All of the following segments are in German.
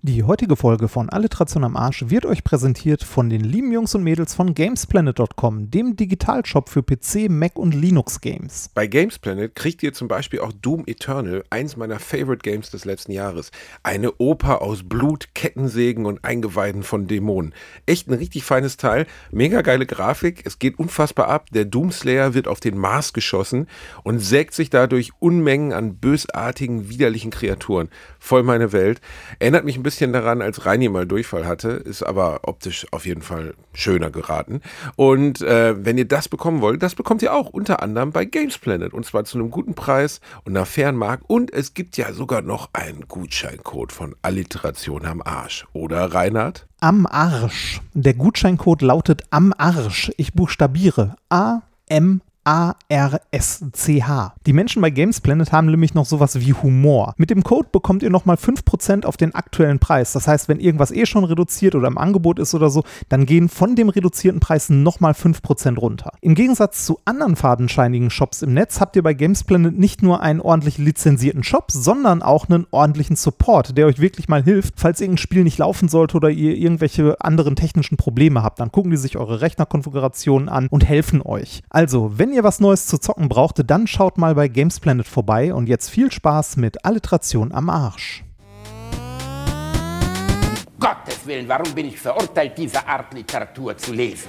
Die heutige Folge von Alliteration am Arsch wird euch präsentiert von den lieben Jungs und Mädels von Gamesplanet.com, dem Digitalshop für PC, Mac und Linux Games. Bei Gamesplanet kriegt ihr zum Beispiel auch Doom Eternal, eins meiner Favorite Games des letzten Jahres. Eine Oper aus Blut, Kettensägen und Eingeweiden von Dämonen. Echt ein richtig feines Teil, mega geile Grafik, es geht unfassbar ab, der Doomslayer wird auf den Mars geschossen und sägt sich dadurch Unmengen an bösartigen, widerlichen Kreaturen. Voll meine Welt. Erinnert mich ein bisschen daran, als Reini mal Durchfall hatte, ist aber optisch auf jeden Fall schöner geraten. Und wenn ihr das bekommen wollt, das bekommt ihr auch unter anderem bei Gamesplanet und zwar zu einem guten Preis und einer fairen Mark. Und es gibt ja sogar noch einen Gutscheincode von Alliteration am Arsch. Oder, Reinhard? Am Arsch. Der Gutscheincode lautet am Arsch. Ich buchstabiere A-M-A-R-S-C-H. Die Menschen bei Gamesplanet haben nämlich noch sowas wie Humor. Mit dem Code bekommt ihr nochmal 5% auf den aktuellen Preis. Das heißt, wenn irgendwas schon reduziert oder im Angebot ist oder so, dann gehen von dem reduzierten Preis nochmal 5% runter. Im Gegensatz zu anderen fadenscheinigen Shops im Netz habt ihr bei Gamesplanet nicht nur einen ordentlich lizenzierten Shop, sondern auch einen ordentlichen Support, der euch wirklich mal hilft, falls irgendein Spiel nicht laufen sollte oder ihr irgendwelche anderen technischen Probleme habt. Dann gucken die sich eure Rechnerkonfigurationen an und helfen euch. Also, wenn ihr was Neues zu zocken braucht, dann schaut mal bei Gamesplanet vorbei und jetzt viel Spaß mit Alliteration am Arsch. Gottes Willen, warum bin ich verurteilt, diese Art Literatur zu lesen?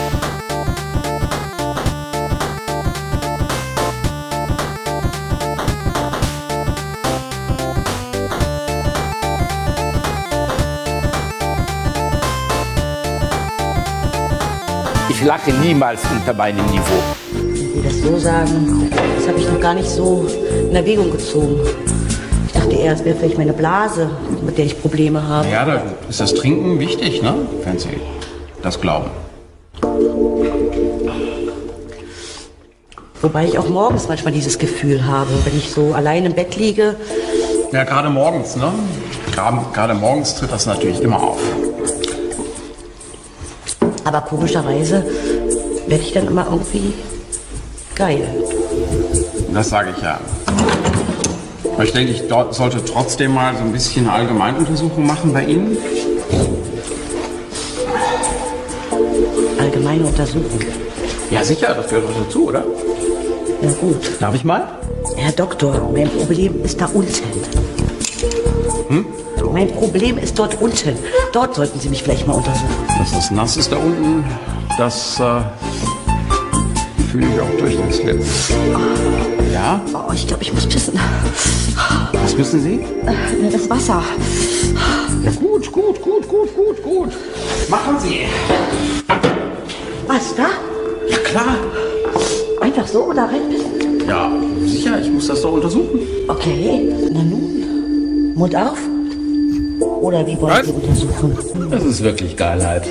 Ich lache niemals unter meinem Niveau. Wenn Sie das so sagen, das habe ich noch gar nicht so in Erwägung gezogen. Ich dachte eher, es wäre vielleicht meine Blase, mit der ich Probleme habe. Ja, da ist das Trinken wichtig, ne? Wenn Sie das glauben. Wobei ich auch morgens manchmal dieses Gefühl habe, wenn ich so allein im Bett liege. Ja, gerade morgens, ne? Gerade morgens tritt das natürlich immer auf. Aber komischerweise werde ich dann immer irgendwie geil. Das sage ich ja. Aber ich denke, ich sollte trotzdem mal so ein bisschen eine Allgemeinuntersuchung machen bei Ihnen. Allgemeine Untersuchung. Ja, sicher, das gehört doch dazu, oder? Ja gut. Darf ich mal? Herr Doktor, mein Problem ist da unten. Mein Problem ist dort unten. Dort sollten Sie mich vielleicht mal untersuchen. Dass das nass ist da unten, das fühle ich auch durch das Netz. Ja? Oh, ich glaube, ich muss pissen. Was müssen Sie? Das Wasser. Ja, gut. Machen Sie. Was, da? Ja, klar. Einfach so oder reinpissen? Ja, sicher, ich muss das doch untersuchen. Okay, na nun. Mund auf? Oder wie wollen Sie untersuchen? Das ist wirklich Geilheit.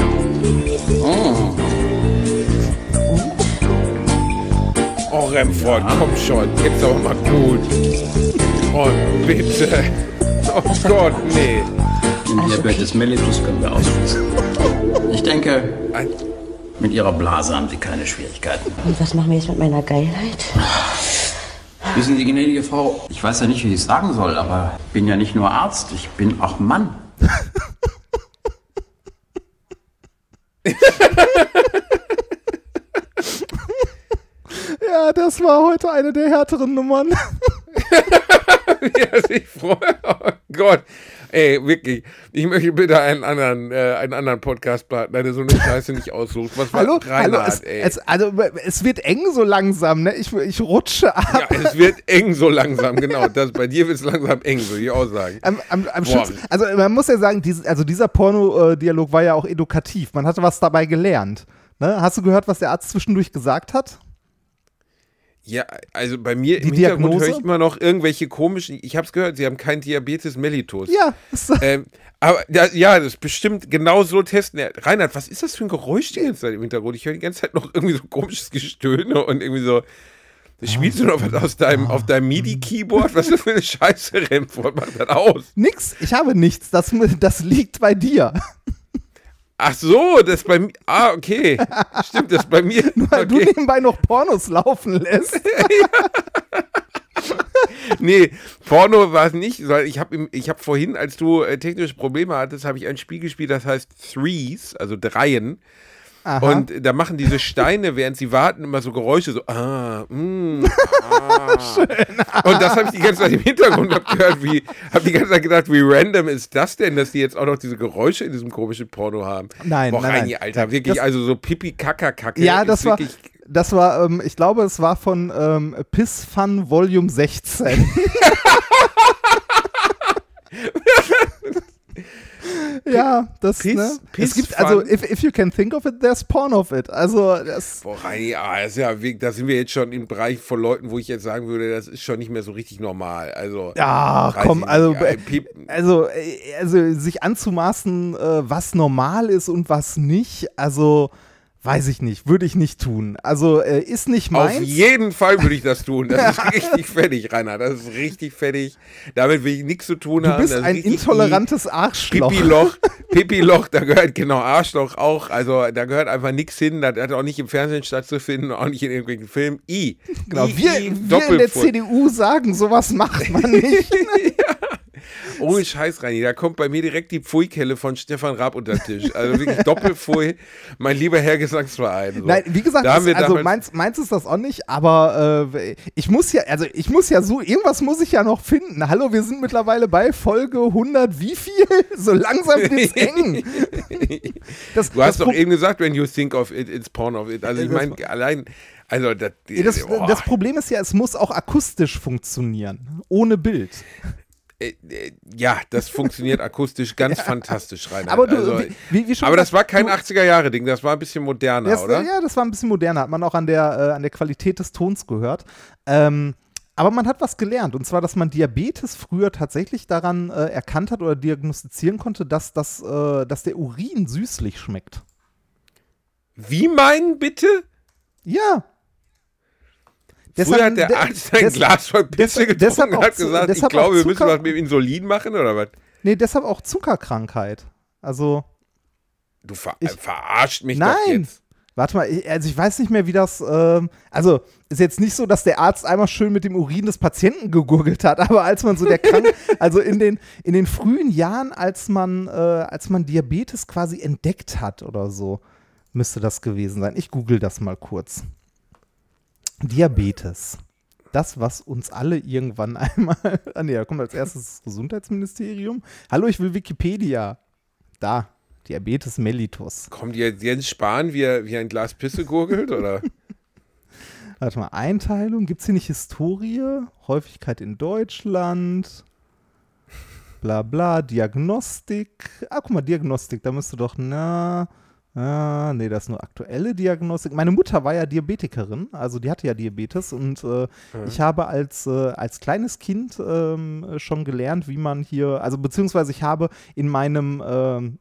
Oh, Remford, komm schon, jetzt aber mal gut. Oh, bitte. Oh Gott, nee. Den Diabetes mellitus können wir ausschließen. Ich denke, mit Ihrer Blase haben Sie keine Schwierigkeiten. Und was machen wir jetzt mit meiner Geilheit? Wissen Sie, gnädige Frau, ich weiß ja nicht, wie ich es sagen soll, aber ich bin ja nicht nur Arzt, ich bin auch Mann. Ja, das war heute eine der härteren Nummern. Wie er sich freut. Oh Gott. Ey, wirklich. Ich möchte bitte einen anderen Podcast-Partner, der so eine Scheiße nicht aussucht. Was war Reinhard, ey? Es wird eng so langsam, ne? Ich rutsche ab. Ja, es wird eng so langsam, genau. Bei dir wird es langsam eng, würde ich auch sagen. Am schönsten, also man muss ja sagen, dieser Porno-Dialog war ja auch edukativ. Man hatte was dabei gelernt. Ne? Hast du gehört, was der Arzt zwischendurch gesagt hat? Ja, also bei mir Die im Hintergrund Diagnose? höre ich immer noch irgendwelche komischen, ich habe es gehört, sie haben keinen Diabetes mellitus. Ja. Aber das ist bestimmt genau so testen. Ja, Reinhard, was ist das für ein Geräusch die ganze Zeit im Hintergrund? Ich höre die ganze Zeit noch irgendwie so komisches Gestöhne und irgendwie so, spielst du noch was auf deinem MIDI-Keyboard? Was ist das für eine Scheiße, Remford? Mach das aus. Nix, ich habe nichts. Das liegt bei dir. Ach so, das ist bei mir. Ah, okay. Stimmt, das ist bei mir. Weil okay. du nebenbei noch Pornos laufen lässt. Nee, Porno war es nicht, sondern ich hab vorhin, als du technische Probleme hattest, habe ich ein Spiel gespielt, das heißt Threes, also Dreien. Aha. Und da machen diese Steine, während sie warten, immer so Geräusche, so Schön. Und das habe ich die ganze Zeit im Hintergrund gehört, habe die ganze Zeit gedacht, wie random ist das denn, dass die jetzt auch noch diese Geräusche in diesem komischen Porno haben. Nein, Reini, Alter, wirklich, also so Pipi-Kaka-Kacke. Ja, das war, ich glaube, es war von Piss Fun Volume 16. Ja, das, ne? Es gibt, also, if you can think of it, there's porn of it. Also, das. Boah, Reini, das ist ja, da sind wir jetzt schon im Bereich von Leuten, wo ich jetzt sagen würde, das ist schon nicht mehr so richtig normal. Also. Ja, komm, also sich anzumaßen, was normal ist und was nicht, also. Weiß ich nicht, würde ich nicht tun. Also ist nicht meins. Auf jeden Fall würde ich das tun. Das ist richtig fertig, Rainer. Das ist richtig fertig. Damit will ich nichts zu tun haben. Du bist ein intolerantes Arschloch. Pipi-Loch, da gehört genau Arschloch auch. Also da gehört einfach nichts hin. Das hat auch nicht im Fernsehen stattzufinden, auch nicht in irgendwelchen Filmen. Genau, wir in der CDU sagen, sowas macht man nicht. Ja. Ohne Scheiß, Reini, da kommt bei mir direkt die Pfui-Kelle von Stefan Raab unter den Tisch. Also wirklich Doppelpfui, mein lieber Herr Gesangsverein. So. Nein, wie gesagt, meins ist das auch nicht, aber ich muss ja so, irgendwas muss ich ja noch finden. Hallo, wir sind mittlerweile bei Folge 100, wie viel? So langsam wird's eng. Du hast doch eben gesagt, when you think of it, it's porn of it. Also ich meine, allein... Also das Problem ist ja, es muss auch akustisch funktionieren, ohne Bild. Ja, das funktioniert akustisch ganz fantastisch, Rainer. Aber, aber das war kein 80er-Jahre-Ding, das war ein bisschen moderner, oder? Ja, das war ein bisschen moderner, hat man auch an der Qualität des Tons gehört. Aber man hat was gelernt, und zwar, dass man Diabetes früher tatsächlich daran erkannt hat oder diagnostizieren konnte, dass der Urin süßlich schmeckt. Wie meinen, bitte? Ja. Früher hat der Arzt ein Glas voll Pisse getrunken und hat gesagt, ich glaube, wir müssen was mit dem Insulin machen, oder was? Nee, deshalb auch Zuckerkrankheit. Also. Du verarscht mich doch jetzt. Warte mal, ich weiß nicht mehr, wie das, also ist jetzt nicht so, dass der Arzt einmal schön mit dem Urin des Patienten gegurgelt hat, aber als man so also in den frühen Jahren, als man Diabetes quasi entdeckt hat oder so, müsste das gewesen sein. Ich google das mal kurz. Diabetes. Das, was uns alle irgendwann einmal. Da kommt als erstes das Gesundheitsministerium. Hallo, ich will Wikipedia. Da. Diabetes mellitus. Kommt jetzt Jens Spahn, wie ein Glas Pisse gurgelt, oder? Warte mal, Einteilung. Gibt es hier nicht Historie? Häufigkeit in Deutschland. Bla bla. Diagnostik. Guck mal, Diagnostik. Da müsste doch, nee, das ist nur aktuelle Diagnostik. Meine Mutter war ja Diabetikerin, also die hatte ja Diabetes, und ich habe als kleines Kind schon gelernt, wie man hier, also beziehungsweise ich habe in meinem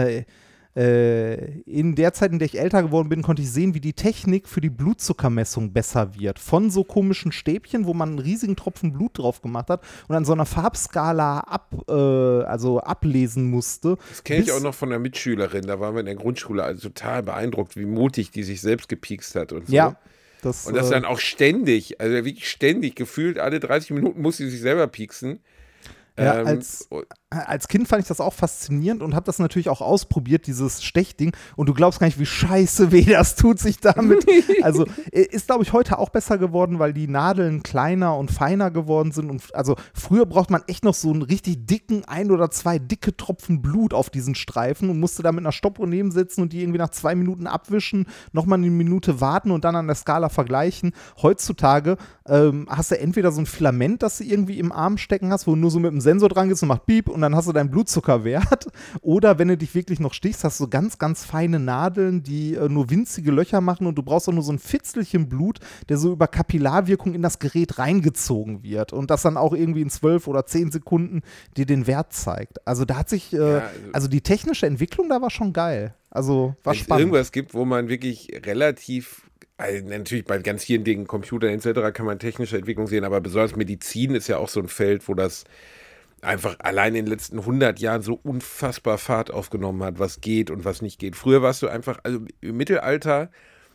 in der Zeit, in der ich älter geworden bin, konnte ich sehen, wie die Technik für die Blutzuckermessung besser wird. Von so komischen Stäbchen, wo man einen riesigen Tropfen Blut drauf gemacht hat und an so einer Farbskala ablesen musste. Das kenne ich auch noch von einer Mitschülerin, da waren wir in der Grundschule, also total beeindruckt, wie mutig die sich selbst gepiekst hat und so. Ja. Und das dann auch ständig, also wirklich ständig, gefühlt alle 30 Minuten muss sie sich selber pieksen. Ja, als Kind fand ich das auch faszinierend und habe das natürlich auch ausprobiert, dieses Stechding. Und du glaubst gar nicht, wie scheiße weh das tut sich damit. Also ist, glaube ich, heute auch besser geworden, weil die Nadeln kleiner und feiner geworden sind. Und also früher braucht man echt noch so einen richtig dicken, 1 oder 2 dicke Tropfen Blut auf diesen Streifen und musste da mit einer Stoppuhr nebensitzen und die irgendwie nach 2 Minuten abwischen, nochmal eine Minute warten und dann an der Skala vergleichen. Heutzutage hast du entweder so ein Filament, das du irgendwie im Arm stecken hast, wo du nur so mit dem Sensor dran gehst und macht Piep und dann hast du deinen Blutzuckerwert. Oder wenn du dich wirklich noch stichst, hast du so ganz, ganz feine Nadeln, die nur winzige Löcher machen und du brauchst auch nur so ein Fitzelchen Blut, der so über Kapillarwirkung in das Gerät reingezogen wird und das dann auch irgendwie in 12 oder 10 Sekunden dir den Wert zeigt. Also da hat sich, also die technische Entwicklung da war schon geil. Also war spannend. Wenn es irgendwas gibt, wo man wirklich relativ, also natürlich bei ganz vielen Dingen, Computern etc. kann man technische Entwicklung sehen, aber besonders Medizin ist ja auch so ein Feld, wo das einfach allein in den letzten 100 Jahren so unfassbar Fahrt aufgenommen hat, was geht und was nicht geht. Früher warst du einfach, also im Mittelalter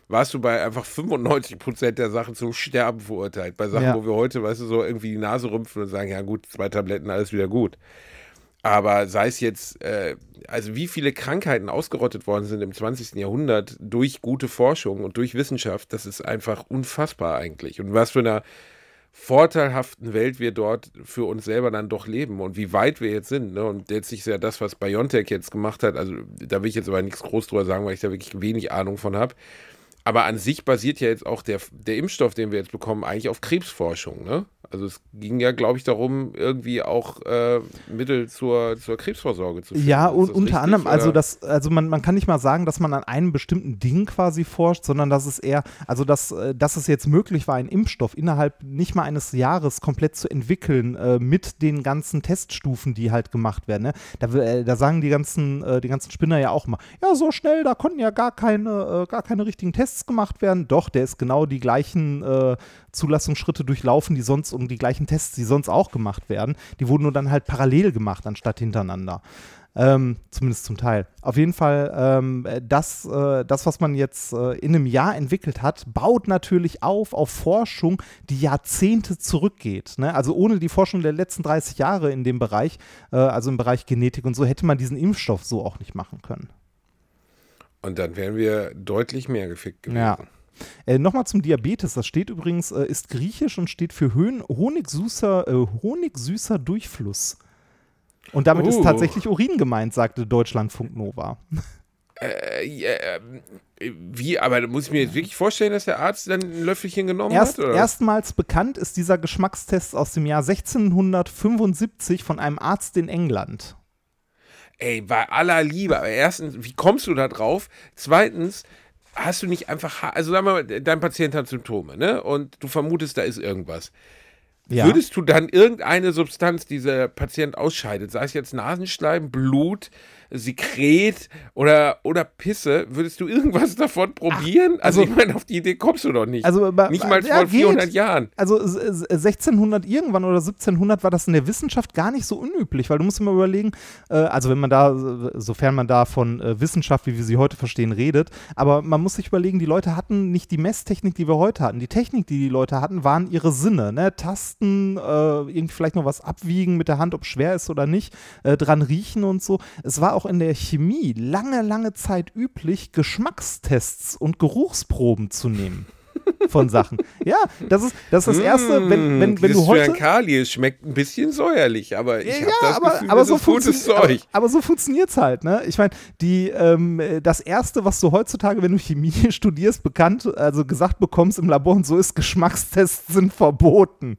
warst du bei einfach 95% der Sachen zum Sterben verurteilt. Bei Sachen, wo wir heute, weißt du, so irgendwie die Nase rümpfen und sagen, ja gut, 2 Tabletten, alles wieder gut. Aber sei es jetzt, also wie viele Krankheiten ausgerottet worden sind im 20. Jahrhundert durch gute Forschung und durch Wissenschaft, das ist einfach unfassbar eigentlich. Und was für einer vorteilhaften Welt wir dort für uns selber dann doch leben und wie weit wir jetzt sind. Ne? Und jetzt ist ja das, was BioNTech jetzt gemacht hat, also da will ich jetzt aber nichts groß drüber sagen, weil ich da wirklich wenig Ahnung von habe. Aber an sich basiert ja jetzt auch der Impfstoff, den wir jetzt bekommen, eigentlich auf Krebsforschung. Ne? Also es ging ja, glaube ich, darum, irgendwie auch Mittel zur Krebsvorsorge zu finden. Ja, und unter anderem, oder? also man kann nicht mal sagen, dass man an einem bestimmten Ding quasi forscht, sondern dass es eher, also dass es jetzt möglich war, einen Impfstoff innerhalb nicht mal eines Jahres komplett zu entwickeln, mit den ganzen Teststufen, die halt gemacht werden. Ne? Da sagen die ganzen Spinner ja auch immer, ja, so schnell, da konnten ja gar keine richtigen Tests gemacht werden. Doch, der ist genau die gleichen Zulassungsschritte durchlaufen, die gleichen Tests, die sonst auch gemacht werden. Die wurden nur dann halt parallel gemacht, anstatt hintereinander. Zumindest zum Teil. Auf jeden Fall, das, was man jetzt in einem Jahr entwickelt hat, baut natürlich auf Forschung, die Jahrzehnte zurückgeht. Ne? Also ohne die Forschung der letzten 30 Jahre in dem Bereich, also im Bereich Genetik und so, hätte man diesen Impfstoff so auch nicht machen können. Und dann wären wir deutlich mehr gefickt gewesen. Ja. Nochmal zum Diabetes, das steht übrigens, ist griechisch und steht für honigsüßer Durchfluss. Und damit ist tatsächlich Urin gemeint, sagte Deutschlandfunk Nova. Wie, aber muss ich mir jetzt wirklich vorstellen, dass der Arzt dann ein Löffelchen genommen hat? Oder? Erstmals bekannt ist dieser Geschmackstest aus dem Jahr 1675 von einem Arzt in England. Ey, bei aller Liebe, aber erstens, wie kommst du da drauf? Zweitens, hast du nicht einfach, also sagen wir mal, dein Patient hat Symptome, ne? Und du vermutest, da ist irgendwas. Ja. Würdest du dann irgendeine Substanz, die dieser Patient ausscheidet, sei es jetzt Nasenschleim, Blut, Sekret oder Pisse, würdest du irgendwas davon probieren? Also ich meine, auf die Idee kommst du doch nicht. Also, nicht mal vor 400 Jahren. Also 1600 irgendwann oder 1700 war das in der Wissenschaft gar nicht so unüblich, weil du musst immer überlegen, also wenn man da, sofern man da von Wissenschaft, wie wir sie heute verstehen, redet, aber man muss sich überlegen, die Leute hatten nicht die Messtechnik, die wir heute hatten. Die Technik, die Leute hatten, waren ihre Sinne, ne? Tasten, irgendwie vielleicht noch was abwiegen mit der Hand, ob schwer ist oder nicht, dran riechen und so. Es war auch in der Chemie lange Zeit üblich, Geschmackstests und Geruchsproben zu nehmen von Sachen. Ja, das ist das Erste, wenn du heute... Kali schmeckt ein bisschen säuerlich, aber ich habe das Gefühl, aber das so ist gutes Zeug. Aber so funktioniert es halt, ne? Ich meine, das Erste, was du heutzutage, wenn du Chemie studierst, gesagt bekommst im Labor und so ist, Geschmackstests sind verboten.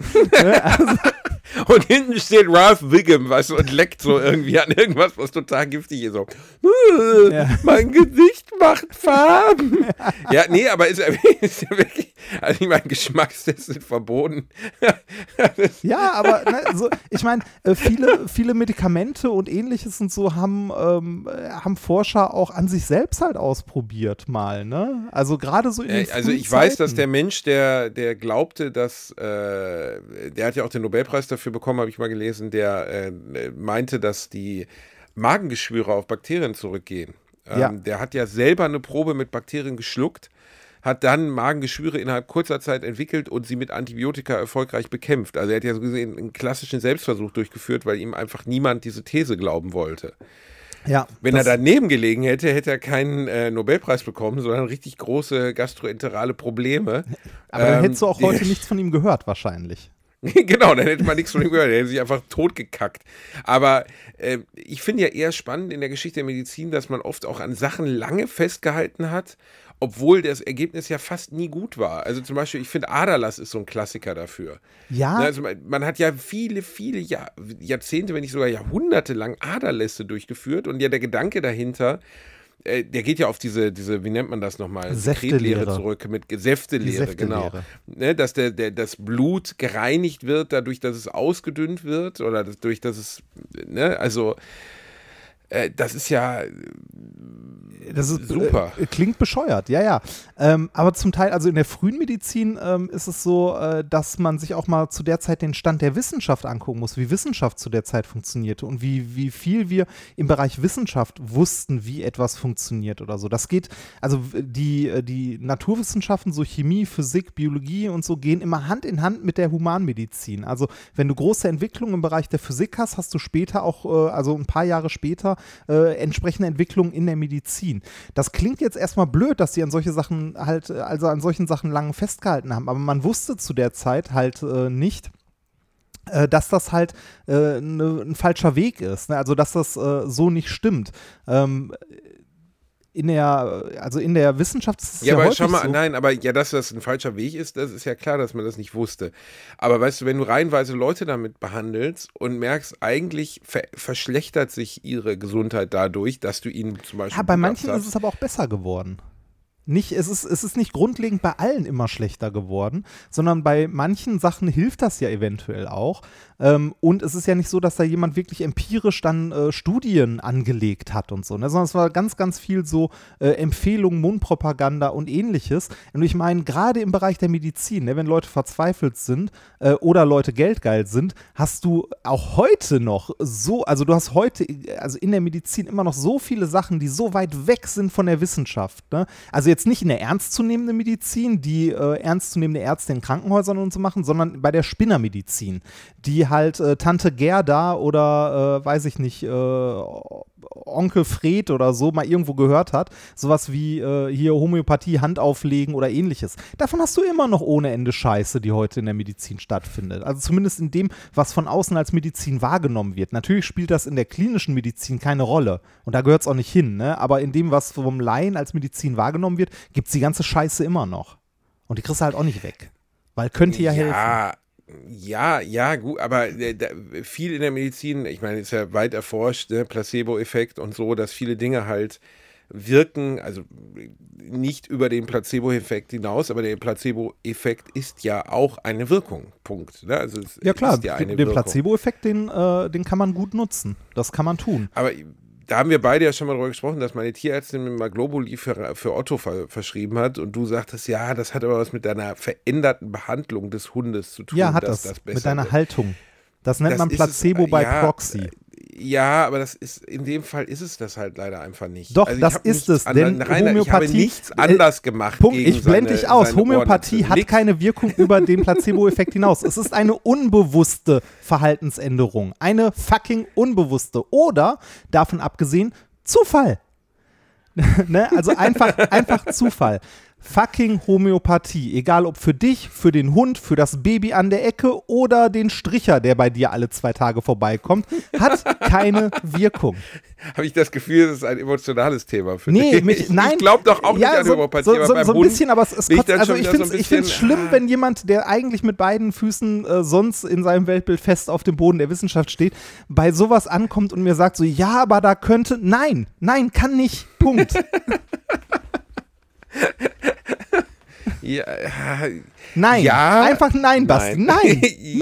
Und hinten steht Ralph Wiggum, weißt du, und leckt so irgendwie an irgendwas, was total giftig ist. So, mein Gesicht macht Farben. Ja, nee, aber ist ja wirklich, also ich meine, Geschmackstests sind verboten. Ja, aber ne, so, ich meine, viele Medikamente und ähnliches und so haben Forscher auch an sich selbst halt ausprobiert mal, ne? Also gerade so in den Also ich weiß, dass der Mensch, der glaubte, dass, der hat ja auch den Nobelpreis dafür bekommen, habe ich mal gelesen, der meinte, dass die Magengeschwüre auf Bakterien zurückgehen. Der hat ja selber eine Probe mit Bakterien geschluckt, hat dann Magengeschwüre innerhalb kurzer Zeit entwickelt und sie mit Antibiotika erfolgreich bekämpft. Also er hat ja so gesehen einen klassischen Selbstversuch durchgeführt, weil ihm einfach niemand diese These glauben wollte. Ja, wenn er daneben gelegen hätte, hätte er keinen Nobelpreis bekommen, sondern richtig große gastroenterale Probleme. Aber dann hättest du auch heute nichts von ihm gehört, wahrscheinlich. Genau, dann hätte man nichts von ihm gehört, er hätte sich einfach totgekackt. Aber ich finde ja eher spannend in der Geschichte der Medizin, dass man oft auch an Sachen lange festgehalten hat, obwohl das Ergebnis ja fast nie gut war. Also zum Beispiel, ich finde Aderlass ist so ein Klassiker dafür. Ja. Also man hat ja viele Jahrzehnte, wenn nicht sogar Jahrhunderte lang Aderlässe durchgeführt und ja der Gedanke dahinter, der geht ja auf diese, wie nennt man das nochmal? Sekretlehre zurück, mit Säftelehre, genau. Ne, dass das Blut gereinigt wird, dadurch, dass es ausgedünnt wird oder dadurch, dass es, ne, also Das ist ja Das ist super. Klingt bescheuert, ja. Aber zum Teil, also in der frühen Medizin ist es so, dass man sich auch mal zu der Zeit den Stand der Wissenschaft angucken muss, wie Wissenschaft zu der Zeit funktionierte und wie viel wir im Bereich Wissenschaft wussten, wie etwas funktioniert oder so. Das geht, also die Naturwissenschaften, so Chemie, Physik, Biologie und so, gehen immer Hand in Hand mit der Humanmedizin. Also wenn du große Entwicklungen im Bereich der Physik hast, hast du später auch, also ein paar Jahre später, entsprechende Entwicklungen in der Medizin. Das klingt jetzt erstmal blöd, dass die an solche Sachen halt, also an solchen Sachen lange festgehalten haben, aber man wusste zu der Zeit halt nicht, dass das halt ein falscher Weg ist, ne? Also dass das so nicht stimmt. In der Wissenschaft ist es ja aber häufig schau mal, so. Nein, aber ja, dass das ein falscher Weg ist, das ist ja klar, dass man das nicht wusste. Aber weißt du, wenn du reihenweise Leute damit behandelst und merkst, eigentlich verschlechtert sich ihre Gesundheit dadurch, dass du ihnen zum Beispiel. Ja, bei manchen ist es aber auch besser geworden. Es ist nicht grundlegend bei allen immer schlechter geworden, sondern bei manchen Sachen hilft das ja eventuell auch. Und es ist ja nicht so, dass da jemand wirklich empirisch dann Studien angelegt hat und so, ne? Sondern es war ganz, ganz viel so Empfehlungen, Mundpropaganda und ähnliches. Und ich meine, gerade im Bereich der Medizin, ne, wenn Leute verzweifelt sind oder Leute geldgeil sind, hast du auch heute noch also du hast heute, also in der Medizin immer noch so viele Sachen, die so weit weg sind von der Wissenschaft, ne? Also jetzt nicht in der ernstzunehmenden Medizin, die ernstzunehmende Ärzte in Krankenhäusern und so machen, sondern bei der Spinnermedizin, die halt Tante Gerda oder weiß ich nicht, Onkel Fred oder so mal irgendwo gehört hat, sowas wie hier Homöopathie, Hand auflegen oder ähnliches. Davon hast du immer noch ohne Ende Scheiße, die heute in der Medizin stattfindet. Also zumindest in dem, was von außen als Medizin wahrgenommen wird. Natürlich spielt das in der klinischen Medizin keine Rolle und da gehört es auch nicht hin, ne? Aber in dem, was vom Laien als Medizin wahrgenommen wird, gibt es die ganze Scheiße immer noch. Und die kriegst du halt auch nicht weg. Weil könnte ja helfen. Ja, gut, aber viel in der Medizin, ich meine, ist ja weit erforscht, ne, Placebo-Effekt und so, dass viele Dinge halt wirken, also nicht über den Placebo-Effekt hinaus, aber der Placebo-Effekt ist ja auch eine Wirkung, Punkt. Ne? Also ja klar, ist ja eine den Wirkung. Placebo-Effekt, den kann man gut nutzen. Das kann man tun. Aber da haben wir beide ja schon mal drüber gesprochen, dass meine Tierärztin mir mal Globuli für Otto verschrieben hat und du sagtest, ja, das hat aber was mit deiner veränderten Behandlung des Hundes zu tun. Ja, hat dass das besser mit deiner wird. Haltung. Das nennt man Placebo bei Proxy. Ja, aber das ist, in dem Fall ist es das halt leider einfach nicht. Doch, also das ist es, denn Homöopathie, ich habe nichts anders gemacht. Punkt, gegen ich blende dich aus. Homöopathie hat keine Wirkung über den Placebo-Effekt hinaus. Es ist eine unbewusste Verhaltensänderung. Eine fucking unbewusste. Oder, davon abgesehen, Zufall. Ne? Also einfach Zufall. Fucking Homöopathie, egal ob für dich, für den Hund, für das Baby an der Ecke oder den Stricher, der bei dir alle 2 Tage vorbeikommt, hat keine Wirkung. Habe ich das Gefühl, das ist ein emotionales Thema für dich? Nein. Ich glaube doch auch nicht an Homöopathie, aber beim so ein Hund bisschen, aber es kotzt, also ich finde es schlimm, wenn jemand, der eigentlich mit beiden Füßen sonst in seinem Weltbild fest auf dem Boden der Wissenschaft steht, bei sowas ankommt und mir sagt so, ja, aber da könnte, nein, kann nicht, Punkt. Ja, nein, ja, einfach nein, Basti, nein.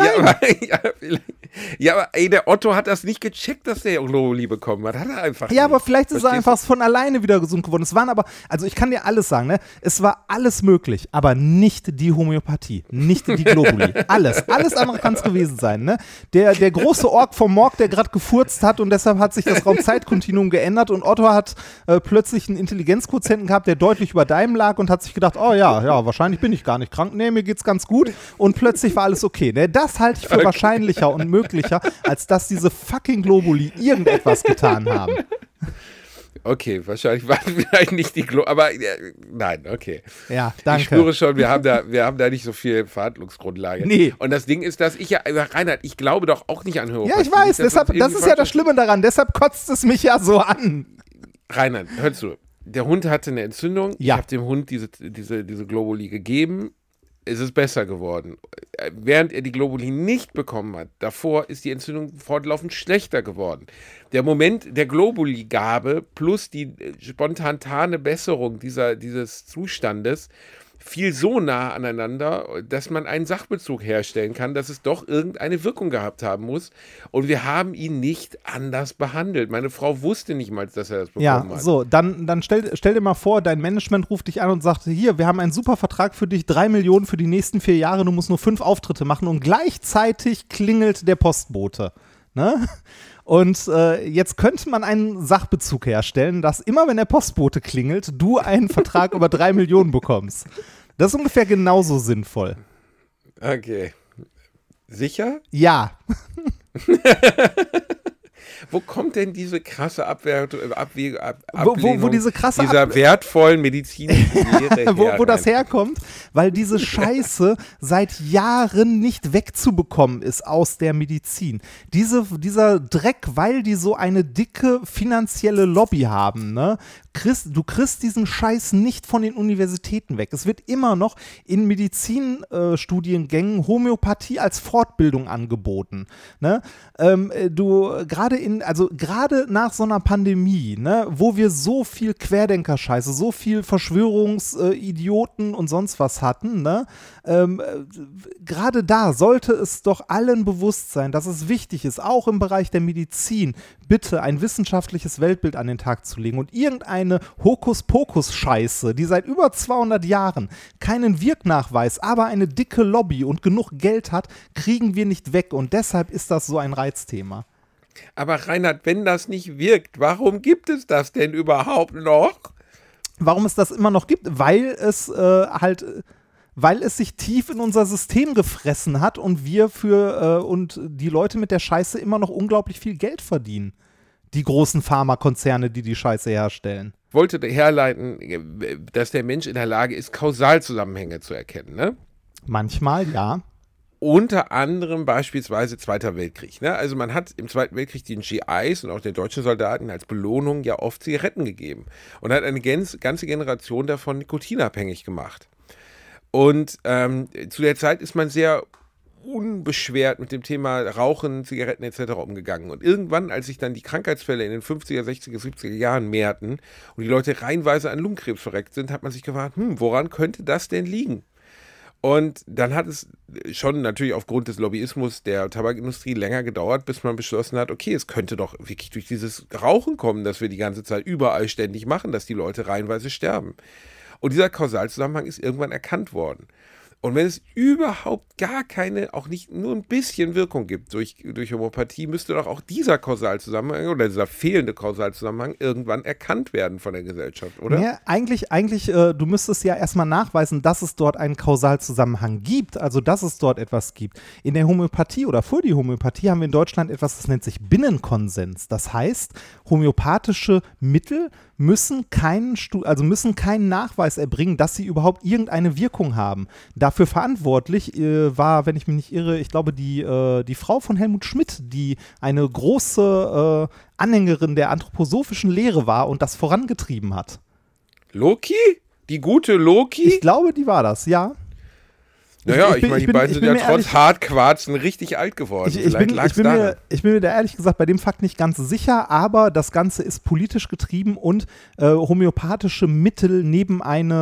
Ja, aber ey, der Otto hat das nicht gecheckt, dass der Globuli bekommen hat. Hat er einfach nicht. Ja, aber vielleicht ist er einfach von alleine wieder gesund geworden. Es waren aber, also ich kann dir alles sagen, ne? Es war alles möglich, aber nicht die Homöopathie, nicht die Globuli. Alles andere kann es gewesen sein, ne? Der große Ork vom Morg, der gerade gefurzt hat und deshalb hat sich das Raumzeitkontinuum geändert und Otto hat plötzlich einen Intelligenzquotienten gehabt, der deutlich über deinem lag und hat sich gedacht, oh ja, wahrscheinlich bin ich gar nicht krank. Nee, mir geht's ganz gut. Und plötzlich war alles okay, ne? Das halte ich für wahrscheinlicher und möglicher, als dass diese fucking Globuli irgendetwas getan haben. Okay, wahrscheinlich war es vielleicht nicht die Globuli, aber nein, okay. Ja, danke. Ich spüre schon, wir haben da nicht so viel Verhandlungsgrundlage. Nee. Und das Ding ist, dass Reinhard, ich glaube doch auch nicht an Homöopathie. Ja, ich weiß, das ist ja das Schlimme daran, deshalb kotzt es mich ja so an. Reinhard, hör zu, der Hund hatte eine Entzündung, ja. Ich habe dem Hund diese Globuli gegeben, es ist besser geworden. Während er die Globuli nicht bekommen hat, davor ist die Entzündung fortlaufend schlechter geworden. Der Moment der Globuli-Gabe plus die spontane Besserung dieses Zustandes fiel so nah aneinander, dass man einen Sachbezug herstellen kann, dass es doch irgendeine Wirkung gehabt haben muss. Und wir haben ihn nicht anders behandelt. Meine Frau wusste nicht mal, dass er das bekommen hat. So, dann stell dir mal vor, dein Management ruft dich an und sagt, hier, wir haben einen super Vertrag für dich, 3 Millionen für die nächsten 4 Jahre, du musst nur 5 Auftritte machen und gleichzeitig klingelt der Postbote. Ne? Und jetzt könnte man einen Sachbezug herstellen, dass immer, wenn der Postbote klingelt, du einen Vertrag über 3 Millionen bekommst. Das ist ungefähr genauso sinnvoll. Okay. Sicher? Ja. Wo kommt denn diese krasse Ablehnung wo diese krasse dieser wertvollen medizinischen Lehre her? wo das herkommt? Weil diese Scheiße seit Jahren nicht wegzubekommen ist aus der Medizin. Dieser Dreck, weil die so eine dicke finanzielle Lobby haben, ne? Du kriegst diesen Scheiß nicht von den Universitäten weg. Es wird immer noch in Medizinstudiengängen Homöopathie als Fortbildung angeboten. Ne? Gerade nach so einer Pandemie, ne, wo wir so viel Querdenker-Scheiße, so viel Verschwörungsidioten und sonst was hatten, ne, gerade da sollte es doch allen bewusst sein, dass es wichtig ist, auch im Bereich der Medizin, bitte ein wissenschaftliches Weltbild an den Tag zu legen und irgendeine Hokuspokus-Scheiße, die seit über 200 Jahren keinen Wirknachweis, aber eine dicke Lobby und genug Geld hat, kriegen wir nicht weg und deshalb ist das so ein Reizthema. Aber Reinhard, wenn das nicht wirkt, warum gibt es das denn überhaupt noch? Warum es das immer noch gibt? Weil es sich tief in unser System gefressen hat und wir und die Leute mit der Scheiße immer noch unglaublich viel Geld verdienen. Die großen Pharmakonzerne, die Scheiße herstellen. Ich wollte herleiten, dass der Mensch in der Lage ist, Kausalzusammenhänge zu erkennen, ne? Manchmal, ja. Unter anderem beispielsweise Zweiter Weltkrieg. Ne? Also man hat im Zweiten Weltkrieg den GIs und auch den deutschen Soldaten als Belohnung ja oft Zigaretten gegeben und hat eine ganze Generation davon nikotinabhängig gemacht. Und zu der Zeit ist man sehr unbeschwert mit dem Thema Rauchen, Zigaretten etc. umgegangen. Und irgendwann, als sich dann die Krankheitsfälle in den 50er, 60er, 70er Jahren mehrten und die Leute reihenweise an Lungenkrebs verreckt sind, hat man sich gefragt, woran könnte das denn liegen? Und dann hat es schon natürlich aufgrund des Lobbyismus der Tabakindustrie länger gedauert, bis man beschlossen hat, okay, es könnte doch wirklich durch dieses Rauchen kommen, dass wir die ganze Zeit überall ständig machen, dass die Leute reihenweise sterben. Und dieser Kausalzusammenhang ist irgendwann erkannt worden. Und wenn es überhaupt gar keine, auch nicht nur ein bisschen Wirkung gibt durch Homöopathie, müsste doch auch dieser Kausalzusammenhang oder dieser fehlende Kausalzusammenhang irgendwann erkannt werden von der Gesellschaft, oder? Ja, eigentlich, du müsstest ja erstmal nachweisen, dass es dort einen Kausalzusammenhang gibt, also dass es dort etwas gibt. In der Homöopathie oder für die Homöopathie haben wir in Deutschland etwas, das nennt sich Binnenkonsens. Das heißt, homöopathische Mittel müssen keinen Nachweis erbringen, dass sie überhaupt irgendeine Wirkung haben. Dafür verantwortlich war, wenn ich mich nicht irre, ich glaube, die Frau von Helmut Schmidt, die eine große Anhängerin der anthroposophischen Lehre war und das vorangetrieben hat. Loki? Die gute Loki? Ich glaube, die war das, ja. Naja, ich meine, die beiden sind ja trotz Hartquarzen richtig alt geworden. Ich bin mir da ehrlich gesagt bei dem Fakt nicht ganz sicher, aber das Ganze ist politisch getrieben und homöopathische Mittel nehmen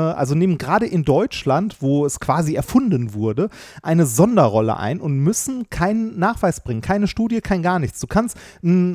gerade in Deutschland, wo es quasi erfunden wurde, eine Sonderrolle ein und müssen keinen Nachweis bringen, keine Studie, kein gar nichts. Du kannst ein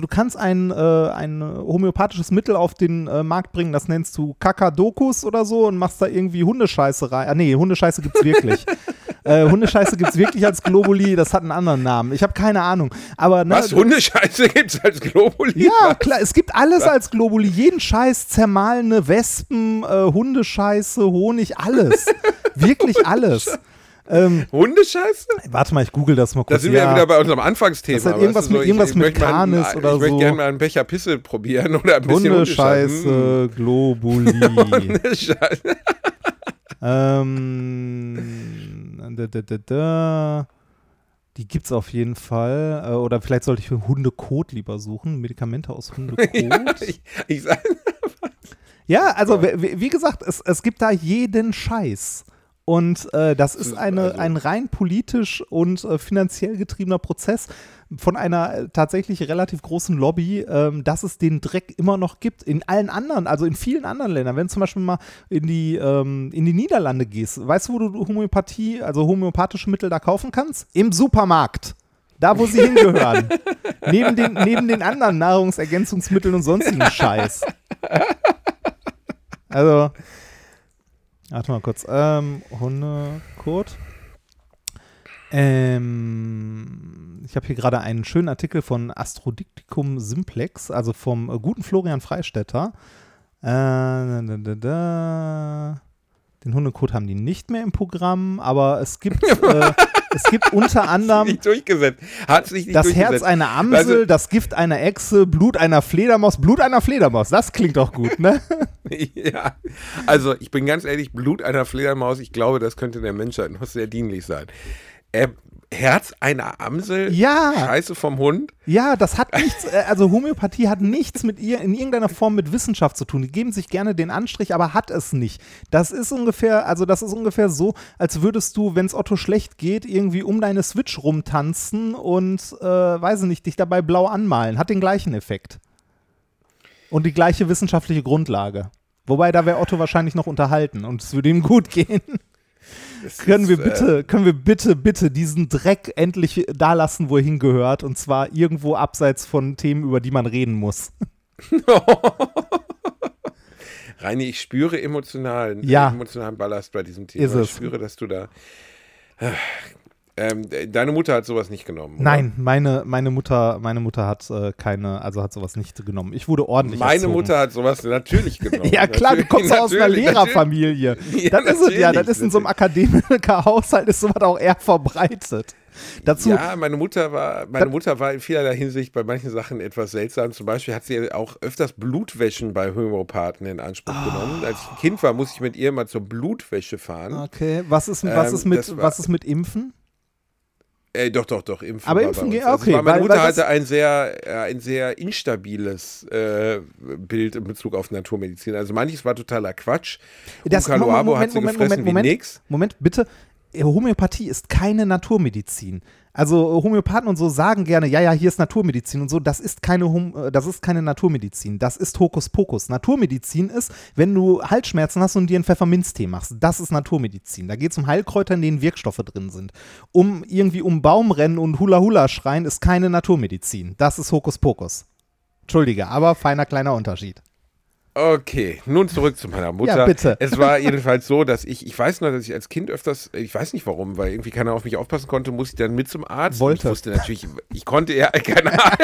homöopathisches Mittel auf den Markt bringen, das nennst du Kakadokus oder so und machst da irgendwie Hundescheiße rein. Nee, Hundescheiße gibt's wirklich. Hundescheiße gibt es wirklich als Globuli, das hat einen anderen Namen. Ich habe keine Ahnung. Aber, ne, was? Hundescheiße gibt es als Globuli? Ja, klar, es gibt alles als Globuli. Jeden Scheiß, zermahlene Wespen, Hundescheiße, Honig, alles. Wirklich alles. Hundescheiße? Warte mal, ich google das mal kurz. Da sind wir ja wieder bei unserem Anfangsthema. Das hat irgendwas mit Canis oder so. Ich möchte gerne mal einen Becher Pisse probieren oder ein bisschen Hundescheiße, Globuli. Hundescheiße. Die gibt's auf jeden Fall. Oder vielleicht sollte ich für Hundekot lieber suchen. Medikamente aus Hundekot. ich sag ja, also wie gesagt, es gibt da jeden Scheiß. Und das ist ein rein politisch und finanziell getriebener Prozess. von einer tatsächlich relativ großen Lobby, dass es den Dreck immer noch gibt. In allen anderen, also in vielen anderen Ländern. Wenn du zum Beispiel mal in die Niederlande gehst, weißt du, wo du Homöopathie, also homöopathische Mittel da kaufen kannst? Im Supermarkt. Da, wo sie hingehören. neben den anderen Nahrungsergänzungsmitteln und sonstigen Scheiß. Also, warte mal kurz. Hundekot. Ich habe hier gerade einen schönen Artikel von Astrodicticum Simplex, also vom guten Florian Freistetter. Den Hundekot haben die nicht mehr im Programm, aber es gibt unter anderem nicht durchgesetzt. Hat's nicht das durchgesetzt. Herz einer Amsel, das Gift einer Echse, Blut einer Fledermaus. Blut einer Fledermaus, das klingt doch gut, ne? Ja, also ich bin ganz ehrlich, Blut einer Fledermaus, ich glaube, das könnte der Menschheit noch sehr dienlich sein. Herz einer Amsel? Ja. Scheiße vom Hund? Ja, das hat nichts, also Homöopathie hat nichts mit ihr in irgendeiner Form mit Wissenschaft zu tun. Die geben sich gerne den Anstrich, aber hat es nicht. Das ist ungefähr so, als würdest du, wenn es Otto schlecht geht, irgendwie um deine Switch rumtanzen und, weiß ich nicht, dich dabei blau anmalen. Hat den gleichen Effekt. Und die gleiche wissenschaftliche Grundlage. Wobei, da wäre Otto wahrscheinlich noch unterhalten und es würde ihm gut gehen. Können wir bitte diesen Dreck endlich da lassen, wo er hingehört, und zwar irgendwo abseits von Themen, über die man reden muss. Reini, ich spüre emotionalen Ballast bei diesem Thema. Ist es. Ich spüre, dass du da... deine Mutter hat sowas nicht genommen, oder? Nein, meine Mutter hat hat sowas nicht genommen. Ich wurde ordentlich Meine erzogen. Mutter hat sowas natürlich genommen. Ja klar, du kommst aus einer Lehrerfamilie. Ja, Das ist in so einem Akademikerhaushalt ist sowas auch eher verbreitet. Dazu, ja, meine Mutter war in vielerlei Hinsicht bei manchen Sachen etwas seltsam. Zum Beispiel hat sie auch öfters Blutwäschen bei Homöopathen in Anspruch genommen. Als ich ein Kind war, musste ich mit ihr mal zur Blutwäsche fahren. Okay, was ist mit Impfen? Doch, Impfen. Aber war Impfen bei uns. geht, okay. Also meine Mutter weil hatte ein sehr instabiles Bild in Bezug auf Naturmedizin. Also manches war totaler Quatsch. Uncaloabo hat sie gefressen wie nix. Moment, bitte. Homöopathie ist keine Naturmedizin. Also Homöopathen und so sagen gerne, ja, hier ist Naturmedizin und so. Das ist keine Naturmedizin. Das ist Hokuspokus. Naturmedizin ist, wenn du Halsschmerzen hast und dir einen Pfefferminztee machst. Das ist Naturmedizin. Da geht es um Heilkräuter, in denen Wirkstoffe drin sind. Um Baumrennen und Hula-Hula schreien ist keine Naturmedizin. Das ist Hokuspokus. Entschuldige, aber feiner kleiner Unterschied. Okay, nun zurück zu meiner Mutter. Ja, bitte. Es war jedenfalls so, dass ich weiß noch, dass ich als Kind öfters, ich weiß nicht warum, weil irgendwie keiner auf mich aufpassen konnte, musste ich dann mit zum Arzt. Wollte. Ich wusste natürlich, ich konnte ja, keine Ahnung.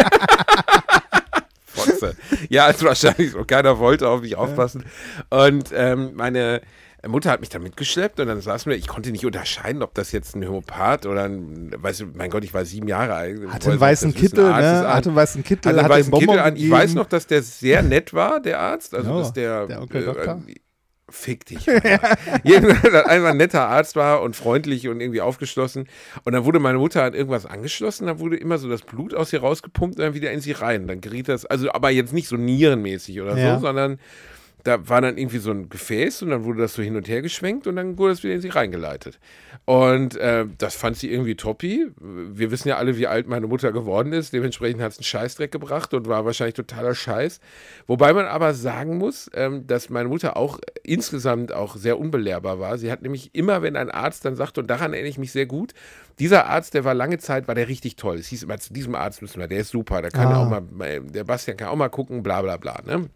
Fotze. Ja, also wahrscheinlich so, keiner wollte auf mich aufpassen. Und meine Mutter hat mich da mitgeschleppt und dann saßen wir, ich konnte nicht unterscheiden, ob das jetzt ein Homöopath oder mein Gott, ich war 7 Jahre alt. Hatte einen weißen Kittel, hatte einen weißen Kittel an. Ich weiß noch, dass der sehr nett war, der Arzt. Also, dass der Onkel Doktor. Fick dich. Jedenfalls einfach ein netter Arzt war und freundlich und irgendwie aufgeschlossen. Und dann wurde meine Mutter an irgendwas angeschlossen, dann wurde immer so das Blut aus ihr rausgepumpt und dann wieder in sie rein. Dann geriet das, also aber jetzt nicht so nierenmäßig oder so, sondern da war dann irgendwie so ein Gefäß und dann wurde das so hin und her geschwenkt und dann wurde das wieder in sie reingeleitet. Und das fand sie irgendwie toppi. Wir wissen ja alle, wie alt meine Mutter geworden ist. Dementsprechend hat es einen Scheißdreck gebracht und war wahrscheinlich totaler Scheiß. Wobei man aber sagen muss, dass meine Mutter auch insgesamt auch sehr unbelehrbar war. Sie hat nämlich immer, wenn ein Arzt dann sagt, und daran erinnere ich mich sehr gut, dieser Arzt, der war lange Zeit, war der richtig toll. Es hieß immer, zu diesem Arzt müssen wir, der ist super, der kann ja auch mal, der Bastian kann auch mal gucken, bla bla bla, ne?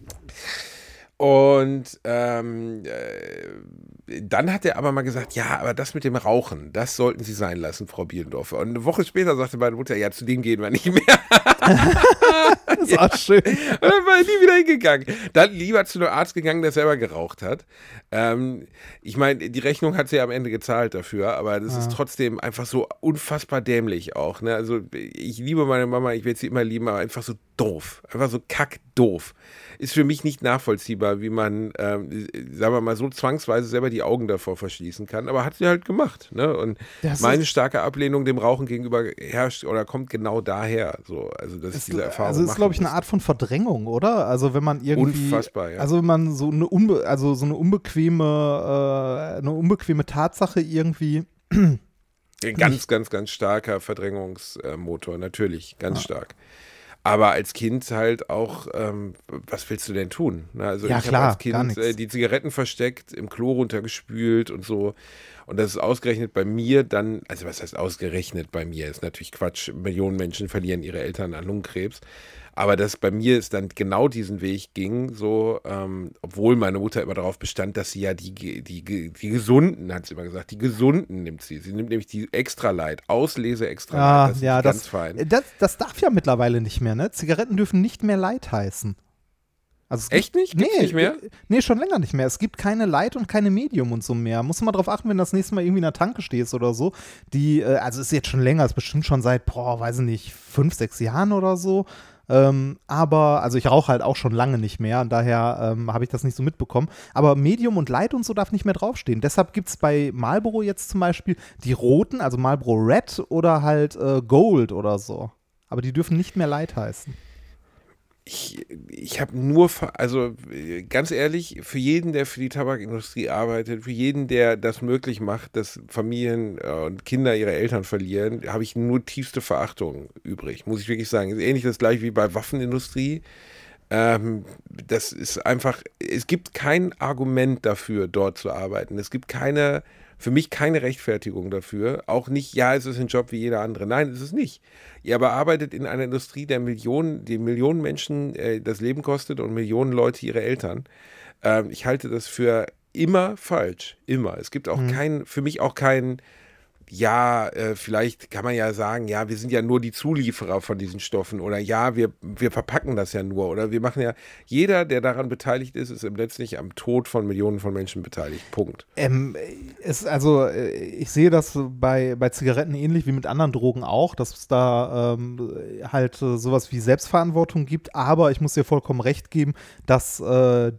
Und dann hat er aber mal gesagt, ja, aber das mit dem Rauchen, das sollten Sie sein lassen, Frau Bielendorfer. Und eine Woche später sagte meine Mutter, ja, zu dem gehen wir nicht mehr. Das ist auch schön. Und dann war er nie wieder hingegangen. Dann lieber zu einem Arzt gegangen, der selber geraucht hat. Ich meine, die Rechnung hat sie ja am Ende gezahlt dafür, aber das ist trotzdem einfach so unfassbar dämlich auch. Ne? Also ich liebe meine Mama, ich werde sie immer lieben, aber einfach so doof. Einfach so kackdoof. Ist für mich nicht nachvollziehbar, wie man, sagen wir mal, so zwangsweise selber die Augen davor verschließen kann. Aber hat sie halt gemacht. Ne? Und meine starke Ablehnung dem Rauchen gegenüber herrscht oder kommt genau daher. So. Also, dass ich diese Erfahrung Also, es ist, glaube ich, eine Art von Verdrängung, oder? Also, wenn man irgendwie. Unfassbar, ja. Also, wenn man so eine unbequeme Tatsache irgendwie Ganz, ganz, ganz starker Verdrängungsmotor, natürlich, ganz stark. Aber als Kind halt auch, was willst du denn tun? Na, also Ja, ich klar, habe als gar Kind nix. die Zigaretten versteckt, im Klo runtergespült und so. Und das ist ausgerechnet bei mir dann, also was heißt ausgerechnet bei mir? Ist natürlich Quatsch. Millionen Menschen verlieren ihre Eltern an Lungenkrebs. Aber dass bei mir es dann genau diesen Weg ging, so, obwohl meine Mutter immer darauf bestand, dass sie ja die Gesunden, hat sie immer gesagt, die Gesunden nimmt sie. Sie nimmt nämlich die Extra Light, Auslese Extra Light, das ist ganz fein. Das darf ja mittlerweile nicht mehr, ne? Zigaretten dürfen nicht mehr Light heißen. Also es Echt nicht? Gibt's nicht mehr? Nee, schon länger nicht mehr. Es gibt keine Light und keine Medium und so mehr. Musst du mal drauf achten, wenn du das nächste Mal irgendwie in der Tanke stehst oder so. Also ist jetzt schon länger, ist bestimmt schon seit, weiß ich nicht, 5, 6 Jahren oder so. Aber, also ich rauche halt auch schon lange nicht mehr und daher habe ich das nicht so mitbekommen. Aber Medium und Light und so darf nicht mehr draufstehen. Deshalb gibt es bei Marlboro jetzt zum Beispiel die roten, also Marlboro Red oder halt Gold oder so. Aber die dürfen nicht mehr Light heißen. Ich habe nur, also ganz ehrlich, für jeden, der für die Tabakindustrie arbeitet, für jeden, der das möglich macht, dass Familien und Kinder ihre Eltern verlieren, habe ich nur tiefste Verachtung übrig, muss ich wirklich sagen. Ist ähnlich das gleiche wie bei Waffenindustrie. Das ist einfach, es gibt kein Argument dafür, dort zu arbeiten. Es gibt für mich keine Rechtfertigung dafür. Auch nicht, ja, es ist ein Job wie jeder andere. Nein, es ist nicht. Ihr aber arbeitet in einer Industrie, die Millionen Menschen das Leben kostet und Millionen Leute ihre Eltern. Ich halte das für immer falsch. Immer. Es gibt auch für mich auch kein, vielleicht kann man ja sagen, ja, wir sind ja nur die Zulieferer von diesen Stoffen oder ja, wir verpacken das ja nur oder wir machen ja, jeder, der daran beteiligt ist, ist letztlich am Tod von Millionen von Menschen beteiligt. Punkt. Ich sehe das bei Zigaretten ähnlich wie mit anderen Drogen auch, dass es da halt sowas wie Selbstverantwortung gibt, aber ich muss dir vollkommen recht geben, dass dass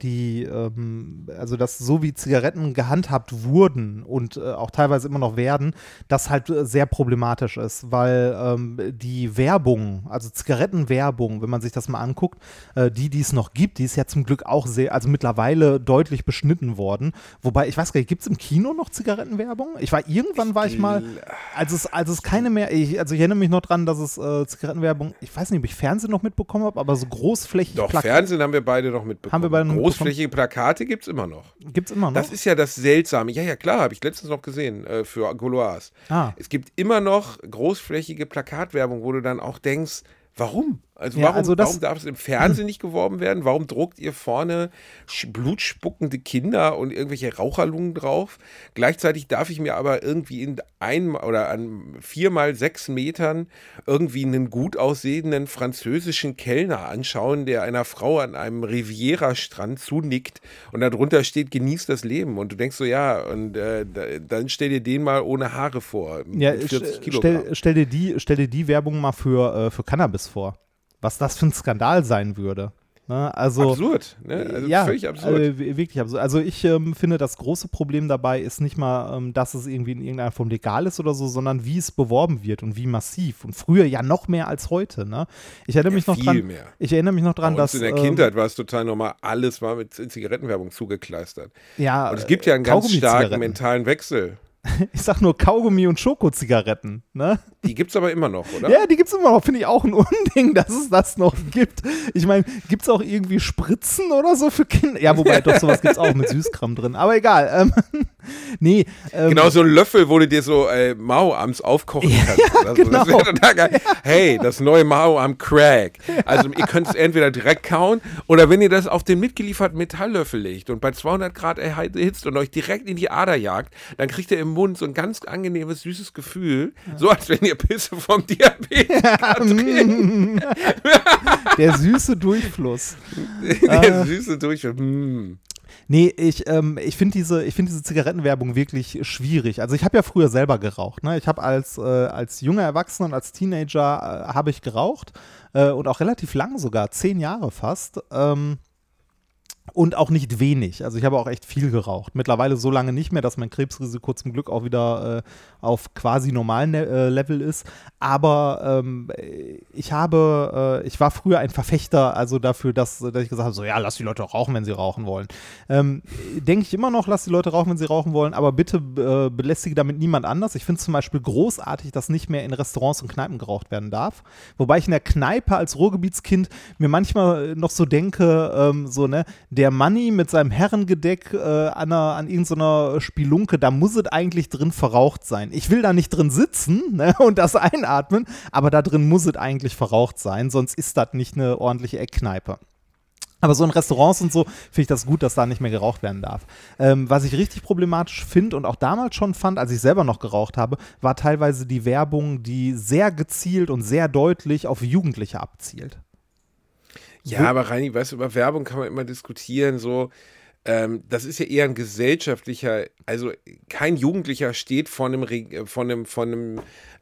so wie Zigaretten gehandhabt wurden und auch teilweise immer noch werden, das halt sehr problematisch ist, weil die Werbung, also Zigarettenwerbung, wenn man sich das mal anguckt, die es noch gibt, die ist ja zum Glück auch mittlerweile deutlich beschnitten worden. Wobei, ich weiß gar nicht, gibt es im Kino noch Zigarettenwerbung? Als es keine mehr, ich erinnere mich noch dran, dass es Zigarettenwerbung, ich weiß nicht, ob ich Fernsehen noch mitbekommen habe, aber so großflächig. Doch, Fernsehen haben wir beide noch mitbekommen. Großflächige Plakate gibt es immer noch. Gibt es immer noch? Das ist ja das Seltsame. Ja, klar, habe ich letztens noch gesehen für Gauloise. Es gibt immer noch großflächige Plakatwerbung, wo du dann auch denkst, warum? Warum darf es im Fernsehen nicht geworben werden? Warum druckt ihr vorne blutspuckende Kinder und irgendwelche Raucherlungen drauf? Gleichzeitig darf ich mir aber irgendwie an 4x6 Metern irgendwie einen gut aussehenden französischen Kellner anschauen, der einer Frau an einem Riviera-Strand zunickt und darunter steht, genießt das Leben. Und du denkst so, ja, und dann stell dir den mal ohne Haare vor. Ja, 40 Kilogramm. stell dir die Werbung mal für Cannabis vor. Was das für ein Skandal sein würde. Ne? Also, absurd, ne? Also völlig absurd. Wirklich absurd. Also ich finde, das große Problem dabei ist nicht mal, dass es irgendwie in irgendeiner Form legal ist oder so, sondern wie es beworben wird und wie massiv. Und früher ja noch mehr als heute. Ne? Ich erinnere mich noch dran, dass in der Kindheit war es total normal, alles war mit Zigarettenwerbung zugekleistert. Ja, und es gibt ja einen ganz starken mentalen Wechsel. Ich sag nur Kaugummi und Schokozigaretten, ne? Die gibt's aber immer noch, oder? Ja, die gibt's immer noch. Finde ich auch ein Unding, dass es das noch gibt. Ich meine, gibt's auch irgendwie Spritzen oder so für Kinder? Ja, wobei, doch, sowas gibt's auch mit Süßkram drin. Aber egal. Nee. Genau, so ein Löffel, wo du dir so Mao-Arms aufkochen kannst. Ja, oder so. Genau. Das wäre total geil. Hey, das neue Mao-Arm Crack. Also ihr könnt es entweder direkt kauen oder wenn ihr das auf den mitgelieferten Metalllöffel legt und bei 200 Grad erhitzt und euch direkt in die Ader jagt, dann kriegt ihr im Mund so ein ganz angenehmes, süßes Gefühl. Ja. So als wenn ihr Pisse vom Diabetiker trinkt. Der süße Durchfluss. Der süße Durchfluss. Nee, ich finde diese Zigarettenwerbung wirklich schwierig. Also ich habe ja früher selber geraucht. Ne? Ich habe als junger Erwachsener und als Teenager habe ich geraucht und auch relativ lang sogar, 10 Jahre fast. Und auch nicht wenig. Also ich habe auch echt viel geraucht. Mittlerweile so lange nicht mehr, dass mein Krebsrisiko zum Glück auch wieder auf quasi normalen Level ist. Aber ich war früher ein Verfechter, also dafür, dass ich gesagt habe, so ja, lass die Leute auch rauchen, wenn sie rauchen wollen. Denke ich immer noch, lass die Leute rauchen, wenn sie rauchen wollen, aber bitte belästige damit niemand anders. Ich finde es zum Beispiel großartig, dass nicht mehr in Restaurants und Kneipen geraucht werden darf. Wobei ich in der Kneipe als Ruhrgebietskind mir manchmal noch so denke, der Manni mit seinem Herrengedeck an irgendeiner Spelunke, da muss es eigentlich drin verraucht sein. Ich will da nicht drin sitzen, ne, und das einatmen, aber da drin muss es eigentlich verraucht sein, sonst ist das nicht eine ordentliche Eckkneipe. Aber so in Restaurants und so finde ich das gut, dass da nicht mehr geraucht werden darf. Was ich richtig problematisch finde und auch damals schon fand, als ich selber noch geraucht habe, war teilweise die Werbung, die sehr gezielt und sehr deutlich auf Jugendliche abzielt. Ja, aber Reini, weißt du, über Werbung kann man immer diskutieren, so, das ist ja eher ein gesellschaftlicher, also kein Jugendlicher steht vor einem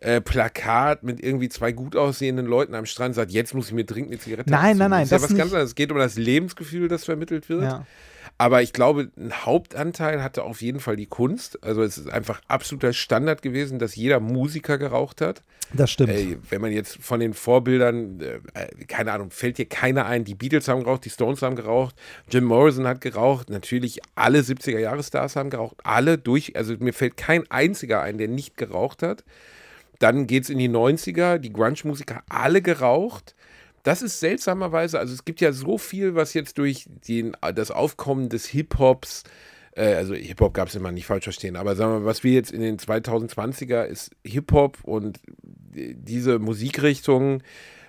Plakat mit irgendwie 2 gut aussehenden Leuten am Strand und sagt, jetzt muss ich mir dringend eine Zigarette Nein. Das ist ja was nicht. ganz anderes. Es geht um das Lebensgefühl, das vermittelt wird. Ja. Aber ich glaube, ein Hauptanteil hatte auf jeden Fall die Kunst. Also es ist einfach absoluter Standard gewesen, dass jeder Musiker geraucht hat. Das stimmt. Wenn man jetzt von den Vorbildern, keine Ahnung, fällt dir keiner ein. Die Beatles haben geraucht, die Stones haben geraucht, Jim Morrison hat geraucht, natürlich alle 70er-Jahre-Stars haben geraucht, also mir fällt kein einziger ein, der nicht geraucht hat. Dann geht es in die 90er, die Grunge-Musiker alle geraucht. Das ist seltsamerweise, also es gibt ja so viel, was jetzt durch das Aufkommen des Hip-Hops, also Hip-Hop gab es immer, nicht falsch verstehen, aber sagen wir mal, was wir jetzt in den 2020er ist Hip-Hop und diese Musikrichtung,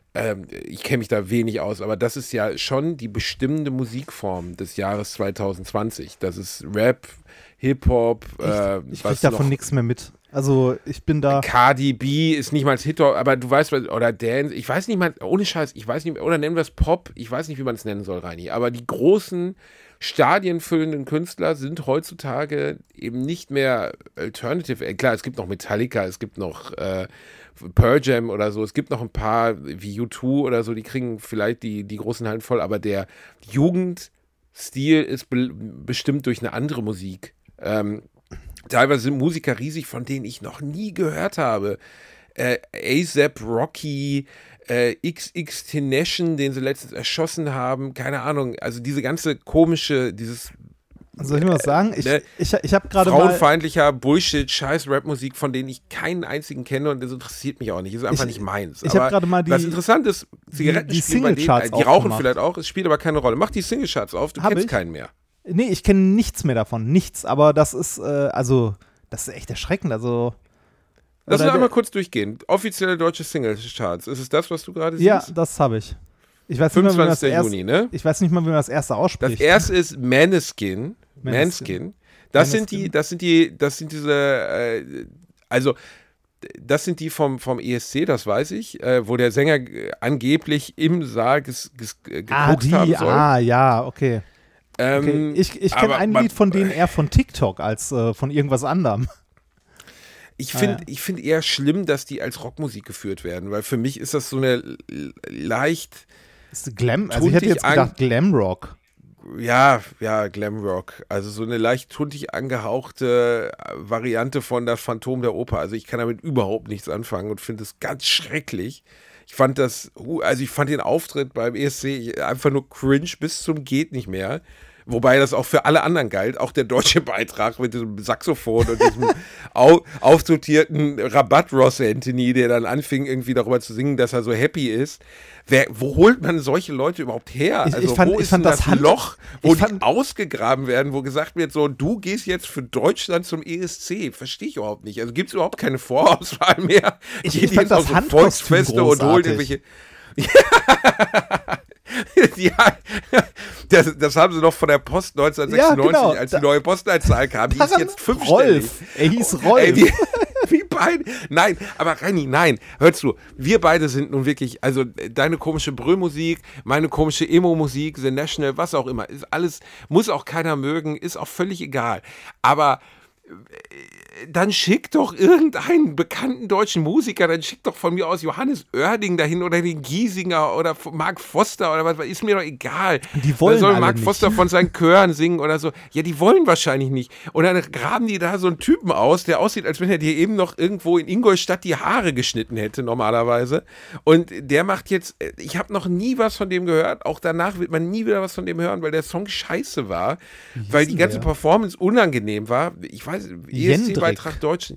ich kenne mich da wenig aus, aber das ist ja schon die bestimmende Musikform des Jahres 2020. Das ist Rap, Hip-Hop, ich krieg davon nichts mehr mit. Also ich bin da. Cardi B ist nicht mal Hit-Hop, aber du weißt, oder Dance, ich weiß nicht mal, ohne Scheiß, ich weiß nicht, oder nennen wir es Pop, ich weiß nicht, wie man es nennen soll, Reini, aber die großen, stadienfüllenden Künstler sind heutzutage eben nicht mehr Alternative. Klar, es gibt noch Metallica, es gibt noch Pearl Jam oder so, es gibt noch ein paar wie U2 oder so, die kriegen vielleicht die großen Hallen voll, aber der Jugendstil ist bestimmt durch eine andere Musik. Teilweise sind Musiker riesig, von denen ich noch nie gehört habe. A$AP Rocky, XXXTentacion, den sie letztens erschossen haben, keine Ahnung, also diese ganze komische, soll ich mal was sagen? Ich habe gerade frauenfeindlicher Bullshit, scheiß Rap-Musik, von denen ich keinen einzigen kenne und das interessiert mich auch nicht. Das ist einfach nicht meins. Ich habe gerade mal was interessant ist, Zigaretten die spielen bei Single-Charts denen, die rauchen aufgemacht. vielleicht auch, es spielt aber keine Rolle. Mach die Single-Charts auf, du kennst keinen mehr. Nee, ich kenne nichts mehr davon, nichts, aber das ist, das ist echt erschreckend, also. Lass uns einmal kurz durchgehen. Offizielle deutsche Single-Charts, ist es das, was du gerade siehst? Ja, das habe ich. Ich weiß 25. nicht mal, Juni, ne? Ich weiß nicht mal, wie man das erste ausspricht. Das erste ist Maneskin. Das sind die vom ESC, das weiß ich, wo der Sänger angeblich im Saal gekokst haben soll. Ja, okay. Ich kenne ein Lied von denen eher von TikTok als von irgendwas anderem. Ich finde eher schlimm, dass die als Rockmusik geführt werden, weil für mich ist das so eine leicht Glam, also ich hätte jetzt gedacht Glamrock. Ja, Glamrock. Also so eine leicht tuntig angehauchte Variante von das Phantom der Oper. Also ich kann damit überhaupt nichts anfangen und finde es ganz schrecklich. Ich fand den Auftritt beim ESC einfach nur cringe bis zum geht nicht mehr. Wobei das auch für alle anderen galt, auch der deutsche Beitrag mit diesem Saxophon und diesem aufsortierten Rabatt-Ross Anthony, der dann anfing, irgendwie darüber zu singen, dass er so happy ist. Wo holt man solche Leute überhaupt her? Wo ist das Loch, wo die ausgegraben werden, wo gesagt wird, so, du gehst jetzt für Deutschland zum ESC? Verstehe ich überhaupt nicht. Also gibt es überhaupt keine Vorauswahl mehr. Ich fand das Volksfeste und holt irgendwelche. Ja, das haben sie noch von der Post 1996, genau. als die neue Postleitzahl kam. Die ist jetzt 5-stellig. Er hieß Rolf. Wie beide. Nein, aber Reini, nein. Hörst du, wir beide sind nun wirklich, also deine komische Brüllmusik, meine komische Emo-Musik, The National, was auch immer, ist alles, muss auch keiner mögen, ist auch völlig egal. Aber dann schick doch irgendeinen bekannten deutschen Musiker, dann schick doch von mir aus Johannes Oerding dahin oder den Giesinger oder Mark Foster oder was, ist mir doch egal. Die wollen soll alle Mark nicht. Foster von seinen Chören singen oder so. Ja, die wollen wahrscheinlich nicht. Und dann graben die da so einen Typen aus, der aussieht, als wenn er dir eben noch irgendwo in Ingolstadt die Haare geschnitten hätte normalerweise. Und der macht jetzt, ich habe noch nie was von dem gehört, auch danach wird man nie wieder was von dem hören, weil der Song scheiße war, weil die ganze Performance unangenehm war. Ich weiß, ESC-Beitrag Deutschen.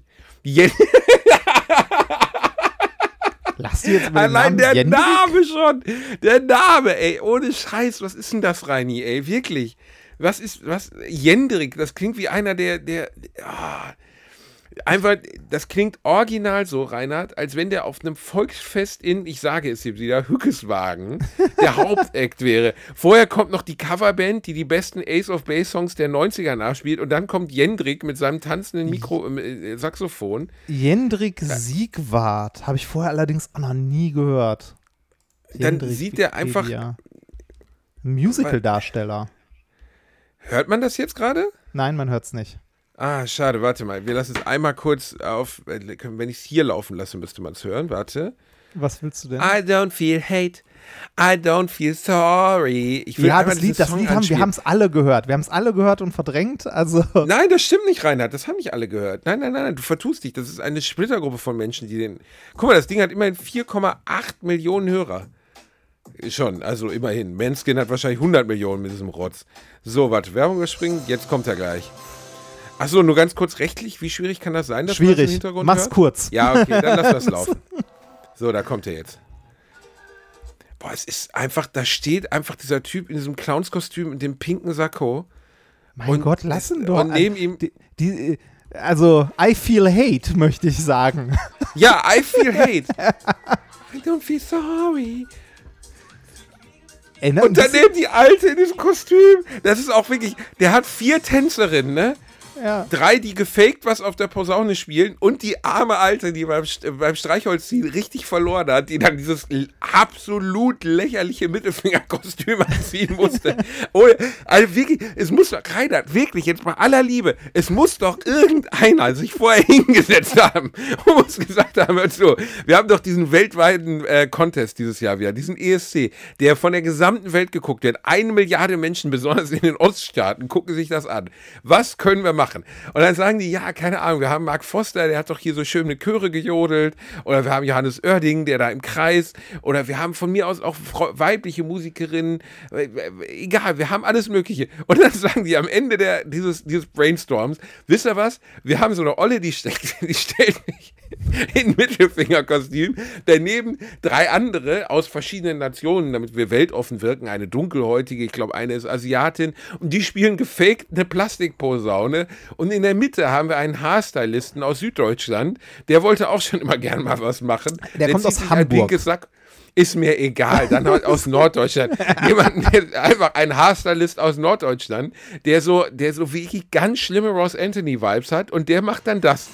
Lass die jetzt mal Allein der Jendrik? Name schon. Der Name, ey, ohne Scheiß. Was ist denn das, Reini, ey, wirklich? Was, Jendrik, das klingt wie einer, einfach, das klingt original so, Reinhard, als wenn der auf einem Volksfest in, ich sage es jetzt wieder, Hückeswagen, der Hauptakt wäre. Vorher kommt noch die Coverband, die besten Ace of Base Songs der 90er nachspielt und dann kommt Jendrik mit seinem tanzenden Saxophon. Jendrik Siegwart, habe ich vorher allerdings auch noch nie gehört. Dann sieht der einfach... Musical-Darsteller. Hört man das jetzt gerade? Nein, man hört es nicht. Ah, schade, warte mal. Wir lassen es einmal kurz auf, wenn ich es hier laufen lasse, müsste man es hören. Warte. Was willst du denn? I don't feel hate, I don't feel sorry. Ich will das Lied wir haben es alle gehört. Wir haben es alle gehört und verdrängt. Also. Nein, das stimmt nicht, Reinhard. Das haben nicht alle gehört. Nein, du vertust dich. Das ist eine Splittergruppe von Menschen, die den... Guck mal, das Ding hat immerhin 4,8 Millionen Hörer. Schon, also immerhin. Manskin hat wahrscheinlich 100 Millionen mit diesem Rotz. So, warte, Werbung überspringen. Jetzt kommt er gleich. Achso, nur ganz kurz rechtlich, wie schwierig kann das sein, dass man das im Hintergrund mach's hört? kurz. Ja, okay, dann lass das laufen. So, da kommt er jetzt. Boah, es ist einfach, da steht einfach dieser Typ in diesem Clownskostüm und dem pinken Sakko. Mein Gott, lass ihn doch. Und neben ihm... Also, I feel hate, möchte ich sagen. Ja, I feel hate. I don't feel sorry. Und daneben die Alte in diesem Kostüm. Das ist auch wirklich, der hat 4 Tänzerinnen, ne? Ja. 3, die gefaked was auf der Posaune spielen und die arme Alte, die beim Streichholzziehen richtig verloren hat, die dann dieses absolut lächerliche Mittelfingerkostüm anziehen musste. Also wirklich, es muss doch, Reinhard, wirklich, jetzt bei aller Liebe, es muss doch irgendeiner sich vorher hingesetzt haben und uns gesagt haben, hör zu, wir haben doch diesen weltweiten Contest dieses Jahr wieder, diesen ESC, der von der gesamten Welt geguckt wird. 1 Milliarde Menschen, besonders in den Oststaaten, gucken sich das an. Was können wir machen? Und dann sagen die, ja, keine Ahnung, wir haben Mark Foster, der hat doch hier so schön eine Chöre gejodelt, oder wir haben Johannes Oerding, der da im Kreis, oder wir haben von mir aus auch weibliche Musikerinnen, egal, wir haben alles Mögliche. Und dann sagen die am Ende dieses Brainstorms, wisst ihr was, wir haben so eine Olle, die stellt mich in Mittelfingerkostüm, daneben 3 andere aus verschiedenen Nationen, damit wir weltoffen wirken, eine dunkelhäutige, ich glaube eine ist Asiatin, und die spielen gefaked eine Plastikposaune, und in der Mitte haben wir einen Haarstylisten aus Süddeutschland, der wollte auch schon immer gerne mal was machen. Der kommt aus Hamburg. Ist mir egal, dann halt aus Norddeutschland. Einfach ein Haarstylist aus Norddeutschland, der so wirklich ganz schlimme Ross Anthony-Vibes hat, und der macht dann das.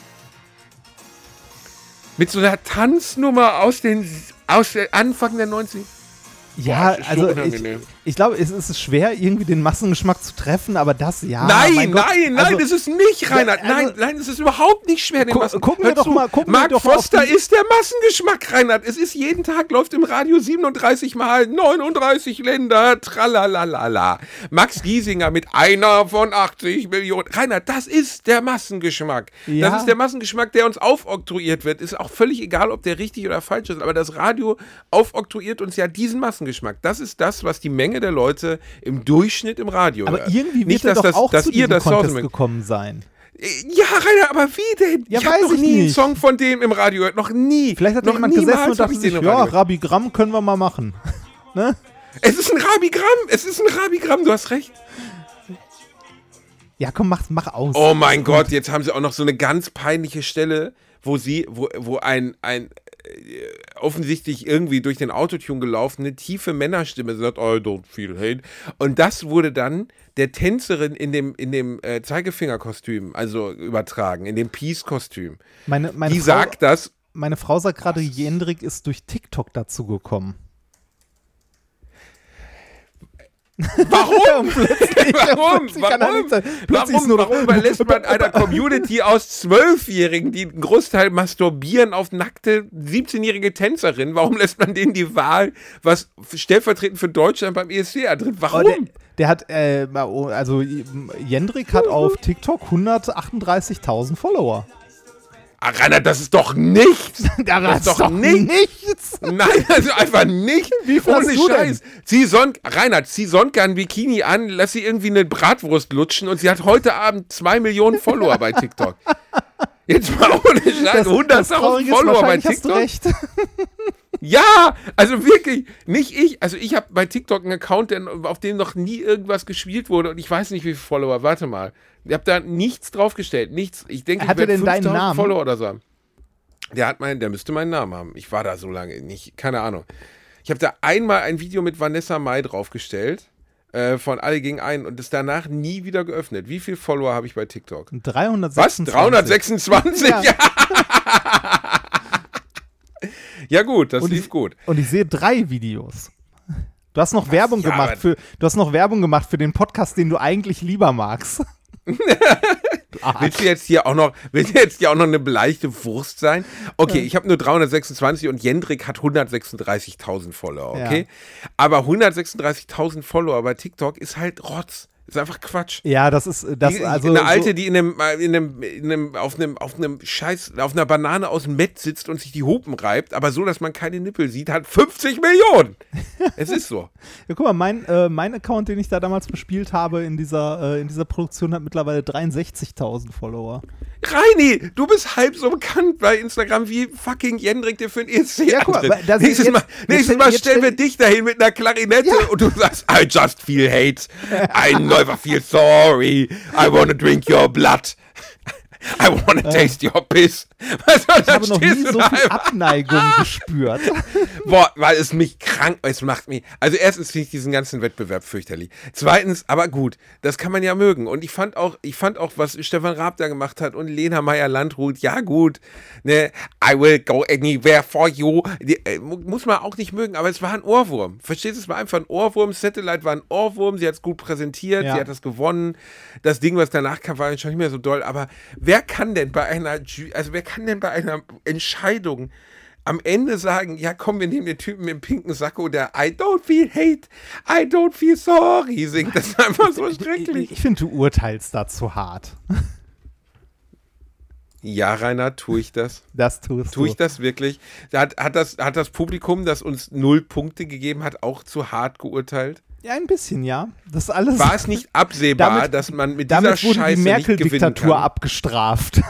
Mit so einer Tanznummer aus der Anfang der 90er. Ja, also ich glaube, es ist schwer, irgendwie den Massengeschmack zu treffen, aber das, ja. Nein, das ist nicht, Reinhard. Nein, es ist überhaupt nicht schwer, den Gucken wir doch mal. Mark Foster ist der Massengeschmack, Reinhard. Es ist jeden Tag, läuft im Radio 37 Mal, 39 Länder, tralalala. Max Giesinger mit einer von 80 Millionen. Reinhard, das ist der Massengeschmack. Ja. Das ist der Massengeschmack, der uns aufoktroyiert wird. Ist auch völlig egal, ob der richtig oder falsch ist, aber das Radio aufoktroyiert uns ja diesen Massengeschmack. Das ist das, was die Menge der Leute im Durchschnitt im Radio aber hört. Irgendwie wird er doch auch zu diesem Contest gekommen sein. Ja, Rainer, aber wie denn? Ja, ich habe noch nie einen Song von dem im Radio gehört. Noch nie. Vielleicht hat noch jemand gesessen und dachte sich, ja, Rabigramm können wir mal machen. Ne? Es ist ein Rabigramm, du hast recht. Ja, komm, mach aus. Oh mein Gott, jetzt haben sie auch noch so eine ganz peinliche Stelle, wo ein offensichtlich irgendwie durch den Autotune gelaufene, tiefe Männerstimme sagt, I don't feel hate. Und das wurde dann der Tänzerin in dem Zeigefingerkostüm, also übertragen, in dem Peace-Kostüm. Die sagt das. Meine Frau sagt gerade, Jendrik ist durch TikTok dazu gekommen. Warum? Warum überlässt man einer Community aus 12-Jährigen, die einen Großteil masturbieren auf nackte 17-jährige Tänzerinnen, warum lässt man denen die Wahl, was stellvertretend für Deutschland beim ESC antritt? Warum? Der hat, also Jendrik hat auf TikTok 138.000 Follower. Ach, Rainer, das ist doch nichts. Das ist doch nichts. Nein, also einfach nicht. Wie viel ohne hast du Scheiß. Rainer, zieh Sonka ein Bikini an, lass sie irgendwie eine Bratwurst lutschen und sie hat heute Abend 2 Millionen Follower bei TikTok. Jetzt mal ohne Scheiß, 100.000 Follower bei TikTok. Hast du recht. Ja, also wirklich, nicht ich. Also ich habe bei TikTok einen Account, auf dem noch nie irgendwas gespielt wurde und ich weiß nicht, wie viele Follower. Warte mal. Ich habe da nichts draufgestellt, nichts. Ich denke, ich werde 5.000 Follower oder so haben. Der müsste meinen Namen haben. Ich war da so lange nicht, keine Ahnung. Ich habe da einmal ein Video mit Vanessa Mai draufgestellt, von Alle gegen einen und ist danach nie wieder geöffnet. Wie viele Follower habe ich bei TikTok? 326. Was? 326? Ja. Ja gut, das lief gut. Und ich sehe 3 Videos. Du hast noch Werbung gemacht für den Podcast, den du eigentlich lieber magst. Willst du jetzt hier auch noch eine beleidigte Wurst sein? Okay, ich habe nur 326 und Jendrik hat 136.000 Follower, okay? Ja. Aber 136.000 Follower bei TikTok ist halt Rotz. Ist einfach Quatsch. Ja, das ist also eine Alte, die auf einer Banane aus dem Bett sitzt und sich die Hupen reibt, aber so, dass man keine Nippel sieht, hat 50 Millionen. Es ist so. Ja, guck mal, mein Account, den ich da damals bespielt habe in dieser Produktion, hat mittlerweile 63.000 Follower. Reini, du bist halb so bekannt bei Instagram wie fucking Jendrik, der für ein ESC antritt. Nächstes Mal stellen wir dich dahin mit einer Klarinette und du sagst, I just feel hate. I never feel sorry. I wanna drink your blood. I wanna taste your piss. Ich habe noch nie so viel Abneigung gespürt. Boah, weil es macht mich, also erstens finde ich diesen ganzen Wettbewerb fürchterlich. Zweitens, aber gut, das kann man ja mögen. Und ich fand auch, was Stefan Raab da gemacht hat und Lena Meyer-Landrut, ja gut, ne, I will go anywhere for you. Muss man auch nicht mögen, aber es war ein Ohrwurm. Verstehst du, es war einfach ein Ohrwurm. Satellite war ein Ohrwurm, sie hat es gut präsentiert, sie hat das gewonnen. Das Ding, was danach kam, war schon nicht mehr so doll, aber wer kann denn bei einer Entscheidung am Ende sagen, ja komm, wir nehmen den Typen im pinken Sakko, der I don't feel hate, I don't feel sorry singt. Das ist einfach so schrecklich. Ich finde, du urteilst da zu hart. Ja, Rainer, tue ich das? Das tust du. Tue ich das wirklich? Hat das Publikum, das uns 0 Punkte gegeben hat, auch zu hart geurteilt? Ja, ein bisschen, ja. Das alles. War es nicht absehbar, dass man mit dieser Scheiße nicht gewinnen kann? Damit wurde die Merkel-Diktatur abgestraft.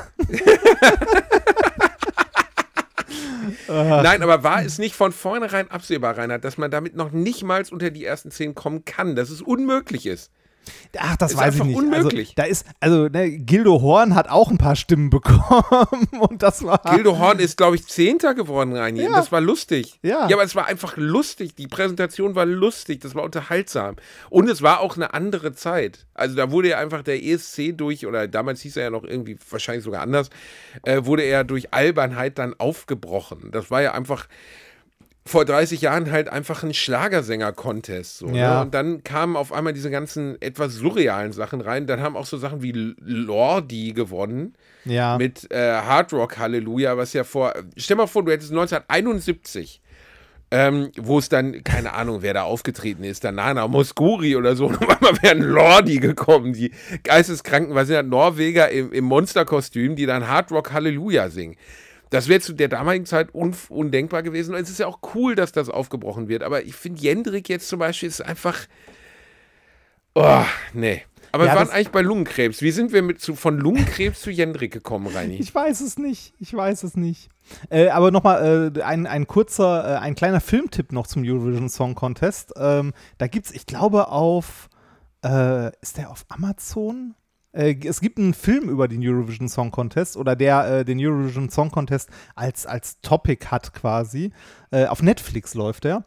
Nein, aber war es nicht von vornherein absehbar, Reinhard, dass man damit noch nicht mal unter die ersten 10 kommen kann, dass es unmöglich ist? Ach, das weiß ich nicht. Unmöglich. Gildo Horn hat auch ein paar Stimmen bekommen und das war. Gildo Horn ist, glaube ich, 10. geworden, Reini. Ja. Das war lustig. Ja, aber es war einfach lustig. Die Präsentation war lustig. Das war unterhaltsam. Und es war auch eine andere Zeit. Also da wurde ja einfach der ESC oder damals hieß er ja noch irgendwie, wahrscheinlich sogar anders, wurde er durch Albernheit dann aufgebrochen. Das war ja einfach vor 30 Jahren halt einfach ein Schlagersänger-Contest. So, ne? Und dann kamen auf einmal diese ganzen etwas surrealen Sachen rein. Dann haben auch so Sachen wie Lordi gewonnen. Ja. Mit Hard Rock Halleluja, was ja stell mal vor, du hättest 1971, wo es dann, keine Ahnung, wer da aufgetreten ist, dann Nana Mouskouri oder so, und auf einmal wären Lordi gekommen, die geisteskranken, was sind das, Norweger im Monsterkostüm, die dann Hard Rock Halleluja singen. Das wäre zu der damaligen Zeit undenkbar gewesen. Und es ist ja auch cool, dass das aufgebrochen wird. Aber ich finde, Jendrik jetzt zum Beispiel ist einfach. Oh, nee. Aber wir waren eigentlich bei Lungenkrebs. Wie sind wir von Lungenkrebs zu Jendrik gekommen, Reini? Ich weiß es nicht. Aber nochmal ein kleiner Filmtipp noch zum Eurovision Song Contest. Da gibt's, ich glaube, ist der auf Amazon? Es gibt einen Film über den Eurovision Song Contest oder der den Eurovision Song Contest als Topic hat quasi. Auf Netflix läuft der,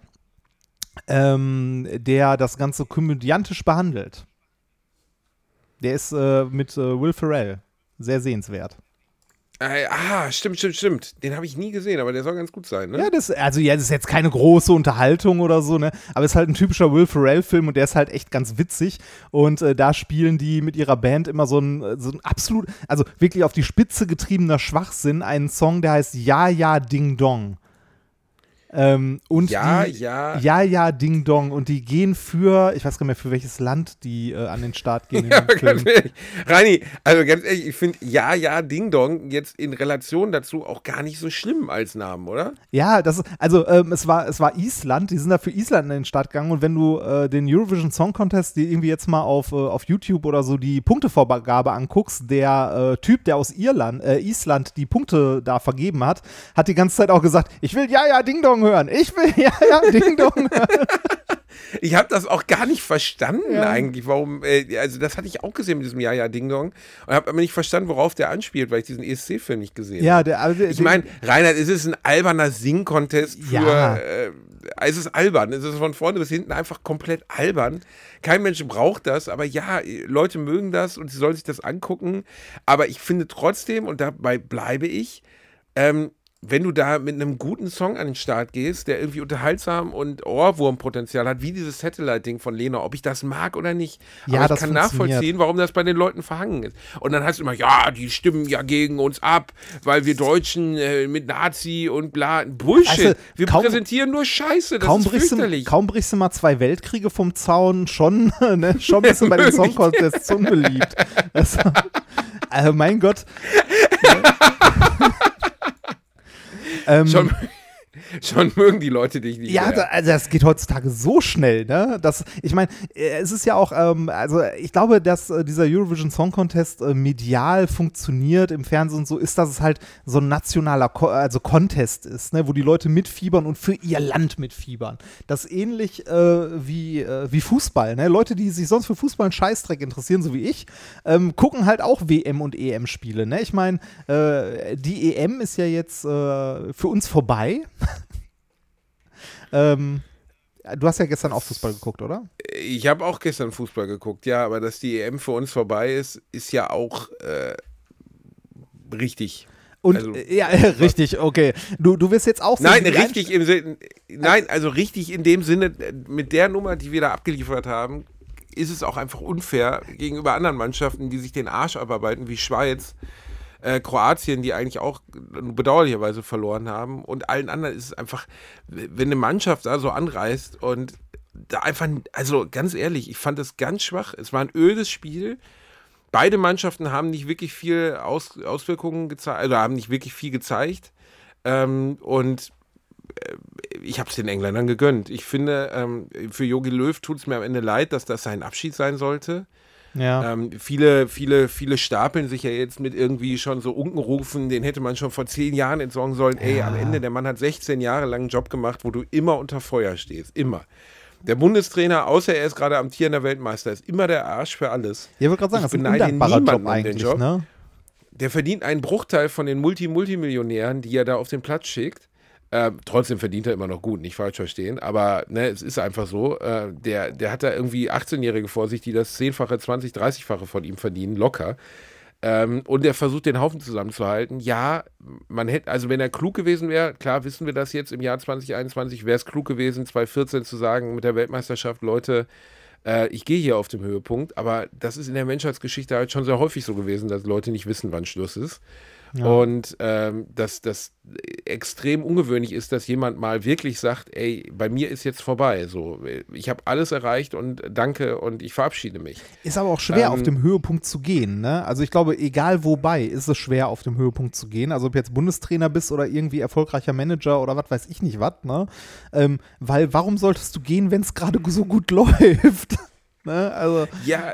der das Ganze komödiantisch behandelt. Der ist mit Will Ferrell sehr sehenswert. Stimmt. Den habe ich nie gesehen, aber der soll ganz gut sein, ne? Ja, das ist jetzt keine große Unterhaltung oder so, ne? Aber es ist halt ein typischer Will Ferrell-Film und der ist halt echt ganz witzig. Und da spielen die mit ihrer Band immer so ein absolut, also wirklich auf die Spitze getriebener Schwachsinn, einen Song, der heißt Ja, ja, Ding Dong. Und Ja, Ding Dong. Und die gehen für, ich weiß gar nicht mehr, für welches Land die an den Start gehen. Ja, ganz ehrlich. Reini, also ganz ehrlich, ich finde Ja, Ding Dong jetzt in Relation dazu auch gar nicht so schlimm als Namen, oder? Ja, es war Island, die sind da für Island an den Start gegangen. Und wenn du den Eurovision Song Contest, die irgendwie jetzt mal auf YouTube oder so die Punktevorgabe anguckst, der Typ, der aus Island die Punkte da vergeben hat die ganze Zeit auch gesagt, ich will Ja, Ding Dong hören. Ich will Ja, Ding Dong hören. Ich habe das auch gar nicht verstanden eigentlich, warum, also das hatte ich auch gesehen mit diesem Ja, Ding Dong und habe aber nicht verstanden, worauf der anspielt, weil ich diesen ESC-Film nicht gesehen habe. Ich meine, Reinhard, es ist ein alberner Sing-Contest für, es ist albern, es ist von vorne bis hinten einfach komplett albern. Kein Mensch braucht das, aber ja, Leute mögen das und sie sollen sich das angucken, aber ich finde trotzdem, und dabei bleibe ich, wenn du da mit einem guten Song an den Start gehst, der irgendwie unterhaltsam und Ohrwurmpotenzial hat, wie dieses Satellite-Ding von Lena, ob ich das mag oder nicht. Ja, aber ich kann nachvollziehen, warum das bei den Leuten verhangen ist. Und dann heißt es immer, ja, die stimmen ja gegen uns ab, weil wir Deutschen mit Nazi und bla. Bullshit. Also, wir präsentieren nur Scheiße, das ist fürchterlich. Kaum brichst du mal 2 Weltkriege vom Zaun, schon bist du bei den Song-Contests unbeliebt. Also, mein Gott. Schon mögen die Leute dich nicht. Ja, das geht heutzutage so schnell, ne? Ich meine, es ist ja auch, also ich glaube, dass dieser Eurovision Song Contest medial funktioniert im Fernsehen und so, ist, dass es halt so ein nationaler Contest ist, ne? Wo die Leute mitfiebern und für ihr Land mitfiebern. Das ist ähnlich wie Fußball, ne? Leute, die sich sonst für Fußball einen Scheißdreck interessieren, so wie ich, gucken halt auch WM- und EM-Spiele, ne? Ich meine, die EM ist ja jetzt für uns vorbei. Du hast ja gestern auch Fußball geguckt, oder? Ich habe auch gestern Fußball geguckt, ja, aber dass die EM für uns vorbei ist, ist ja auch richtig. Und richtig, okay. Du wirst jetzt auch sagen. Also richtig in dem Sinne, mit der Nummer, die wir da abgeliefert haben, ist es auch einfach unfair gegenüber anderen Mannschaften, die sich den Arsch abarbeiten, wie Schweiz, Kroatien, die eigentlich auch bedauerlicherweise verloren haben, und allen anderen ist es einfach, wenn eine Mannschaft da so anreist und da einfach, also ganz ehrlich, ich fand das ganz schwach. Es war ein ödes Spiel. Beide Mannschaften haben nicht wirklich viel Auswirkungen gezeigt, also haben nicht wirklich viel gezeigt, und ich habe es den Engländern gegönnt. Ich finde, für Jogi Löw tut es mir am Ende leid, dass das sein Abschied sein sollte. Ja. Viele stapeln sich ja jetzt mit irgendwie schon so Unkenrufen, den hätte man schon vor 10 Jahren entsorgen sollen. Ja. Ey, am Ende, der Mann hat 16 Jahre lang einen Job gemacht, wo du immer unter Feuer stehst. Immer. Der Bundestrainer, außer er ist gerade amtierender Weltmeister, ist immer der Arsch für alles. Ich wollte gerade sagen, das ist ein undankbarer Job eigentlich, Job. Ne? Der verdient einen Bruchteil von den Multimillionären, die er da auf den Platz schickt. Trotzdem verdient er immer noch gut, nicht falsch verstehen, aber ne, es ist einfach so, der hat da irgendwie 18-Jährige vor sich, die das 10-fache, 20-, 30-fache von ihm verdienen, locker. Und er versucht, den Haufen zusammenzuhalten. Ja, man hätte, also wenn er klug gewesen wäre, klar wissen wir das jetzt im Jahr 2021, wäre es klug gewesen, 2014 zu sagen mit der Weltmeisterschaft, Leute, ich gehe hier auf dem Höhepunkt, aber das ist in der Menschheitsgeschichte halt schon sehr häufig so gewesen, dass Leute nicht wissen, wann Schluss ist. Ja. Und dass das extrem ungewöhnlich ist, dass jemand mal wirklich sagt, ey, bei mir ist jetzt vorbei. So, ich habe alles erreicht und danke und ich verabschiede mich. Ist aber auch schwer, auf dem Höhepunkt zu gehen, ne? Also ich glaube, egal wobei, ist es schwer, auf dem Höhepunkt zu gehen. Also ob du jetzt Bundestrainer bist oder irgendwie erfolgreicher Manager oder was weiß ich nicht was, ne? Weil warum solltest du gehen, wenn es gerade so gut läuft? Ne? Also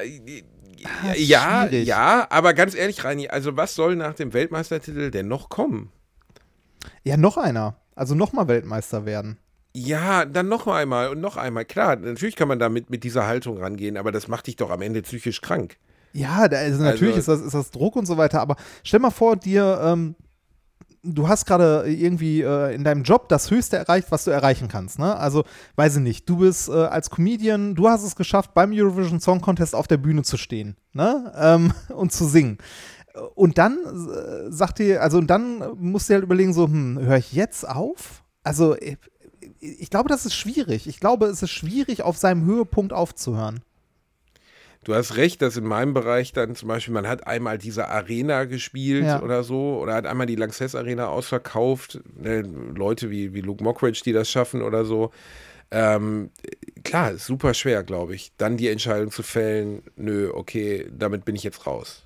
Ja, aber ganz ehrlich, Reini, also was soll nach dem Weltmeistertitel denn noch kommen? Ja, noch einer. Also nochmal Weltmeister werden. Ja, dann noch einmal und noch einmal. Klar, natürlich kann man da mit dieser Haltung rangehen, aber das macht dich doch am Ende psychisch krank. Ja, natürlich ist das Druck und so weiter, aber stell mal vor, du hast gerade irgendwie in deinem Job das Höchste erreicht, was du erreichen kannst, ne? Also, weiß ich nicht, du bist als Comedian, du hast es geschafft, beim Eurovision Song Contest auf der Bühne zu stehen, ne? Und zu singen. und dann sagt ihr, also und dann musst du halt überlegen, so, höre ich jetzt auf? Also ich glaube, das ist schwierig. Ich glaube, es ist schwierig, auf seinem Höhepunkt aufzuhören. Du hast recht, dass in meinem Bereich dann zum Beispiel, man hat einmal diese Arena gespielt oder so, oder hat einmal die Lanxess Arena ausverkauft, Leute wie Luke Mockridge, die das schaffen oder so. Klar, ist super schwer, glaube ich, dann die Entscheidung zu fällen, nö, okay, damit bin ich jetzt raus.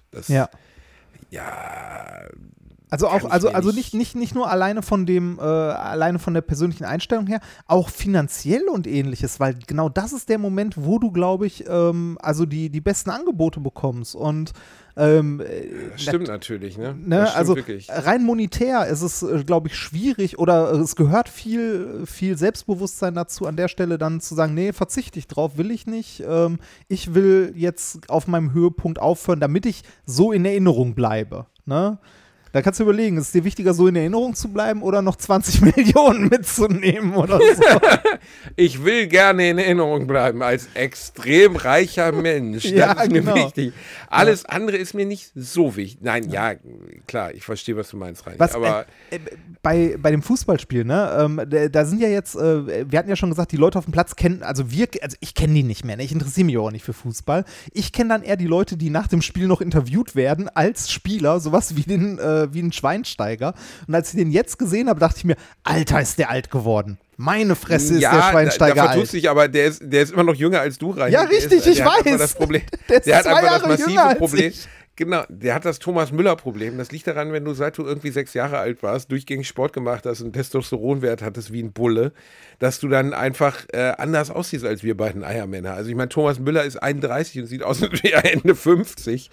Also auch, also nicht nur alleine von der persönlichen Einstellung her, auch finanziell und ähnliches, weil genau das ist der Moment, wo du, glaube ich, also die besten Angebote bekommst und das stimmt natürlich, ne? Das stimmt also wirklich. Rein monetär ist es, glaube ich, schwierig oder es gehört viel Selbstbewusstsein dazu, an der Stelle dann zu sagen, nee, verzichte ich drauf, will ich nicht. Ich will jetzt auf meinem Höhepunkt aufhören, damit ich so in Erinnerung bleibe, ne? Da kannst du überlegen, ist es dir wichtiger, so in Erinnerung zu bleiben oder noch 20 Millionen mitzunehmen oder so? Ich will gerne in Erinnerung bleiben als extrem reicher Mensch. Das ist mir wichtig. Alles andere ist mir nicht so wichtig. Nein, klar, ich verstehe, was du meinst, Reini. Aber bei dem Fußballspiel, ne, da sind ja jetzt, wir hatten ja schon gesagt, die Leute auf dem Platz kennen, also ich kenne die nicht mehr, ne? Ich interessiere mich auch nicht für Fußball. Ich kenne dann eher die Leute, die nach dem Spiel noch interviewt werden als Spieler, sowas wie wie ein Schweinsteiger. Und als ich den jetzt gesehen habe, dachte ich mir, Alter, ist der alt geworden. Meine Fresse, ist der Schweinsteiger da vertust dich, aber der ist immer noch jünger als du, Reini. Ja, richtig, ich weiß. Der hat einfach das massive Problem. Genau, der hat das Thomas Müller-Problem. Das liegt daran, wenn du, seit du irgendwie 6 Jahre alt warst, durchgängig Sport gemacht hast und einen Testosteronwert hattest wie ein Bulle, dass du dann einfach anders aussiehst als wir beiden Eiermänner. Also ich meine, Thomas Müller ist 31 und sieht aus, als wäre er Ende 50.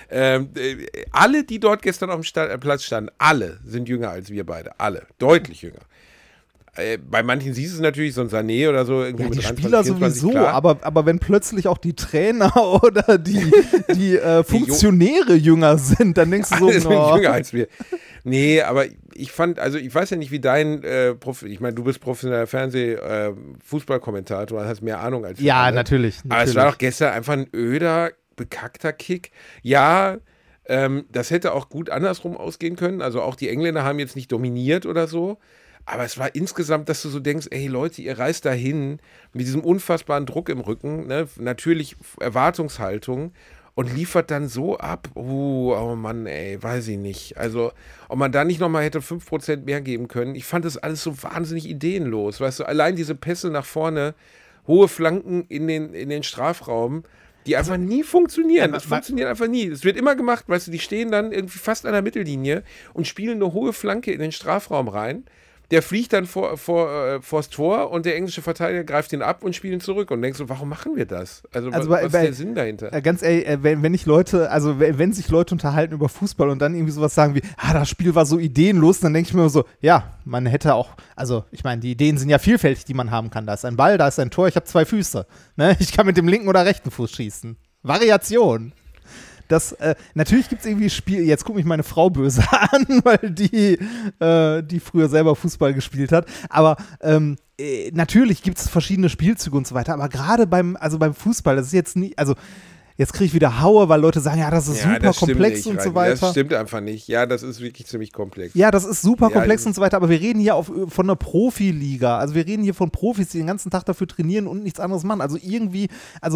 Alle, die dort gestern auf dem Platz standen, alle sind jünger als wir beide. Alle. Deutlich jünger. Bei manchen siehst du es natürlich, so ein Sané oder so. Irgendwie die mit Spieler 24, sowieso, aber wenn plötzlich auch die Trainer oder die Funktionäre jünger sind, dann denkst du so, alle sind jünger als wir. Nee, aber ich fand, also ich weiß ja nicht, wie dein, ich meine, du bist professioneller Fußballkommentator, hast mehr Ahnung als wir. Ja, natürlich. Aber es war doch gestern einfach ein öder, bekackter Kick. Ja, das hätte auch gut andersrum ausgehen können. Also auch die Engländer haben jetzt nicht dominiert oder so. Aber es war insgesamt, dass du so denkst, ey Leute, ihr reist dahin mit diesem unfassbaren Druck im Rücken, ne? Natürlich Erwartungshaltung und liefert dann so ab, oh Mann, ey, weiß ich nicht. Also, ob man da nicht nochmal hätte 5% mehr geben können, ich fand das alles so wahnsinnig ideenlos, weißt du, allein diese Pässe nach vorne, hohe Flanken in den Strafraum, die einfach nie funktionieren. Das funktioniert einfach nie. Es wird immer gemacht, weißt du, die stehen dann irgendwie fast an der Mittellinie und spielen eine hohe Flanke in den Strafraum rein. Der fliegt dann vors Tor und der englische Verteidiger greift ihn ab und spielt ihn zurück und denkst so, warum machen wir das? Also was ist der Sinn dahinter? Ganz ehrlich, wenn sich Leute unterhalten über Fußball und dann irgendwie sowas sagen wie, das Spiel war so ideenlos, dann denke ich mir so, ja, man hätte auch, also ich meine, die Ideen sind ja vielfältig, die man haben kann. Da ist ein Ball, da ist ein Tor, ich habe 2 Füße. Ne? Ich kann mit dem linken oder rechten Fuß schießen. Variation. Natürlich gibt es irgendwie Spiel, jetzt guckt mich meine Frau böse an, weil die früher selber Fußball gespielt hat, aber natürlich gibt es verschiedene Spielzüge und so weiter, aber gerade beim Fußball, das ist jetzt nie, also jetzt kriege ich wieder Haue, weil Leute sagen, ja, das ist super komplex nicht, und so weiter. Das stimmt einfach nicht. Ja, das ist wirklich ziemlich komplex. Ja, das ist super komplex und so weiter, aber wir reden hier von einer Profiliga. Also wir reden hier von Profis, die den ganzen Tag dafür trainieren und nichts anderes machen. Also irgendwie,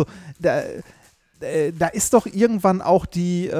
da ist doch irgendwann auch die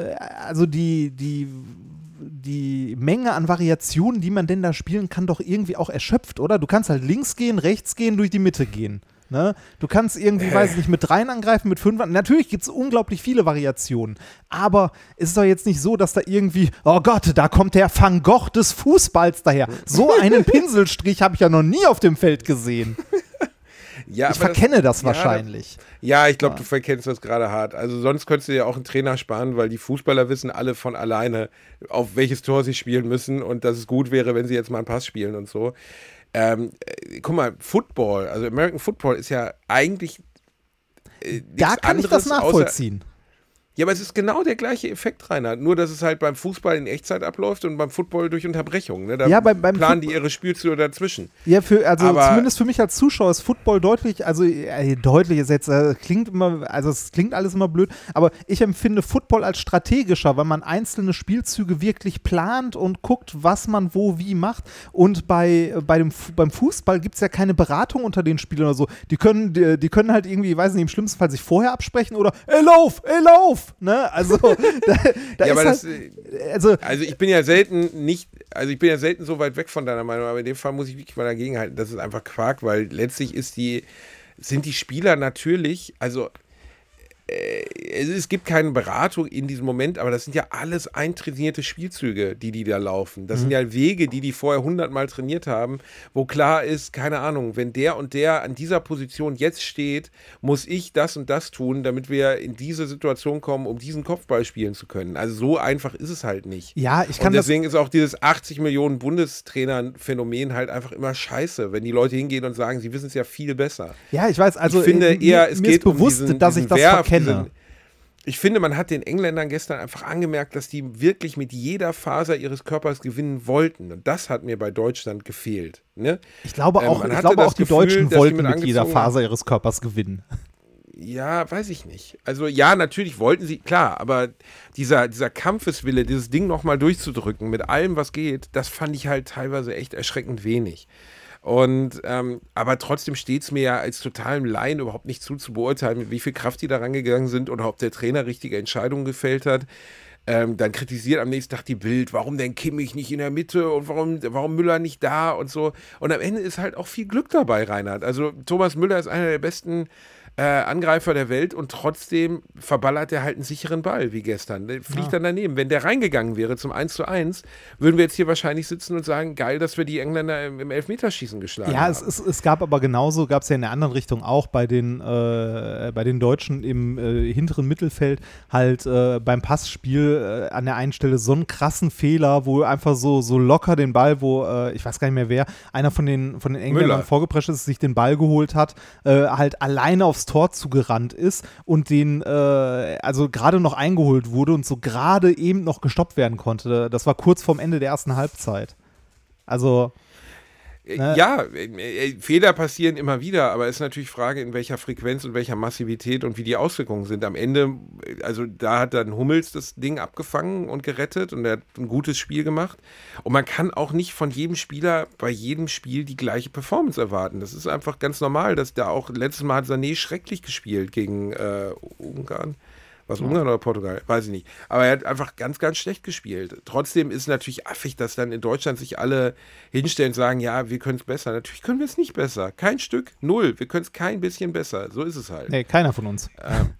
Menge an Variationen, die man denn da spielen kann, doch irgendwie auch erschöpft, oder? Du kannst halt links gehen, rechts gehen, durch die Mitte gehen. Ne? Du kannst irgendwie, weiß ich nicht, mit 3 angreifen, mit 5. Natürlich gibt es unglaublich viele Variationen. Aber es ist doch jetzt nicht so, dass da irgendwie, oh Gott, da kommt der Van Gogh des Fußballs daher. So einen Pinselstrich habe ich ja noch nie auf dem Feld gesehen. Ja, ich verkenne das wahrscheinlich. Ich glaube, du verkennst das gerade hart. Also sonst könntest du ja auch einen Trainer sparen, weil die Fußballer wissen alle von alleine, auf welches Tor sie spielen müssen und dass es gut wäre, wenn sie jetzt mal einen Pass spielen und so. Guck mal, Football, also American Football ist ja eigentlich da kann ich das nachvollziehen. Ja, aber es ist genau der gleiche Effekt, Rainer. Nur, dass es halt beim Fußball in Echtzeit abläuft und beim Football durch Unterbrechung. Ne? Da beim planen die ihre Spielzüge dazwischen. Ja, zumindest für mich als Zuschauer ist Football deutlich, also deutlich ist jetzt, klingt es klingt alles immer blöd, aber ich empfinde Football als strategischer, weil man einzelne Spielzüge wirklich plant und guckt, was man wo wie macht. Und beim Fußball gibt es ja keine Beratung unter den Spielern oder so. Die können halt irgendwie, ich weiß nicht, im schlimmsten Fall sich vorher absprechen oder ey, lauf! Ne? Also, da ja, ist halt, also ich bin ja selten so weit weg von deiner Meinung, aber in dem Fall muss ich wirklich mal dagegen halten. Das ist einfach Quark, weil letztlich sind die Spieler natürlich, also es gibt keine Beratung in diesem Moment, aber das sind ja alles eintrainierte Spielzüge, die da laufen. Das sind ja Wege, die vorher 100-mal trainiert haben, wo klar ist, keine Ahnung, wenn der und der an dieser Position jetzt steht, muss ich das und das tun, damit wir in diese Situation kommen, um diesen Kopfball spielen zu können. Also so einfach ist es halt nicht. Ja, und deswegen ist auch dieses 80 Millionen Bundestrainer-Phänomen halt einfach immer scheiße, wenn die Leute hingehen und sagen, sie wissen es ja viel besser. Ja, ich weiß, also ich finde eher, es geht bewusst, dass ich das verkenne. Ich finde, man hat den Engländern gestern einfach angemerkt, dass die wirklich mit jeder Faser ihres Körpers gewinnen wollten. Und das hat mir bei Deutschland gefehlt. Ne? Ich glaube auch, die Deutschen wollten mit jeder Faser ihres Körpers gewinnen. Ja, weiß ich nicht. Also ja, natürlich wollten sie, klar, aber dieser Kampfeswille, dieses Ding nochmal durchzudrücken mit allem, was geht, das fand ich halt teilweise echt erschreckend wenig. Und aber trotzdem steht es mir ja als totalem Laien überhaupt nicht zu beurteilen, mit wie viel Kraft die da rangegangen sind oder ob der Trainer richtige Entscheidungen gefällt hat. Dann kritisiert am nächsten Tag die Bild, warum denn Kimmich nicht in der Mitte und warum Müller nicht da und so. Und am Ende ist halt auch viel Glück dabei, Reinhard. Also Thomas Müller ist einer der besten Angreifer der Welt und trotzdem verballert er halt einen sicheren Ball, wie gestern. Der fliegt dann daneben. Wenn der reingegangen wäre zum 1:1, würden wir jetzt hier wahrscheinlich sitzen und sagen, geil, dass wir die Engländer im Elfmeterschießen geschlagen haben. Ja, es gab aber genauso, gab es ja in der anderen Richtung auch bei den Deutschen im hinteren Mittelfeld halt beim Passspiel an der einen Stelle so einen krassen Fehler, wo einfach so locker den Ball, wo ich weiß gar nicht mehr wer, einer von den Engländern vorgeprescht ist, sich den Ball geholt hat, halt alleine aufs Tor zugerannt ist und den also gerade noch eingeholt wurde und so gerade eben noch gestoppt werden konnte. Das war kurz vorm Ende der ersten Halbzeit. Also ja, Fehler passieren immer wieder, aber es ist natürlich Frage, in welcher Frequenz und welcher Massivität und wie die Auswirkungen sind. Am Ende, also da hat dann Hummels das Ding abgefangen und gerettet und er hat ein gutes Spiel gemacht. Und man kann auch nicht von jedem Spieler bei jedem Spiel die gleiche Performance erwarten. Das ist einfach ganz normal, dass da auch, letztes Mal hat Sané schrecklich gespielt gegen Ungarn. Was, Ungarn oder Portugal? Weiß ich nicht. Aber er hat einfach ganz, ganz schlecht gespielt. Trotzdem ist es natürlich affig, dass dann in Deutschland sich alle hinstellen und sagen, ja, wir können es besser. Natürlich können wir es nicht besser. Kein Stück, null. Wir können es kein bisschen besser. So ist es halt. Nee, keiner von uns.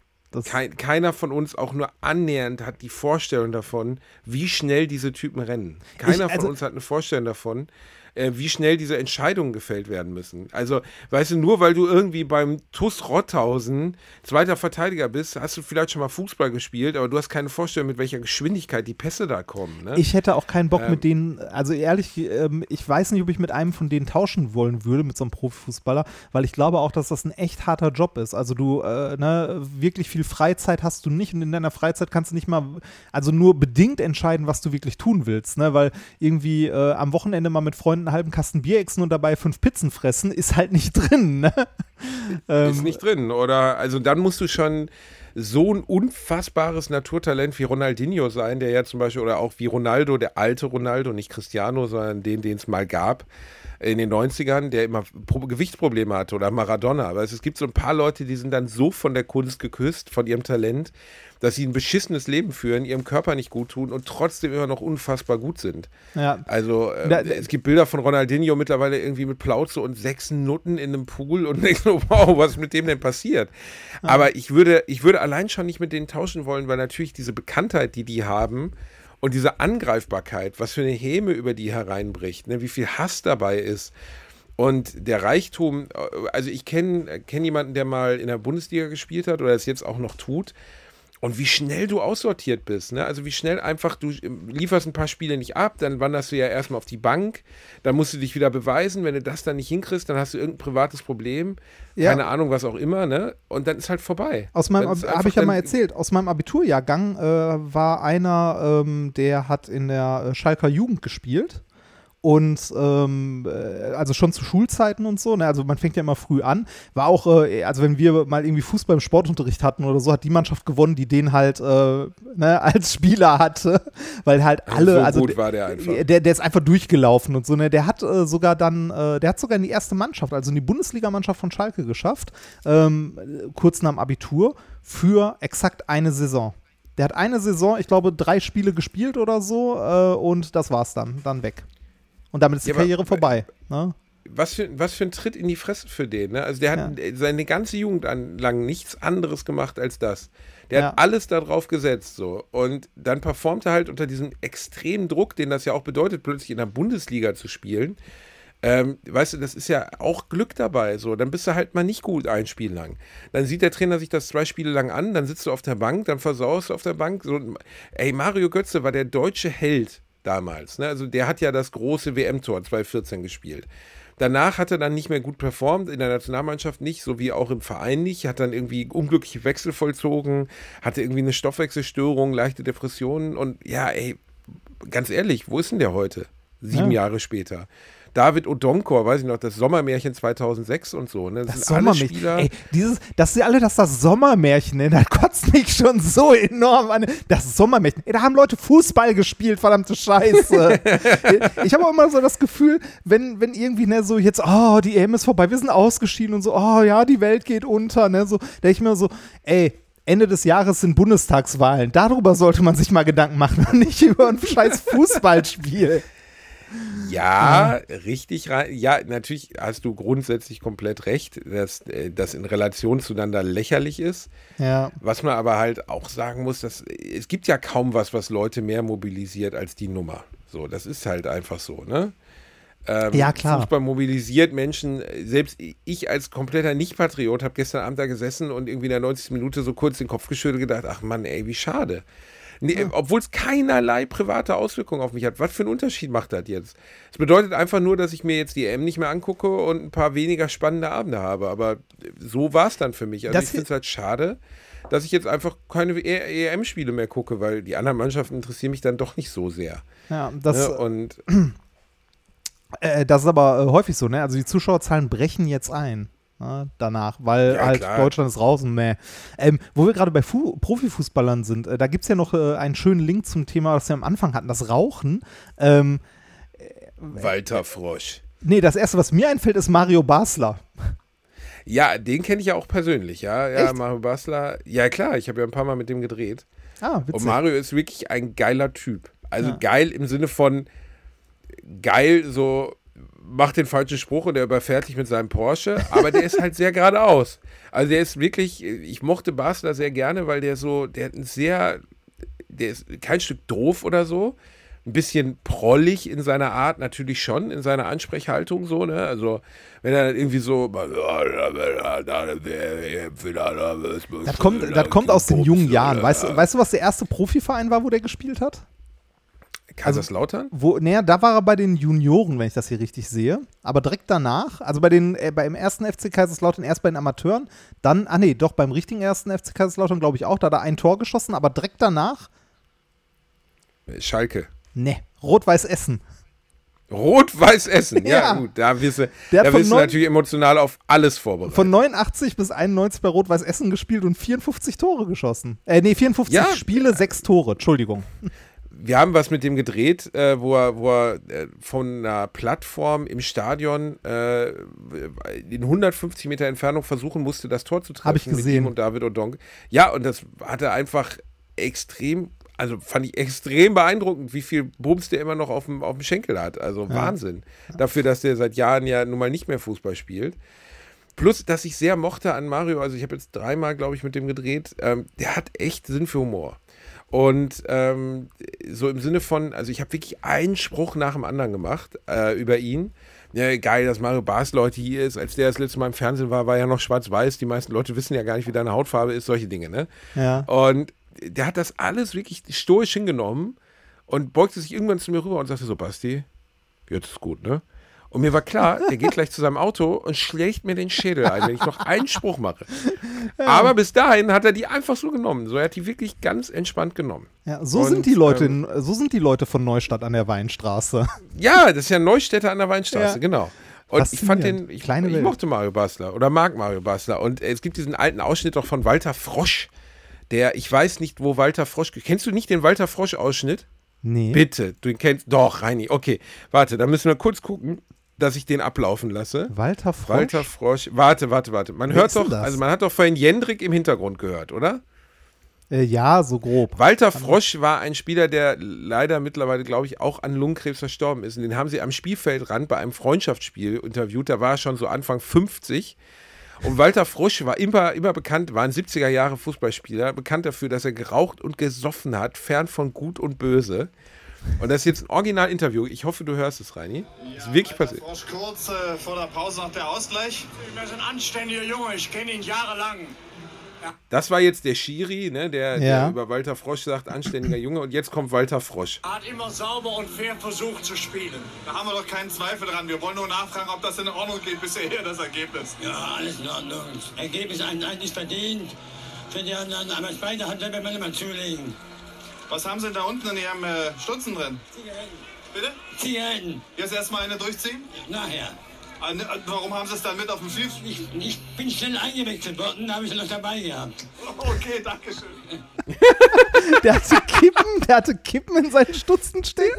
Keiner von uns auch nur annähernd hat die Vorstellung davon, wie schnell diese Typen rennen. Keiner von uns hat eine Vorstellung davon, wie schnell diese Entscheidungen gefällt werden müssen. Also, weißt du, nur weil du irgendwie beim TuS Rothausen zweiter Verteidiger bist, hast du vielleicht schon mal Fußball gespielt, aber du hast keine Vorstellung, mit welcher Geschwindigkeit die Pässe da kommen. Ne? Ich hätte auch keinen Bock mit denen, also ehrlich, ich weiß nicht, ob ich mit einem von denen tauschen wollen würde, mit so einem Profifußballer, weil ich glaube auch, dass das ein echt harter Job ist. Also du, wirklich viel Freizeit hast du nicht und in deiner Freizeit kannst du nicht mal, also nur bedingt entscheiden, was du wirklich tun willst, ne? Weil irgendwie am Wochenende mal mit Freunden einen halben Kasten Bier exen und dabei 5 Pizzen fressen, ist halt nicht drin, ne? Ist nicht drin, oder? Also dann musst du schon so ein unfassbares Naturtalent wie Ronaldinho sein, der ja zum Beispiel, oder auch wie Ronaldo, der alte Ronaldo, nicht Cristiano, sondern den es mal gab in den 90ern, der immer Gewichtsprobleme hatte, oder Maradona. Aber es gibt so ein paar Leute, die sind dann so von der Kunst geküsst, von ihrem Talent, dass sie ein beschissenes Leben führen, ihrem Körper nicht gut tun und trotzdem immer noch unfassbar gut sind. Ja. Also es gibt Bilder von Ronaldinho mittlerweile irgendwie mit Plauze und 6 Nutten in einem Pool und denkst so, wow, was ist mit dem denn passiert? Ja. Aber ich würde allein schon nicht mit denen tauschen wollen, weil natürlich diese Bekanntheit, die haben und diese Angreifbarkeit, was für eine Häme über die hereinbricht, ne, wie viel Hass dabei ist. Und der Reichtum, also ich kenn jemanden, der mal in der Bundesliga gespielt hat oder es jetzt auch noch tut. Und wie schnell du aussortiert bist, ne? Also wie schnell einfach, du lieferst ein paar Spiele nicht ab, dann wanderst du ja erstmal auf die Bank, dann musst du dich wieder beweisen, wenn du das dann nicht hinkriegst, dann hast du irgendein privates Problem, keine Ahnung, was auch immer, ne? Und dann ist halt vorbei. Habe ich ja mal erzählt, aus meinem Abiturjahrgang war einer, der hat in der Schalker Jugend gespielt. Und also schon zu Schulzeiten und so, ne? Also man fängt ja immer früh an. War auch, also wenn wir mal irgendwie Fußball im Sportunterricht hatten oder so, hat die Mannschaft gewonnen, die den halt als Spieler hatte. Weil halt alle, so gut war der einfach. Der ist einfach durchgelaufen und so, ne? Der hat sogar in die erste Mannschaft, also in die Bundesligamannschaft von Schalke geschafft, kurz nach dem Abitur, für exakt eine Saison. Der hat eine Saison, ich glaube, 3 Spiele gespielt oder so, und das war's dann weg. Und damit ist die Karriere vorbei. Ne? Was für ein Tritt in die Fresse für den. Ne? Also der hat seine ganze Jugend lang nichts anderes gemacht als das. Der hat alles darauf gesetzt. So. Und dann performt er halt unter diesem extremen Druck, den das ja auch bedeutet, plötzlich in der Bundesliga zu spielen. Weißt du, das ist ja auch Glück dabei. So. Dann bist du halt mal nicht gut ein Spiel lang. Dann sieht der Trainer sich das 2 Spiele lang an, dann sitzt du auf der Bank, dann versaust du auf der Bank. So, ey, Mario Götze war der deutsche Held damals. Ne? Also der hat ja das große WM-Tor 2014 gespielt. Danach hat er dann nicht mehr gut performt, in der Nationalmannschaft nicht, so wie auch im Verein nicht, hat dann irgendwie unglückliche Wechsel vollzogen, hatte irgendwie eine Stoffwechselstörung, leichte Depressionen und ja, ey, ganz ehrlich, wo ist denn der heute? 7 Jahre später. David Odonkor, weiß ich noch, das Sommermärchen 2006 und so. Ne? Das sind alle Spieler. Ey, dass sie alle das Sommermärchen nennen, das kotzt mich schon so enorm an. Das Sommermärchen. Ey, da haben Leute Fußball gespielt, verdammte Scheiße. Ich habe auch immer so das Gefühl, wenn irgendwie, ne, so jetzt, die EM ist vorbei, wir sind ausgeschieden und so, ja, die Welt geht unter, ne, so, denke ich mir so, ey, Ende des Jahres sind Bundestagswahlen. Darüber sollte man sich mal Gedanken machen und nicht über ein scheiß Fußballspiel. Ja, richtig. Ja, natürlich hast du grundsätzlich komplett recht, dass das in Relation zueinander lächerlich ist. Ja. Was man aber halt auch sagen muss, dass es gibt ja kaum was Leute mehr mobilisiert als die Nummer. So, das ist halt einfach so, ne? Ja, klar. Fußball mobilisiert Menschen. Selbst ich als kompletter Nicht-Patriot habe gestern Abend da gesessen und irgendwie in der 90. Minute so kurz den Kopf geschüttelt und gedacht, ach Mann, ey, wie schade. Nee, obwohl es keinerlei private Auswirkungen auf mich hat. Was für einen Unterschied macht das jetzt? Es bedeutet einfach nur, dass ich mir jetzt die EM nicht mehr angucke und ein paar weniger spannende Abende habe. Aber so war es dann für mich. Also ich finde es halt schade, dass ich jetzt einfach keine EM-Spiele mehr gucke, weil die anderen Mannschaften interessieren mich dann doch nicht so sehr. Ja, das ist aber häufig so, ne? Also die Zuschauerzahlen brechen jetzt ein. Danach, weil klar. Deutschland ist raus und wo wir gerade bei Profifußballern sind, da gibt es ja noch einen schönen Link zum Thema, was wir am Anfang hatten, das Rauchen. Walter Frosch. Nee, das erste, was mir einfällt, ist Mario Basler. Ja, den kenne ich ja auch persönlich, ja. Echt? Mario Basler, ja klar, ich habe ja ein paar Mal mit dem gedreht. Witzig. Und Mario ist wirklich ein geiler Typ. Also geil im Sinne von geil, so macht den falschen Spruch und er überfährt dich mit seinem Porsche, aber der ist halt sehr geradeaus. Also der ist wirklich, ich mochte Basler sehr gerne, weil der ist kein Stück doof oder so, ein bisschen prollig in seiner Art, natürlich schon, in seiner Ansprechhaltung so, ne, also wenn er irgendwie so das kommt aus den jungen Jahren. Weißt du, was der erste Profiverein war, wo der gespielt hat? Kaiserslautern? Da war er bei den Junioren, wenn ich das hier richtig sehe. Aber direkt danach, also beim ersten FC Kaiserslautern erst bei den Amateuren, dann, beim richtigen ersten FC Kaiserslautern glaube ich auch, da hat er ein Tor geschossen, aber direkt danach Schalke. Ne, Rot-Weiß Essen. Rot-Weiß Essen, ja gut, da wirst du natürlich emotional auf alles vorbereitet. Von 89 bis 91 bei Rot-Weiß Essen gespielt und 54 Tore geschossen. 54 Spiele, 6 Tore, Entschuldigung. Wir haben was mit dem gedreht, wo er von einer Plattform im Stadion in 150 Meter Entfernung versuchen musste, das Tor zu treffen. Habe ich gesehen. Mit ihm und David Odonk. Ja, und das hatte einfach fand ich extrem beeindruckend, wie viel Bums der immer noch auf dem Schenkel hat. Also Wahnsinn. Dafür, dass der seit Jahren ja nun mal nicht mehr Fußball spielt. Plus, dass ich sehr mochte an Mario, also ich habe jetzt 3-mal, glaube ich, mit dem gedreht, der hat echt Sinn für Humor. Und so im Sinne von, also ich habe wirklich einen Spruch nach dem anderen gemacht über ihn. Ja, geil, dass Mario Basler heute hier ist. Als der das letzte Mal im Fernsehen war ja noch schwarz-weiß. Die meisten Leute wissen ja gar nicht, wie deine Hautfarbe ist, solche Dinge, ne? Ja. Und der hat das alles wirklich stoisch hingenommen und beugte sich irgendwann zu mir rüber und sagte so, Basti, jetzt ist gut, ne? Und mir war klar, der geht gleich zu seinem Auto und schlägt mir den Schädel ein, wenn ich noch einen Spruch mache. Ja. Aber bis dahin hat er die einfach so genommen. So, er hat die wirklich ganz entspannt genommen. Ja, so sind die Leute von Neustadt an der Weinstraße. Ja, das ist ja Neustädter an der Weinstraße, ja. Genau. Und ich fand ich mochte Mario Basler oder mag Mario Basler. Und es gibt diesen alten Ausschnitt doch von Walter Frosch, ich weiß nicht, wo Walter Frosch, kennst du nicht den Walter Frosch-Ausschnitt? Nee. Bitte, du kennst, doch, Reini, okay. Warte, da müssen wir kurz gucken, dass ich den ablaufen lasse. Walter Frosch? Walter Frosch, warte. Man hört doch, also man hat doch vorhin Jendrik im Hintergrund gehört, oder? Ja, so grob. Walter Frosch war ein Spieler, der leider mittlerweile, glaube ich, auch an Lungenkrebs verstorben ist. Und den haben sie am Spielfeldrand bei einem Freundschaftsspiel interviewt. Da war er schon so Anfang 50. Und Walter Frosch war immer bekannt, war ein 70er-Jahre-Fußballspieler, bekannt dafür, dass er geraucht und gesoffen hat, fern von Gut und Böse. Und das ist jetzt ein Original-Interview. Ich hoffe, du hörst es, Reini. Das ist wirklich passiert. Frosch kurz vor der Pause noch der Ausgleich. Er ist ein anständiger Junge, ich kenne ihn jahrelang. Ja. Das war jetzt der Schiri, ne, der über Walter Frosch sagt, anständiger Junge. Und jetzt kommt Walter Frosch. Er hat immer sauber und fair versucht zu spielen. Da haben wir doch keinen Zweifel dran. Wir wollen nur nachfragen, ob das in Ordnung geht bisher, das Ergebnis. Ja, alles in Ordnung. Das Ergebnis ist verdient. Für die anderen, aber beide hat der Mann immer zulegen. Was haben Sie denn da unten in Ihrem Stutzen drin? Zigaretten. Bitte? Zigaretten. Jetzt erstmal eine durchziehen? Nachher. Warum haben Sie es dann mit auf dem Schiff? Ich bin schnell eingewechselt worden, da habe ich es noch dabei gehabt. Okay, danke schön. Der hatte Kippen in seinen Stutzen stehen.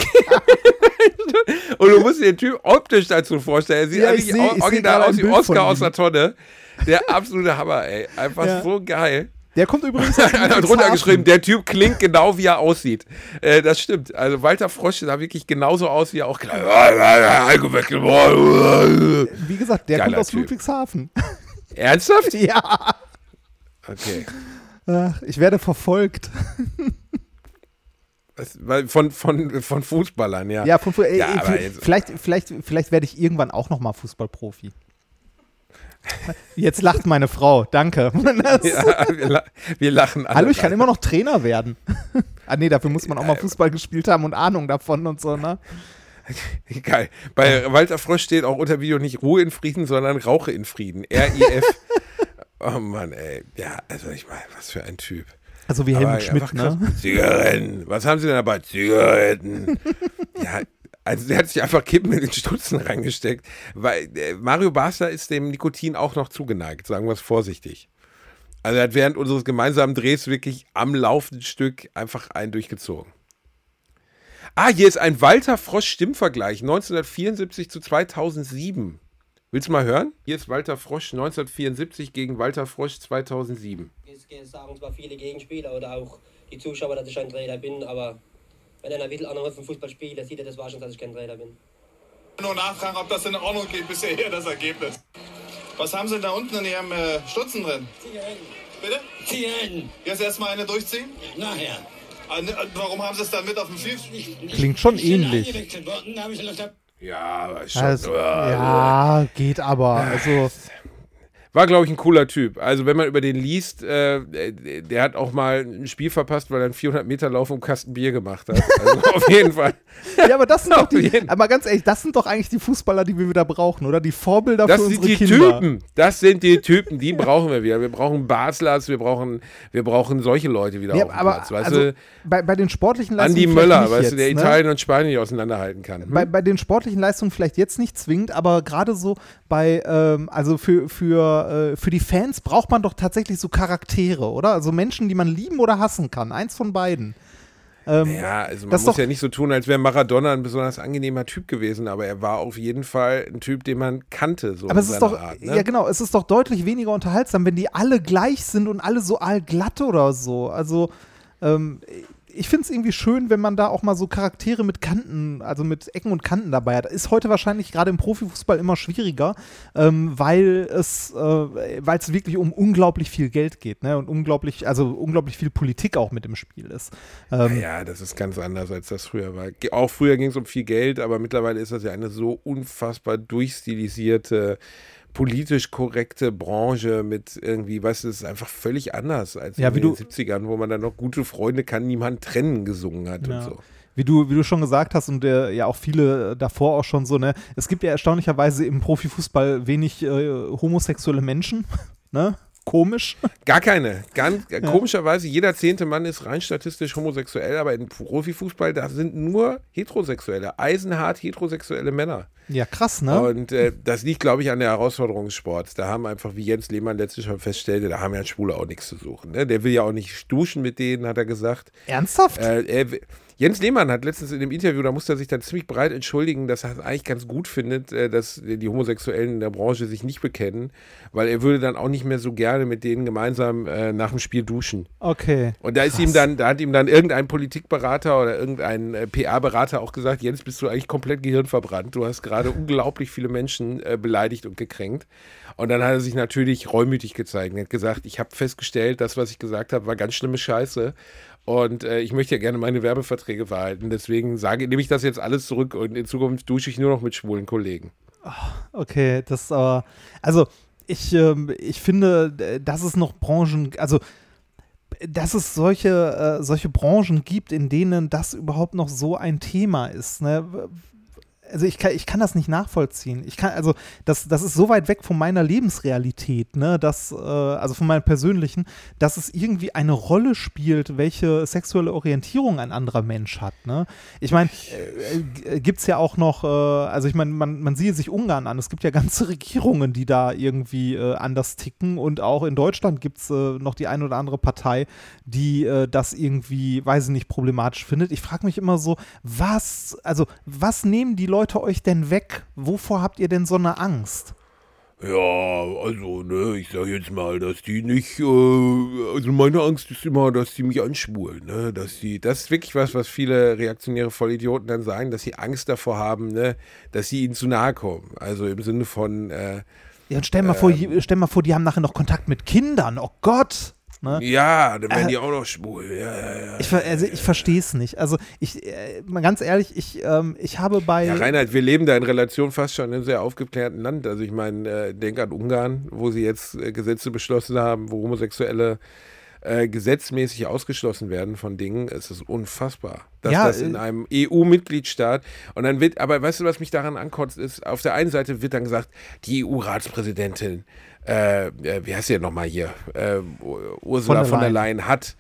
Und du musst dir den Typ optisch dazu vorstellen. Er sieht eigentlich original aus wie Oscar aus der Tonne. Der absolute Hammer, ey. Einfach so geil. Der kommt übrigens aus Einer hat drunter geschrieben, der Typ klingt genau, wie er aussieht. Das stimmt. Also Walter Frosch sah wirklich genauso aus, wie er auch eingewechselt wurde. Wie gesagt, der Geiler kommt aus Typ. Ludwigshafen. Ernsthaft? Ja. Okay. Ach, ich werde verfolgt. Von Fußballern, ja. Ja, vielleicht werde ich irgendwann auch noch mal Fußballprofi. Jetzt lacht meine Frau, danke. Ja, wir lachen alle. Hallo, ich kann immer noch Trainer werden. Nee, dafür muss man auch mal Fußball gespielt haben und Ahnung davon und so, ne? Geil. Bei Walter Frosch steht auch unter Video nicht Ruhe in Frieden, sondern Rauche in Frieden. RIF. Oh Mann, ey. Ja, also ich meine, was für ein Typ. Also wie Helmut Schmidt, ne? Zigaretten. Was haben Sie denn dabei? Zigaretten. Ja, also der hat sich einfach Kippen in den Stutzen reingesteckt. Weil Mario Basler ist dem Nikotin auch noch zugeneigt, sagen wir es vorsichtig. Also er hat während unseres gemeinsamen Drehs wirklich am laufenden Stück einfach einen durchgezogen. Hier ist ein Walter Frosch Stimmvergleich 1974 zu 2007. Willst du mal hören? Hier ist Walter Frosch 1974 gegen Walter Frosch 2007. Es sagen zwar viele Gegenspieler oder auch die Zuschauer, dass ich ein Trainer bin, aber wenn einer will, Ahnung vom Fußball spielt, der sieht ja das war schon, dass ich kein Trainer bin. Nur nachfragen, ob das in Ordnung geht bisher, das Ergebnis. Was haben Sie denn da unten in Ihrem Stutzen drin? Zigaretten. Bitte? Zigaretten. Jetzt erstmal eine durchziehen? Nachher. Warum haben Sie es dann mit auf dem Schiff? Klingt schon ähnlich. Eingewechselt worden, da habe ich es noch dabei. Ja, aber schon. Also, ja, geht aber. Also war, glaube ich, ein cooler Typ. Also, wenn man über den liest, der hat auch mal ein Spiel verpasst, weil er einen 400-Meter-Lauf um Kasten Bier gemacht hat. Also, auf jeden Fall. Ja, aber das sind doch aber ganz ehrlich, das sind doch eigentlich die Fußballer, die wir wieder brauchen, oder? Die Vorbilder für unsere Kinder. Das sind die Typen, die brauchen wir wieder. Wir brauchen Baslers, wir brauchen solche Leute wieder auf dem Platz. Weißt also, du? Bei den sportlichen Leistungen Andi Möller, weißt du, der Italien und Spanien nicht auseinanderhalten kann. Bei den sportlichen Leistungen vielleicht jetzt nicht zwingend, aber gerade so also für die Fans braucht man doch tatsächlich so Charaktere, oder? Also Menschen, die man lieben oder hassen kann. Eins von beiden. Ja, also man muss ja nicht so tun, als wäre Maradona ein besonders angenehmer Typ gewesen, aber er war auf jeden Fall ein Typ, den man kannte, so aber in seiner Art. Ne? Ja genau, es ist doch deutlich weniger unterhaltsam, wenn die alle gleich sind und alle so allglatt oder so. Also ich finde es irgendwie schön, wenn man da auch mal so Charaktere mit Kanten, also mit Ecken und Kanten dabei hat. Ist heute wahrscheinlich gerade im Profifußball immer schwieriger, weil es wirklich um unglaublich viel Geld geht, ne? Und unglaublich viel Politik auch mit im Spiel ist. Ja, das ist ganz anders, als das früher war. Auch früher ging es um viel Geld, aber mittlerweile ist das ja eine so unfassbar durchstilisierte politisch korrekte Branche mit irgendwie, weißt du, es ist einfach völlig anders als Ja, in den 70ern, wo man dann noch gute Freunde kann niemand trennen gesungen hat und so. Wie du schon gesagt hast und ja auch viele davor auch schon so, ne, es gibt ja erstaunlicherweise im Profifußball wenig homosexuelle Menschen, ne? Komisch. Gar keine. Komischerweise, jeder 10. Mann ist rein statistisch homosexuell, aber im Profifußball, da sind nur Heterosexuelle, eisenhart heterosexuelle Männer. Ja, krass, ne? Und das liegt, glaube ich, an der Herausforderung des Sports. Da haben einfach, wie Jens Lehmann letztlich schon feststellte, da haben ja Schwule auch nichts zu suchen. Ne? Der will ja auch nicht duschen mit denen, hat er gesagt. Ernsthaft? Jens Lehmann hat letztens in dem Interview, da musste er sich dann ziemlich breit entschuldigen, dass er es eigentlich ganz gut findet, dass die Homosexuellen in der Branche sich nicht bekennen, weil er würde dann auch nicht mehr so gerne mit denen gemeinsam nach dem Spiel duschen. Okay. Und da hat ihm dann irgendein Politikberater oder irgendein PR-Berater auch gesagt, Jens, bist du eigentlich komplett gehirnverbrannt. Du hast gerade unglaublich viele Menschen beleidigt und gekränkt. Und dann hat er sich natürlich reumütig gezeigt und hat gesagt, ich habe festgestellt, das, was ich gesagt habe, war ganz schlimme Scheiße. Und ich möchte ja gerne meine Werbeverträge verhalten. Deswegen nehme ich das jetzt alles zurück und in Zukunft dusche ich nur noch mit schwulen Kollegen. Okay, das aber, also ich finde, dass es noch Branchen, also dass es solche Branchen gibt, in denen das überhaupt noch so ein Thema ist, ne? Also ich kann das nicht nachvollziehen. Das ist so weit weg von meiner Lebensrealität, ne, also von meiner persönlichen, dass es irgendwie eine Rolle spielt, welche sexuelle Orientierung ein anderer Mensch hat, ne. Ich meine, gibt es ja auch noch, also ich meine, man sieht sich Ungarn an, es gibt ja ganze Regierungen, die da irgendwie anders ticken und auch in Deutschland gibt es noch die eine oder andere Partei, die das irgendwie, weiß ich nicht, problematisch findet. Ich frage mich immer so, was nehmen die Leute euch denn weg? Wovor habt ihr denn so eine Angst? Ja, also, ne, ich sag jetzt mal, dass die nicht, also meine Angst ist immer, dass die mich anschwulen, ne, das ist wirklich was viele reaktionäre Vollidioten dann sagen, dass sie Angst davor haben, ne, dass sie ihnen zu nahe kommen. Also im Sinne von, ja, und stell mal vor, die haben nachher noch Kontakt mit Kindern, oh Gott! Ne? Ja, dann werden die auch noch schwul. Ja. Ich verstehe es nicht. Also mal ganz ehrlich, ich habe bei... Ja, Reinhard, wir leben da in Relation fast schon in einem sehr aufgeklärten Land. Also ich meine, denk an Ungarn, wo sie jetzt Gesetze beschlossen haben, wo Homosexuelle gesetzmäßig ausgeschlossen werden von Dingen. Es ist unfassbar, dass das in einem EU-Mitgliedstaat und dann wird, aber weißt du, was mich daran ankotzt, ist, auf der einen Seite wird dann gesagt, die EU-Ratspräsidentin wie heißt sie denn nochmal hier? Ursula von der Leyen hat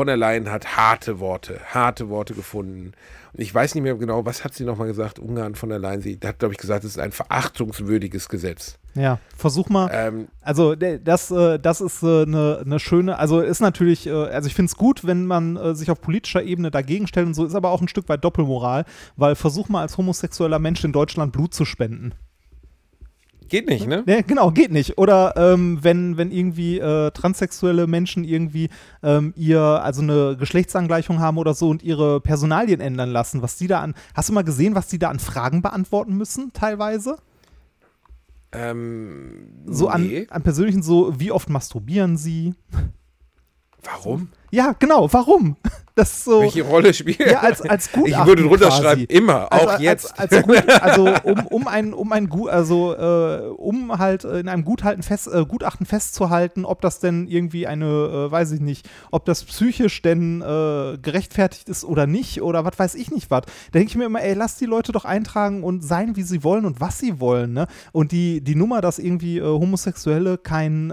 harte Worte gefunden. Und ich weiß nicht mehr genau, was hat sie nochmal gesagt, Ungarn von der Leyen. Sie hat, glaube ich, gesagt, es ist ein verachtungswürdiges Gesetz. Ja, versuch mal. Also das ist eine schöne, also ist natürlich, also ich finde es gut, wenn man sich auf politischer Ebene dagegen stellt und so, ist aber auch ein Stück weit Doppelmoral, weil versuch mal als homosexueller Mensch in Deutschland Blut zu spenden. Geht nicht, ne? Nee, genau, geht nicht. Oder wenn irgendwie transsexuelle Menschen irgendwie also eine Geschlechtsangleichung haben oder so und ihre Personalien ändern lassen, was die da hast du mal gesehen, was die da an Fragen beantworten müssen, teilweise? So nee. an persönlichen, so, wie oft masturbieren sie? Warum? Ja, genau, warum? Das ist so. Welche Rolle spielt? Ja, als Gutachten. Ich würde drunter schreiben, immer, auch jetzt. Um halt in einem Gutachten festzuhalten, ob das denn irgendwie weiß ich nicht, ob das psychisch denn gerechtfertigt ist oder nicht oder was weiß ich nicht was. Da denke ich mir immer, ey, lass die Leute doch eintragen und sein, wie sie wollen und was sie wollen, ne? Und die Nummer, dass irgendwie Homosexuelle kein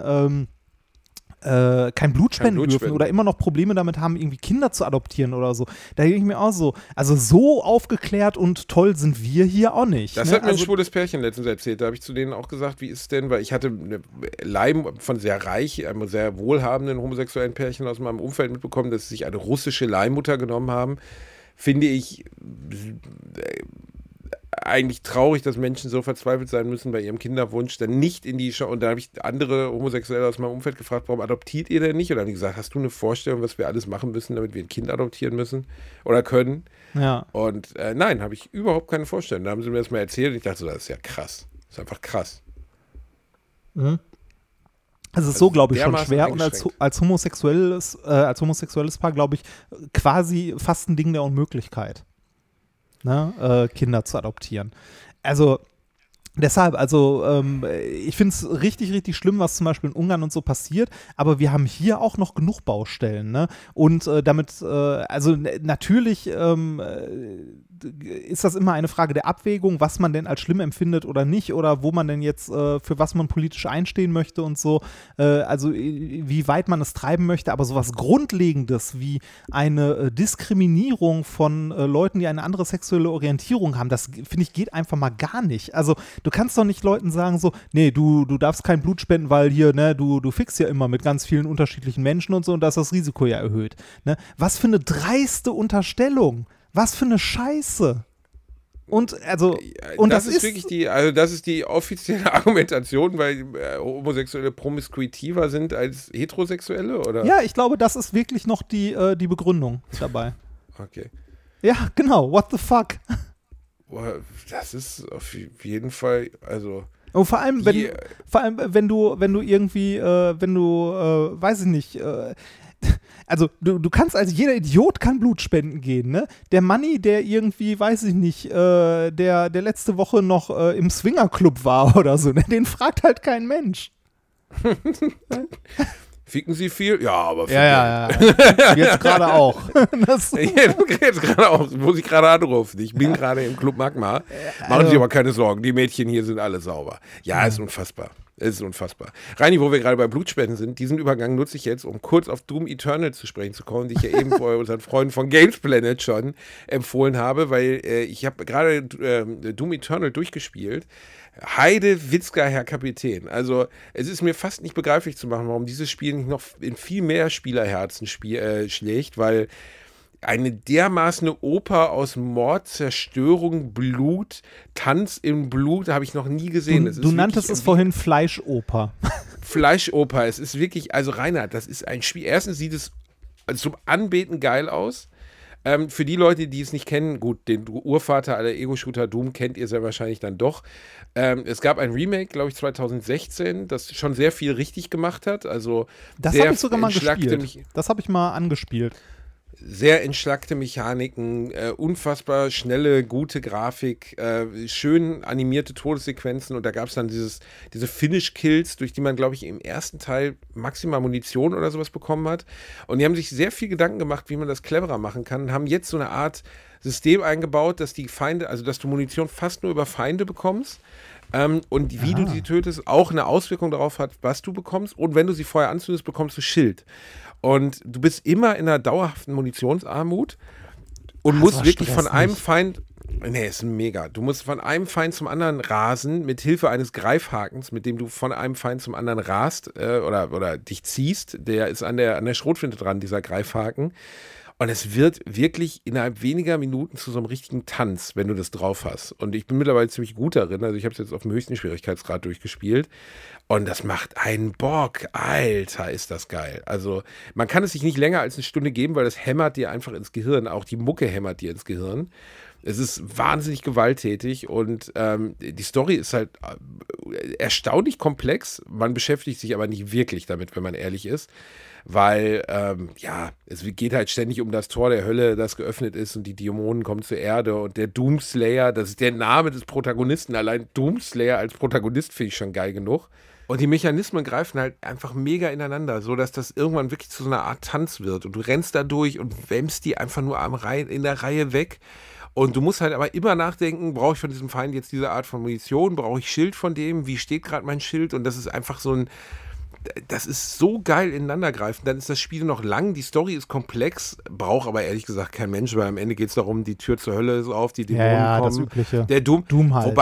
Blut spenden dürfen oder immer noch Probleme damit haben, irgendwie Kinder zu adoptieren oder so. Da denke ich mir auch so, also so aufgeklärt und toll sind wir hier auch nicht. Das hat mir ein schwules Pärchen letztens erzählt. Da habe ich zu denen auch gesagt, wie ist es denn, weil ich hatte eine von sehr reich, einem sehr wohlhabenden homosexuellen Pärchen aus meinem Umfeld mitbekommen, dass sie sich eine russische Leihmutter genommen haben. Finde ich eigentlich traurig, dass Menschen so verzweifelt sein müssen bei ihrem Kinderwunsch, dann nicht in die Show. Und da habe ich andere Homosexuelle aus meinem Umfeld gefragt, warum adoptiert ihr denn nicht? Und dann haben die gesagt, hast du eine Vorstellung, was wir alles machen müssen, damit wir ein Kind adoptieren müssen oder können? Ja. Und nein, habe ich überhaupt keine Vorstellung. Da haben sie mir das mal erzählt und ich dachte so, das ist ja krass. Das ist einfach krass. Mhm. Also es ist so, glaube ich, schon schwer und als homosexuelles Paar, glaube ich, quasi fast ein Ding der Unmöglichkeit. Ne, Kinder zu adoptieren. Also Deshalb, also ich finde es richtig, richtig schlimm, was zum Beispiel in Ungarn und so passiert, aber wir haben hier auch noch genug Baustellen, ne? Und natürlich ist das immer eine Frage der Abwägung, was man denn als schlimm empfindet oder nicht oder wo man denn jetzt für was man politisch einstehen möchte und so, also wie weit man es treiben möchte, aber sowas Grundlegendes wie eine Diskriminierung von Leuten, die eine andere sexuelle Orientierung haben, das finde ich geht einfach mal gar nicht. Also du kannst doch nicht Leuten sagen so, nee, du darfst kein Blut spenden, weil hier, ne, du fickst ja immer mit ganz vielen unterschiedlichen Menschen und so und da ist das Risiko ja erhöht. Ne? Was für eine dreiste Unterstellung. Was für eine Scheiße. Und das ist wirklich das ist die offizielle Argumentation, weil Homosexuelle promiskuitiver sind als Heterosexuelle, oder? Ja, ich glaube, das ist wirklich noch die Begründung dabei. Okay. Ja, genau. What the fuck? Das ist auf jeden Fall, also. Und vor allem, wenn du irgendwie, weiß ich nicht, also du kannst als jeder Idiot kann Blut spenden gehen, ne? Der Manni, der irgendwie, weiß ich nicht, der letzte Woche noch im Swingerclub war oder so, ne? Den fragt halt kein Mensch. Ficken Sie viel? Ja, aber viel. Ja. Jetzt gerade auch. Jetzt gerade auch, muss ich gerade anrufen. Ich bin gerade im Club Magma. Machen Sie aber keine Sorgen, die Mädchen hier sind alle sauber. Ja, ist unfassbar. Es ist unfassbar. Reini, wo wir gerade bei Blutspenden sind, diesen Übergang nutze ich jetzt, um kurz auf Doom Eternal zu sprechen zu kommen, die ich ja eben vor unseren Freunden von Games Planet schon empfohlen habe, weil ich habe gerade Doom Eternal durchgespielt. Heide Witzka, Herr Kapitän. Also es ist mir fast nicht begreiflich zu machen, warum dieses Spiel nicht noch in viel mehr Spielerherzen schlägt, weil eine dermaßen Oper aus Mord, Zerstörung, Blut, Tanz im Blut habe ich noch nie gesehen. Du nanntest es vorhin Fleischoper. Fleischoper, es ist wirklich, also Reinhard, das ist ein Spiel. Erstens sieht es zum Anbeten geil aus. Für die Leute, die es nicht kennen, gut, den Urvater aller Ego-Shooter Doom kennt ihr sehr wahrscheinlich dann doch. Es gab ein Remake, glaube ich, 2016, das schon sehr viel richtig gemacht hat. Also das habe ich sogar mal gespielt. Das habe ich mal angespielt. Sehr entschlackte Mechaniken, unfassbar schnelle, gute Grafik, schön animierte Todessequenzen und da gab es dann diese Finish-Kills, durch die man, glaube ich, im ersten Teil maximal Munition oder sowas bekommen hat. Und die haben sich sehr viel Gedanken gemacht, wie man das cleverer machen kann und haben jetzt so eine Art System eingebaut, dass die Feinde, also dass du Munition fast nur über Feinde bekommst. Und wie du sie tötest, auch eine Auswirkung darauf hat, was du bekommst. Und wenn du sie vorher anzündest, bekommst du Schild. Und du bist immer in einer dauerhaften Munitionsarmut und musst wirklich von einem Feind, ist mega, du musst von einem Feind zum anderen rasen, mit Hilfe eines Greifhakens, mit dem du von einem Feind zum anderen rast oder dich ziehst, der ist an der Schrotflinte dran, dieser Greifhaken. Und es wird wirklich innerhalb weniger Minuten zu so einem richtigen Tanz, wenn du das drauf hast. Und ich bin mittlerweile ziemlich gut darin. Also ich habe es jetzt auf dem höchsten Schwierigkeitsgrad durchgespielt. Und das macht einen Bock. Alter, ist das geil. Also man kann es sich nicht länger als eine Stunde geben, weil das hämmert dir einfach ins Gehirn. Auch die Mucke hämmert dir ins Gehirn. Es ist wahnsinnig gewalttätig und die Story ist halt erstaunlich komplex. Man beschäftigt sich aber nicht wirklich damit, wenn man ehrlich ist. Weil, es geht halt ständig um das Tor der Hölle, das geöffnet ist und die Dämonen kommen zur Erde und der Doomslayer, das ist der Name des Protagonisten, allein Doomslayer als Protagonist finde ich schon geil genug. Und die Mechanismen greifen halt einfach mega ineinander, so dass das irgendwann wirklich zu so einer Art Tanz wird und du rennst da durch und wämmst die einfach nur in der Reihe weg. Und du musst halt aber immer nachdenken, brauche ich von diesem Feind jetzt diese Art von Munition, brauche ich Schild von dem, wie steht gerade mein Schild? Und das ist einfach das ist so geil ineinandergreifend. Dann ist das Spiel noch lang, die Story ist komplex, braucht aber ehrlich gesagt kein Mensch, weil am Ende geht es darum, die Tür zur Hölle ist auf, die Dämonen kommen. Das Übliche. Der Doom halt.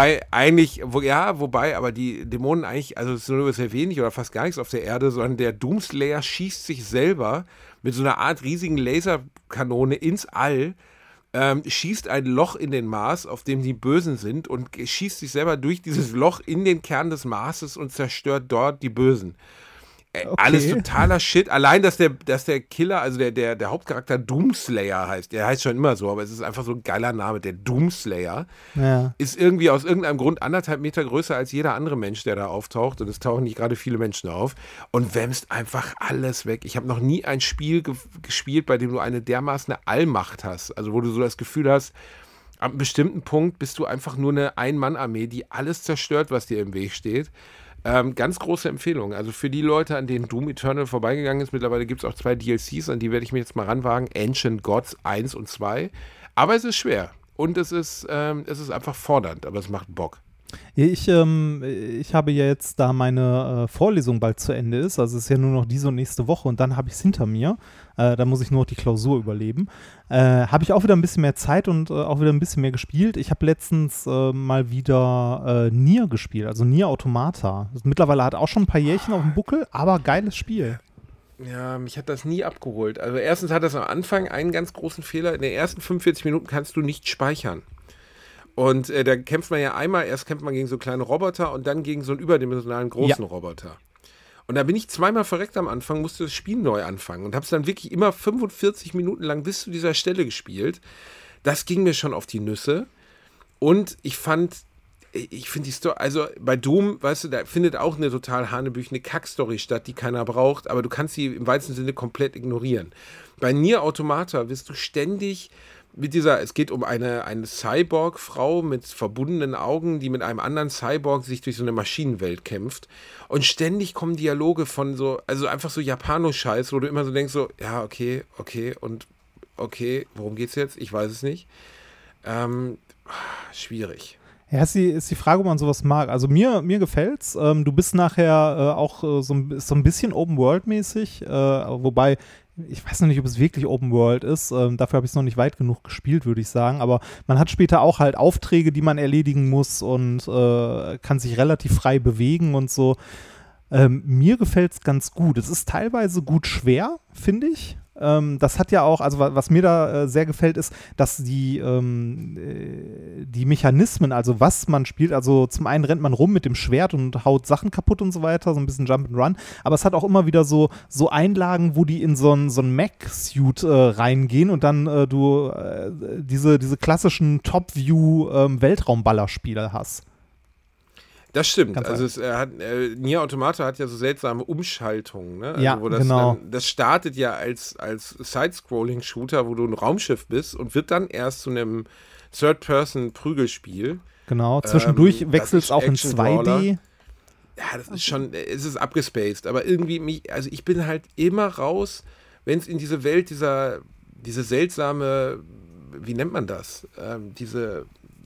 Wobei aber die Dämonen eigentlich, also es ist nur sehr wenig oder fast gar nichts auf der Erde, sondern der Doomslayer schießt sich selber mit so einer Art riesigen Laserkanone ins All, schießt ein Loch in den Mars, auf dem die Bösen sind und schießt sich selber durch dieses Loch in den Kern des Marses und zerstört dort die Bösen. Okay. Alles totaler Shit. Allein, dass der Killer, also der Hauptcharakter Doomslayer heißt. Der heißt schon immer so, aber es ist einfach so ein geiler Name. Der Doomslayer ist irgendwie aus irgendeinem Grund 1,5 Meter größer als jeder andere Mensch, der da auftaucht. Und es tauchen nicht gerade viele Menschen auf. Und wämmst einfach alles weg. Ich habe noch nie ein Spiel gespielt, bei dem du eine dermaßen Allmacht hast. Also wo du so das Gefühl hast, Ab einem bestimmten Punkt bist du einfach nur eine Ein-Mann-Armee, die alles zerstört, was dir im Weg steht. Ganz große Empfehlung. Also für die Leute, an denen Doom Eternal vorbeigegangen ist, mittlerweile gibt es auch 2 DLCs, an die werde ich mir jetzt mal ranwagen. Ancient Gods 1 und 2. Aber es ist schwer. Und es ist einfach fordernd, aber es macht Bock. Ich habe ja jetzt, da meine Vorlesung bald zu Ende ist, also es ist ja nur noch diese und nächste Woche und dann habe ich es hinter mir, da muss ich nur noch die Klausur überleben, habe ich auch wieder ein bisschen mehr Zeit und auch wieder ein bisschen mehr gespielt. Ich habe letztens mal wieder Nier gespielt, also Nier Automata. Mittlerweile hat auch schon ein paar Jährchen auf dem Buckel, aber geiles Spiel. Ja, mich hat das nie abgeholt. Also erstens hat das am Anfang einen ganz großen Fehler. In den ersten 45 Minuten kannst du nicht speichern. Und da kämpft man ja einmal, erst kämpft man gegen so kleine Roboter und dann gegen so einen überdimensionalen großen Roboter. Und da bin ich zweimal verreckt am Anfang, musste das Spiel neu anfangen und habe es dann wirklich immer 45 Minuten lang bis zu dieser Stelle gespielt. Das ging mir schon auf die Nüsse. Und ich finde die Story, also bei Doom, weißt du, da findet auch eine total hanebüchene Kackstory statt, die keiner braucht, aber du kannst sie im weitesten Sinne komplett ignorieren. Bei Nier Automata wirst du ständig mit es geht um eine Cyborg-Frau mit verbundenen Augen, die mit einem anderen Cyborg sich durch so eine Maschinenwelt kämpft. Und ständig kommen Dialoge von also einfach so Japano-Scheiß, wo du immer so denkst, so, ja, okay, und okay, worum geht's jetzt? Ich weiß es nicht. Schwierig. Ja, ist die Frage, ob man sowas mag. Also mir gefällt's. Du bist nachher auch so ein bisschen Open-World-mäßig, wobei ich weiß noch nicht, ob es wirklich Open World ist. Dafür habe ich es noch nicht weit genug gespielt, würde ich sagen. Aber man hat später auch halt Aufträge, die man erledigen muss und kann sich relativ frei bewegen und so. Mir gefällt es ganz gut. Es ist teilweise gut schwer, finde ich. Das hat ja auch, also was mir da sehr gefällt, ist, dass die Mechanismen, also was man spielt, also zum einen rennt man rum mit dem Schwert und haut Sachen kaputt und so weiter, so ein bisschen Jump'n'Run, aber es hat auch immer wieder so Einlagen, wo die in so ein Mech-Suit reingehen und dann du diese klassischen Top-View-Weltraumballerspiele hast. Das stimmt. Also Nier Automata hat ja so seltsame Umschaltungen. Ne? Also ja, genau. Das startet ja als Side-Scrolling-Shooter, wo du ein Raumschiff bist und wird dann erst zu einem Third-Person-Prügelspiel. Genau, zwischendurch wechselt es auch in 2D. Ja, das ist schon, es ist abgespaced, aber irgendwie also ich bin halt immer raus, wenn es in diese Welt diese seltsame, wie nennt man das? Diese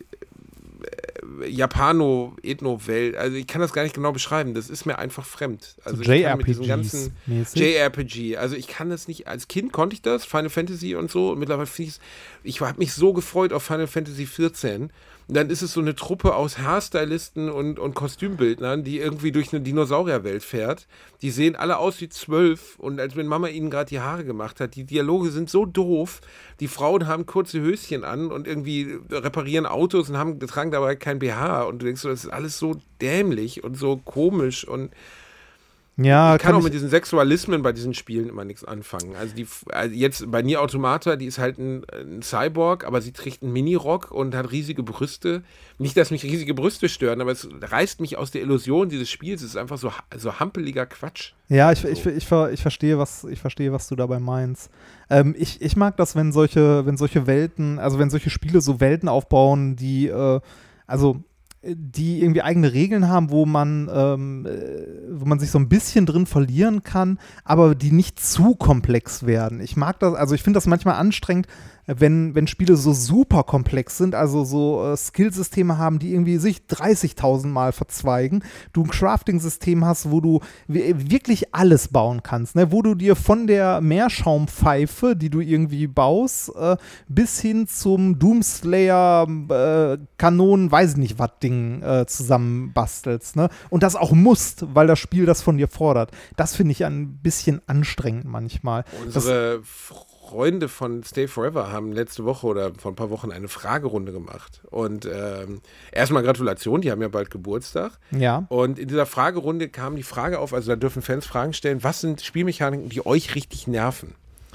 Japano-Ethno-Welt, also ich kann das gar nicht genau beschreiben, das ist mir einfach fremd. Also so ich kann mit diesem ganzen JRPG, also ich kann das nicht, als Kind konnte ich das, Final Fantasy und so, und mittlerweile finde ich habe mich so gefreut auf Final Fantasy 14, und dann ist es so eine Truppe aus Haarstylisten und Kostümbildnern, die irgendwie durch eine Dinosaurierwelt fährt. Die sehen alle aus wie 12 und als wenn Mama ihnen gerade die Haare gemacht hat. Die Dialoge sind so doof. Die Frauen haben kurze Höschen an und irgendwie reparieren Autos und tragen dabei kein BH. Und du denkst so, das ist alles so dämlich und so komisch und ja, ich kann auch mit diesen Sexualismen bei diesen Spielen immer nichts anfangen. Also jetzt bei Nier Automata, die ist halt ein Cyborg, aber sie trägt einen Minirock und hat riesige Brüste. Nicht, dass mich riesige Brüste stören, aber es reißt mich aus der Illusion dieses Spiels. Es ist einfach so hampeliger Quatsch. Ja, ich verstehe, was du dabei meinst. Ich mag das, wenn solche Welten, also wenn solche Spiele so Welten aufbauen, die irgendwie eigene Regeln haben, wo man sich so ein bisschen drin verlieren kann, aber die nicht zu komplex werden. Ich mag das, also ich finde das manchmal anstrengend, wenn Spiele so super komplex sind, also so Skillsysteme haben, die irgendwie sich 30.000 Mal verzweigen, du ein Crafting-System hast, wo du wirklich alles bauen kannst, ne? Wo du dir von der Meerschaumpfeife, die du irgendwie baust, bis hin zum Doomslayer Kanonen, weiß ich nicht was Ding zusammenbastelst, ne? Und das auch musst, weil das Spiel das von dir fordert. Das finde ich ein bisschen anstrengend manchmal. Unsere Freunde von Stay Forever haben letzte Woche oder vor ein paar Wochen eine Fragerunde gemacht. Und erstmal Gratulation, die haben ja bald Geburtstag. Ja. Und in dieser Fragerunde kam die Frage auf, also da dürfen Fans Fragen stellen, was sind Spielmechaniken, die euch richtig nerven?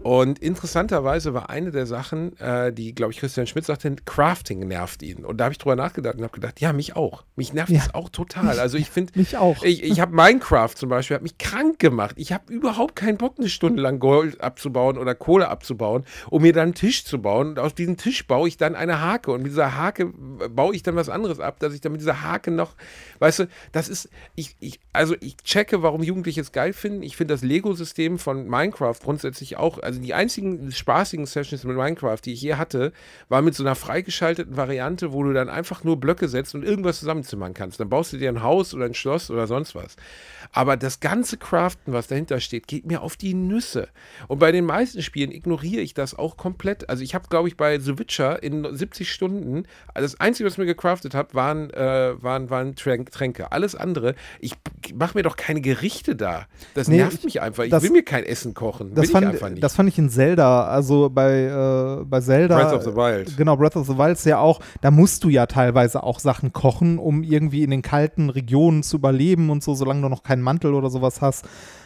Und interessanterweise war eine der Sachen, die, glaube ich, Christian Schmidt sagte, Crafting nervt ihn. Und da habe ich drüber nachgedacht und habe gedacht, ja, mich auch. Mich nervt das auch total. Also ich finde, mich auch. Ich habe Minecraft zum Beispiel, hat mich krank gemacht. Ich habe überhaupt keinen Bock, eine Stunde lang Gold abzubauen oder Kohle abzubauen, um mir dann einen Tisch zu bauen. Und aus diesem Tisch baue ich dann eine Hake. Und mit dieser Hake baue ich dann was anderes ab, dass ich dann mit dieser Hake noch, weißt du, das ist, ich checke, warum Jugendliche es geil finden. Ich finde das Lego-System von Minecraft grundsätzlich auch, also die einzigen spaßigen Sessions mit Minecraft, die ich je hatte, war mit so einer freigeschalteten Variante, wo du dann einfach nur Blöcke setzt und irgendwas zusammenzimmern kannst. Dann baust du dir ein Haus oder ein Schloss oder sonst was. Aber das ganze Craften, was dahinter steht, geht mir auf die Nüsse. Und bei den meisten Spielen ignoriere ich das auch komplett. Also ich habe, glaube ich, bei The Witcher in 70 Stunden, das Einzige, was ich mir gecraftet habe, waren Tränke. Alles andere, ich mache mir doch keine Gerichte da. Das nervt mich einfach. Ich will mir kein Essen kochen. Das fand ich in Zelda, also bei Zelda. Breath of the Wild. Genau, Breath of the Wild ist ja auch, da musst du ja teilweise auch Sachen kochen, um irgendwie in den kalten Regionen zu überleben und so, solange du noch keinen Mantel oder sowas hast.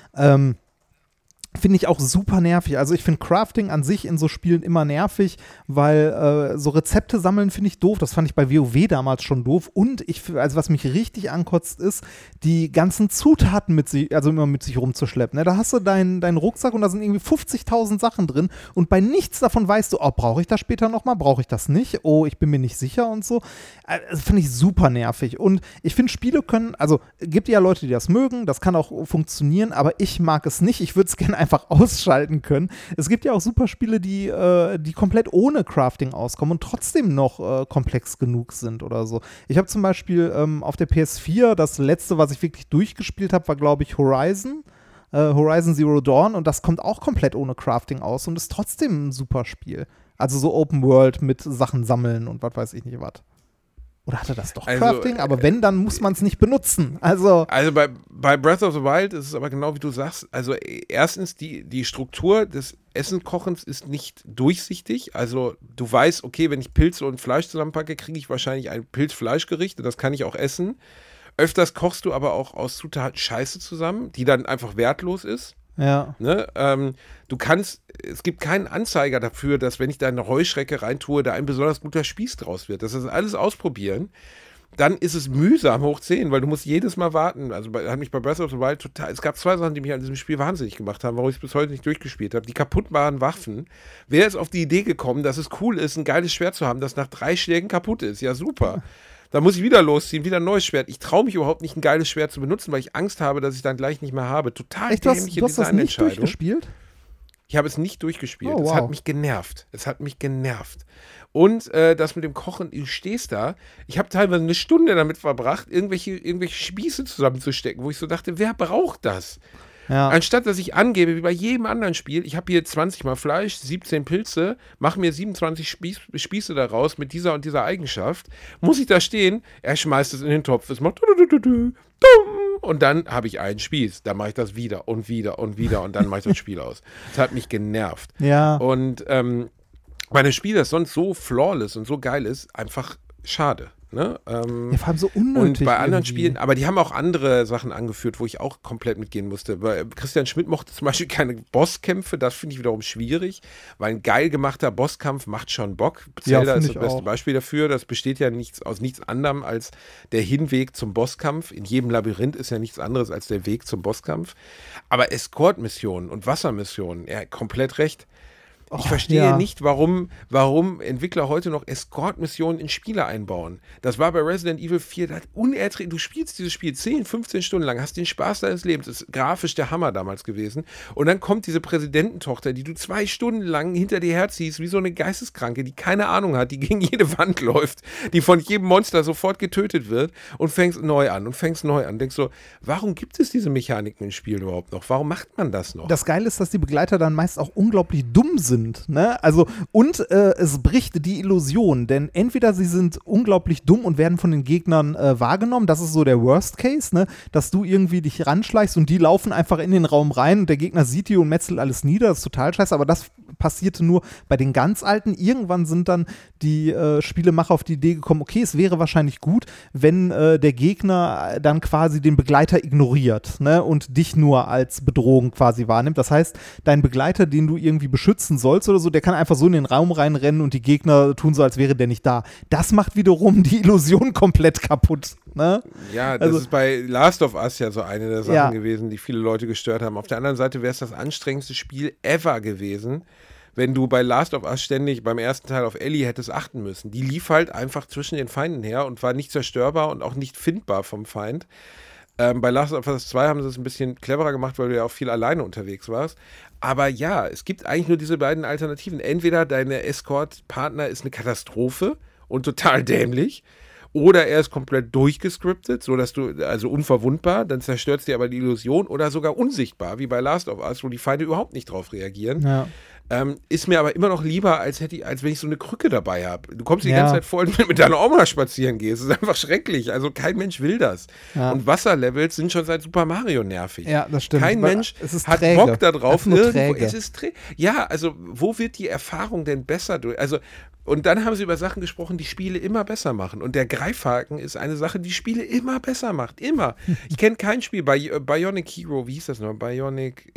Finde ich auch super nervig. Also ich finde Crafting an sich in so Spielen immer nervig, weil so Rezepte sammeln finde ich doof. Das fand ich bei WoW damals schon doof. Und also was mich richtig ankotzt, ist, die ganzen Zutaten immer mit sich rumzuschleppen. Ne? Da hast du deinen Rucksack und da sind irgendwie 50.000 Sachen drin und bei nichts davon weißt du, brauche ich das später nochmal, brauche ich das nicht? Oh, ich bin mir nicht sicher und so. Das finde ich super nervig. Und ich finde, Spiele können, also gibt ja Leute, die das mögen, das kann auch funktionieren, aber ich mag es nicht. Ich würde es gerne einfach ausschalten können. Es gibt ja auch super Spiele, die komplett ohne Crafting auskommen und trotzdem noch komplex genug sind oder so. Ich habe zum Beispiel auf der PS4, das letzte, was ich wirklich durchgespielt habe, war, glaube ich, Horizon Zero Dawn, und das kommt auch komplett ohne Crafting aus und ist trotzdem ein super Spiel. Also so Open World mit Sachen sammeln und was weiß ich nicht was. Oder hatte das doch Crafting? Aber wenn, dann muss man es nicht benutzen. Also bei Breath of the Wild ist es aber genau wie du sagst. Also erstens, die Struktur des Essenkochens ist nicht durchsichtig. Also du weißt, okay, wenn ich Pilze und Fleisch zusammenpacke, kriege ich wahrscheinlich ein Pilz-Fleisch-Gericht. Das kann ich auch essen. Öfters kochst du aber auch aus Zutaten Scheiße zusammen, die dann einfach wertlos ist. Ja. Ne? Es gibt keinen Anzeiger dafür, dass, wenn ich da eine Heuschrecke reintue, da ein besonders guter Spieß draus wird. Das ist alles ausprobieren. Dann ist es mühsam hoch 10, weil du musst jedes Mal warten. Also hat mich bei Breath of the Wild total, es gab 2 Sachen, die mich an diesem Spiel wahnsinnig gemacht haben, warum ich es bis heute nicht durchgespielt habe. Die kaputtbaren Waffen. Wer ist auf die Idee gekommen, dass es cool ist, ein geiles Schwert zu haben, das nach 3 Schlägen kaputt ist? Ja, super. Da muss ich wieder losziehen, wieder ein neues Schwert. Ich traue mich überhaupt nicht, ein geiles Schwert zu benutzen, weil ich Angst habe, dass ich dann gleich nicht mehr habe. Total dämliche Designentscheidung. Du hast das nicht durchgespielt? Ich habe es nicht durchgespielt. Oh, wow. Es hat mich genervt. Und das mit dem Kochen, du stehst da. Ich habe teilweise eine Stunde damit verbracht, irgendwelche Spieße zusammenzustecken, wo ich so dachte, wer braucht das? Ja. Anstatt, dass ich angebe, wie bei jedem anderen Spiel, ich habe hier 20 mal Fleisch, 17 Pilze, mache mir 27 Spieße daraus mit dieser und dieser Eigenschaft, muss ich da stehen, er schmeißt es in den Topf, es macht und dann habe ich einen Spieß. Dann mache ich das wieder und wieder und wieder und dann mache ich das Spiel aus. Das hat mich genervt. Ja. Und meine Spiel, das sonst so flawless und so geil ist, einfach schade. Ne? Ja, vor allem so unnötig. Und bei anderen Spielen, aber die haben auch andere Sachen angeführt, wo ich auch komplett mitgehen musste. Weil Christian Schmidt mochte zum Beispiel keine Bosskämpfe, das finde ich wiederum schwierig, weil ein geil gemachter Bosskampf macht schon Bock. Zelda ist das beste Beispiel dafür. Das besteht ja aus nichts anderem als der Hinweg zum Bosskampf. In jedem Labyrinth ist ja nichts anderes als der Weg zum Bosskampf. Aber Escort-Missionen und Wassermissionen, er hat komplett recht. Ich verstehe nicht, warum Entwickler heute noch Escort-Missionen in Spiele einbauen. Das war bei Resident Evil 4 unerträglich. Du spielst dieses Spiel 10, 15 Stunden lang, hast den Spaß deines Lebens. Das ist grafisch der Hammer damals gewesen. Und dann kommt diese Präsidententochter, die du 2 Stunden lang hinter dir herziehst, wie so eine Geisteskranke, die keine Ahnung hat, die gegen jede Wand läuft, die von jedem Monster sofort getötet wird und fängst neu an. Denkst so, warum gibt es diese Mechaniken in Spielen überhaupt noch? Warum macht man das noch? Das Geile ist, dass die Begleiter dann meist auch unglaublich dumm sind. Ne? Also, und es bricht die Illusion, denn entweder sie sind unglaublich dumm und werden von den Gegnern wahrgenommen, das ist so der Worst Case, ne? Dass du irgendwie dich ranschleichst und die laufen einfach in den Raum rein und der Gegner sieht die und metzelt alles nieder, das ist total scheiße, aber das passierte nur bei den ganz alten. Irgendwann sind dann die Spielemacher auf die Idee gekommen, okay, es wäre wahrscheinlich gut, wenn der Gegner dann quasi den Begleiter ignoriert, ne, und dich nur als Bedrohung quasi wahrnimmt. Das heißt, dein Begleiter, den du irgendwie beschützen sollst oder so, der kann einfach so in den Raum reinrennen und die Gegner tun so, als wäre der nicht da. Das macht wiederum die Illusion komplett kaputt. Ne? Ja, das ist bei Last of Us ja so eine der Sachen gewesen, die viele Leute gestört haben. Auf der anderen Seite wäre es das anstrengendste Spiel ever gewesen, wenn du bei Last of Us ständig beim ersten Teil auf Ellie hättest achten müssen. Die lief halt einfach zwischen den Feinden her und war nicht zerstörbar und auch nicht findbar vom Feind. Bei Last of Us 2 haben sie es ein bisschen cleverer gemacht, weil du ja auch viel alleine unterwegs warst. Aber ja, es gibt eigentlich nur diese beiden Alternativen. Entweder deine Escort-Partner ist eine Katastrophe und total dämlich, oder er ist komplett durchgescriptet, sodass du, also unverwundbar, dann zerstört es dir aber die Illusion, oder sogar unsichtbar, wie bei Last of Us, wo die Feinde überhaupt nicht drauf reagieren. Ja. Ist mir aber immer noch lieber, als wenn ich so eine Krücke dabei habe. Du kommst die ganze Zeit vor, wenn du mit deiner Oma spazieren gehst. Das ist einfach schrecklich. Also kein Mensch will das. Ja. Und Wasserlevels sind schon seit Super Mario nervig. Ja, das stimmt. Kein Mensch hat Bock da drauf. Es ist träge. Ja, also wo wird die Erfahrung denn besser durch? Also, und dann haben sie über Sachen gesprochen, die Spiele immer besser machen. Und der Greifhaken ist eine Sache, die Spiele immer besser macht. Immer. Ich kenne kein Spiel. Bionic Hero, wie hieß das noch? Bionic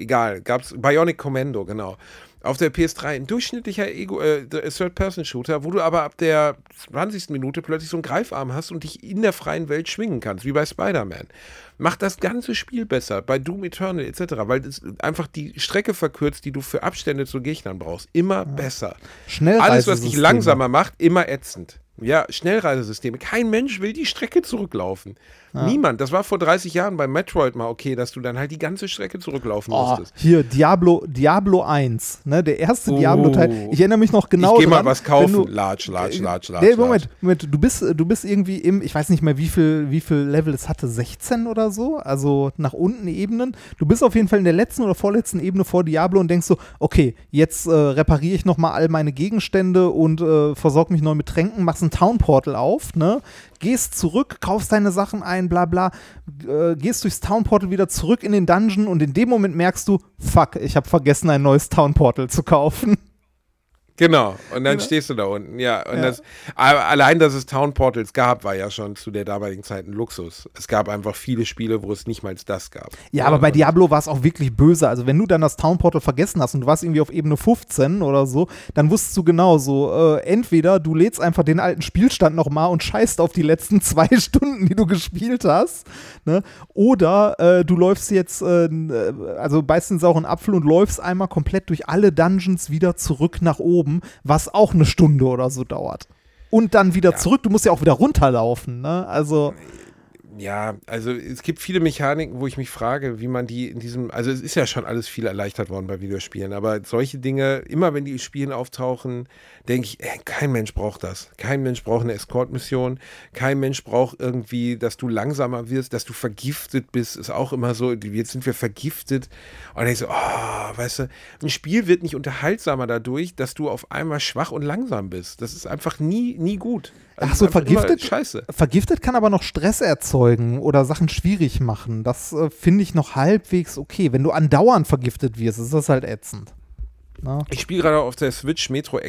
Commando, genau. Auf der PS3 ein durchschnittlicher Third-Person-Shooter, wo du aber ab der 20. Minute plötzlich so einen Greifarm hast und dich in der freien Welt schwingen kannst, wie bei Spider-Man. Macht das ganze Spiel besser, bei Doom Eternal etc., weil es einfach die Strecke verkürzt, die du für Abstände zu Gegnern brauchst. Immer besser. Alles, was dich langsamer macht, immer ätzend. Ja, Schnellreisesysteme. Kein Mensch will die Strecke zurücklaufen. Ja. Niemand. Das war vor 30 Jahren bei Metroid mal okay, dass du dann halt die ganze Strecke zurücklaufen musstest. Hier, Diablo 1, ne, der erste Diablo-Teil. Ich erinnere mich noch genau Ich gehe mal was kaufen. Latsch. Nee, Moment. Du bist irgendwie ich weiß nicht mehr, wie viel Level es hatte, 16 oder so, also nach unten Ebenen. Du bist auf jeden Fall in der letzten oder vorletzten Ebene vor Diablo und denkst so, okay, jetzt repariere ich nochmal all meine Gegenstände und versorge mich neu mit Tränken, machst ein Town-Portal auf, ne? Gehst zurück, kaufst deine Sachen ein, bla bla, gehst durchs Town-Portal wieder zurück in den Dungeon und in dem Moment merkst du, fuck, ich habe vergessen, ein neues Town-Portal zu kaufen. Genau, und dann stehst du da unten, allein, dass es Town Portals gab, war ja schon zu der damaligen Zeit ein Luxus. Es gab einfach viele Spiele, wo es nicht mal das gab. Ja, aber bei Diablo war es auch wirklich böse. Also wenn du dann das Town Portal vergessen hast und du warst irgendwie auf Ebene 15 oder so, dann wusstest du genau so, entweder du lädst einfach den alten Spielstand nochmal und scheißt auf die letzten 2 Stunden, die du gespielt hast, ne? Oder du läufst jetzt, also beißt den sauren Apfel und läufst einmal komplett durch alle Dungeons wieder zurück nach oben, was auch eine Stunde oder so dauert. Und dann wieder zurück, du musst ja auch wieder runterlaufen, ne? Also Ja, also es gibt viele Mechaniken, wo ich mich frage, wie man die in diesem, also es ist ja schon alles viel erleichtert worden bei Videospielen, aber solche Dinge, immer wenn die in Spielen auftauchen, denke ich, kein Mensch braucht das. Kein Mensch braucht eine Escort-Mission, kein Mensch braucht irgendwie, dass du langsamer wirst, dass du vergiftet bist, ist auch immer so, jetzt sind wir vergiftet und dann denke ich so, weißt du, ein Spiel wird nicht unterhaltsamer dadurch, dass du auf einmal schwach und langsam bist. Das ist einfach nie gut. Also ach so, vergiftet kann aber noch Stress erzeugen oder Sachen schwierig machen. Das finde ich noch halbwegs okay. Wenn du andauernd vergiftet wirst, ist das halt ätzend. Na? Ich spiele gerade auf der Switch Metro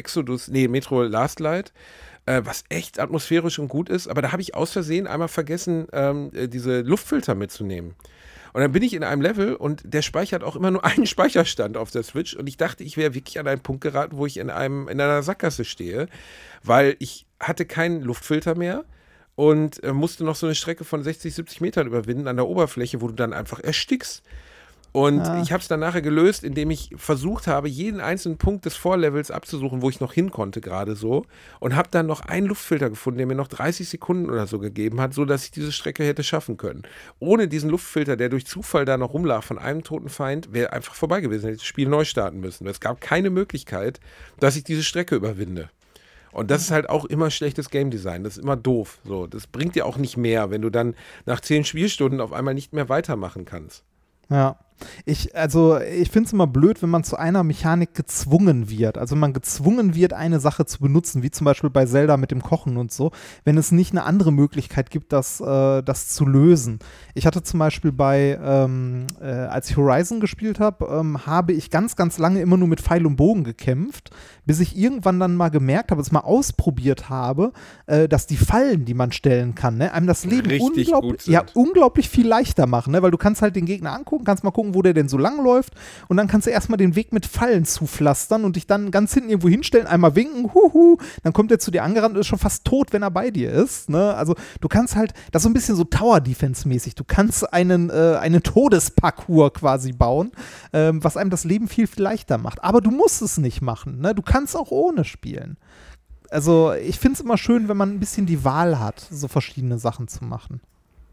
Last Light, was echt atmosphärisch und gut ist, aber da habe ich aus Versehen einmal vergessen, diese Luftfilter mitzunehmen. Und dann bin ich in einem Level und der speichert auch immer nur einen Speicherstand auf der Switch und ich dachte, ich wäre wirklich an einen Punkt geraten, wo ich in einer Sackgasse stehe, weil ich hatte keinen Luftfilter mehr und musste noch so eine Strecke von 60, 70 Metern überwinden an der Oberfläche, wo du dann einfach erstickst. Und ich habe es dann nachher gelöst, indem ich versucht habe, jeden einzelnen Punkt des Vorlevels abzusuchen, wo ich noch hin konnte gerade so. Und habe dann noch einen Luftfilter gefunden, der mir noch 30 Sekunden oder so gegeben hat, sodass ich diese Strecke hätte schaffen können. Ohne diesen Luftfilter, der durch Zufall da noch rumlag von einem toten Feind, wäre einfach vorbei gewesen, hätte ich das Spiel neu starten müssen. Es gab keine Möglichkeit, dass ich diese Strecke überwinde. Und das ist halt auch immer schlechtes Game Design. Das ist immer doof. So, das bringt dir auch nicht mehr, wenn du dann nach 10 Spielstunden auf einmal nicht mehr weitermachen kannst. Ja. Ich finde es immer blöd, wenn man zu einer Mechanik gezwungen wird. Also wenn man gezwungen wird, eine Sache zu benutzen, wie zum Beispiel bei Zelda mit dem Kochen und so, wenn es nicht eine andere Möglichkeit gibt, das zu lösen. Ich hatte zum Beispiel als ich Horizon gespielt habe, habe ich ganz, ganz lange immer nur mit Pfeil und Bogen gekämpft, bis ich irgendwann dann mal gemerkt habe, es mal ausprobiert habe, dass die Fallen, die man stellen kann, ne, einem das Leben unglaublich viel leichter machen, ne, weil du kannst halt den Gegner angucken, kannst mal gucken, wo der denn so lang läuft und dann kannst du erstmal den Weg mit Fallen zupflastern und dich dann ganz hinten irgendwo hinstellen, einmal winken, dann kommt er zu dir angerannt und ist schon fast tot, wenn er bei dir ist, ne, also du kannst halt, das ist so ein bisschen so Tower-Defense-mäßig, du kannst einen Todesparcours quasi bauen, was einem das Leben viel, viel leichter macht, aber du musst es nicht machen, ne, du kannst auch ohne spielen. Also ich finde es immer schön, wenn man ein bisschen die Wahl hat, so verschiedene Sachen zu machen.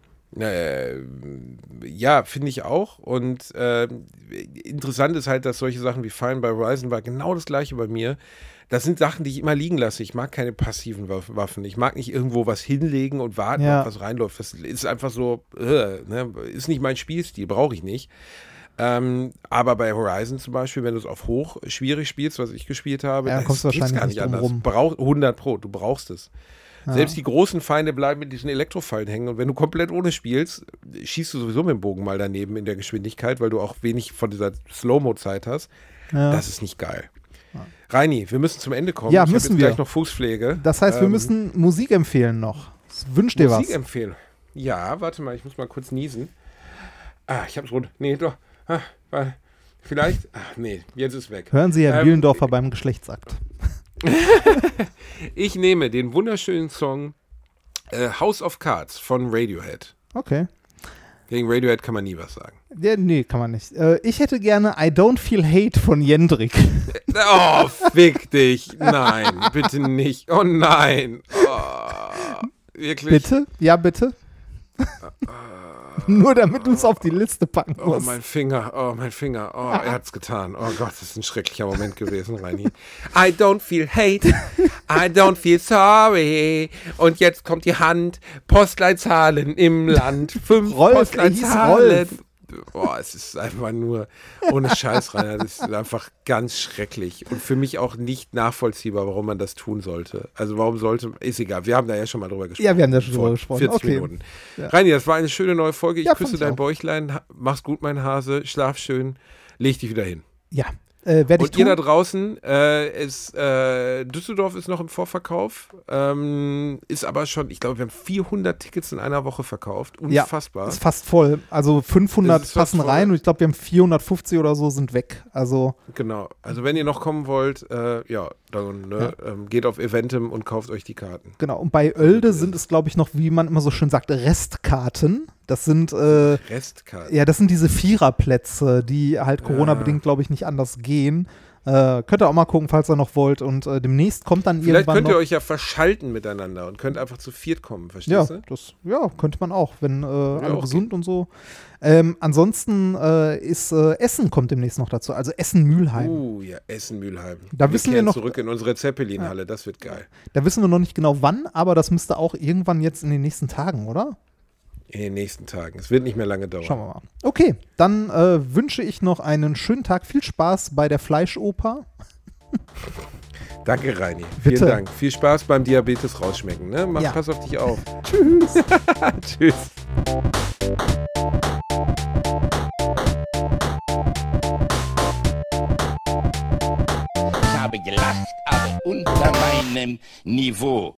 Ja, finde ich auch. Und interessant ist halt, dass solche Sachen wie Fallen bei Horizon war genau das gleiche bei mir. Das sind Sachen, die ich immer liegen lasse. Ich mag keine passiven Waffen. Ich mag nicht irgendwo was hinlegen und warten, ob was reinläuft. Das ist einfach so, ne? Ist nicht mein Spielstil, brauche ich nicht. Aber bei Horizon zum Beispiel, wenn du es auf hoch schwierig spielst, was ich gespielt habe, dann kommst du wahrscheinlich gar nicht anders. 100%, du brauchst es. Ja. Selbst die großen Feinde bleiben mit diesen Elektrofallen hängen und wenn du komplett ohne spielst, schießt du sowieso mit dem Bogen mal daneben in der Geschwindigkeit, weil du auch wenig von dieser Slow-Mo-Zeit hast. Ja. Das ist nicht geil. Ja. Reini, wir müssen zum Ende kommen. Ja, ich müssen jetzt wir. Gleich noch Fußpflege. Das heißt, wir müssen Musik empfehlen noch. Wünsch dir was. Musik empfehlen. Ja, warte mal, ich muss mal kurz niesen. Ich hab's rund. Nee, doch. Vielleicht. Nee, jetzt ist weg. Hören Sie Herrn Bielendorfer beim Geschlechtsakt. Ich nehme den wunderschönen Song House of Cards von Radiohead. Okay. Gegen Radiohead kann man nie was sagen. Ja, nee, kann man nicht. Ich hätte gerne I Don't Feel Hate von Jendrik. Oh, fick dich. Nein, bitte nicht. Oh nein. Oh, wirklich? Bitte? Ja, bitte. Nur damit du es auf die Liste packen musst. Oh, mein Finger. Oh, er hat's getan. Oh Gott, das ist ein schrecklicher Moment gewesen, Reini. I don't feel hate. I don't feel sorry. Und jetzt kommt die Hand. Postleitzahlen im Land. 5 Postleitzahlen. Boah, es ist einfach nur ohne Scheiß, Rainer. Das ist einfach ganz schrecklich und für mich auch nicht nachvollziehbar, warum man das tun sollte. Also warum sollte, ist egal, wir haben da ja schon mal drüber gesprochen. Ja, wir haben da schon drüber gesprochen. 40 Minuten. Ja. Reini, das war eine schöne neue Folge. Ich küsse dein Bäuchlein. Mach's gut, mein Hase. Schlaf schön. Leg dich wieder hin. Ja. Und ihr da draußen, Düsseldorf ist noch im Vorverkauf, ist aber schon, ich glaube, wir haben 400 Tickets in einer Woche verkauft. Unfassbar. Ja, ist fast voll. Also 500 passen rein und ich glaube, wir haben 450 oder so sind weg. Also genau. Also wenn ihr noch kommen wollt, dann geht auf Eventim und kauft euch die Karten. Genau. Und bei Oelde sind es, glaube ich, noch, wie man immer so schön sagt, Restkarten. Das sind Restkarten. Ja, das sind diese Viererplätze, die halt Corona-bedingt, glaube ich, nicht anders gehen. Könnt ihr auch mal gucken, falls ihr noch wollt. Und demnächst kommt dann Vielleicht irgendwann könnt ihr noch, euch ja verschalten miteinander und könnt einfach zu viert kommen, verstehst du? Ja, könnte man auch, wenn alle gesund und so. Ansonsten ist Essen kommt demnächst noch dazu, also Essen-Mülheim. Ja, Essen-Mülheim. Da wissen wir noch zurück in unsere Zeppelin-Halle, das wird geil. Da wissen wir noch nicht genau wann, aber das müsste auch irgendwann jetzt in den nächsten Tagen, oder? In den nächsten Tagen. Es wird nicht mehr lange dauern. Schauen wir mal. Okay, dann wünsche ich noch einen schönen Tag. Viel Spaß bei der Fleischoper. Danke, Reini. Bitte. Vielen Dank. Viel Spaß beim Diabetes rausschmecken. Ne? Pass auf dich auf. Tschüss. Tschüss. Ich habe gelacht, aber unter meinem Niveau.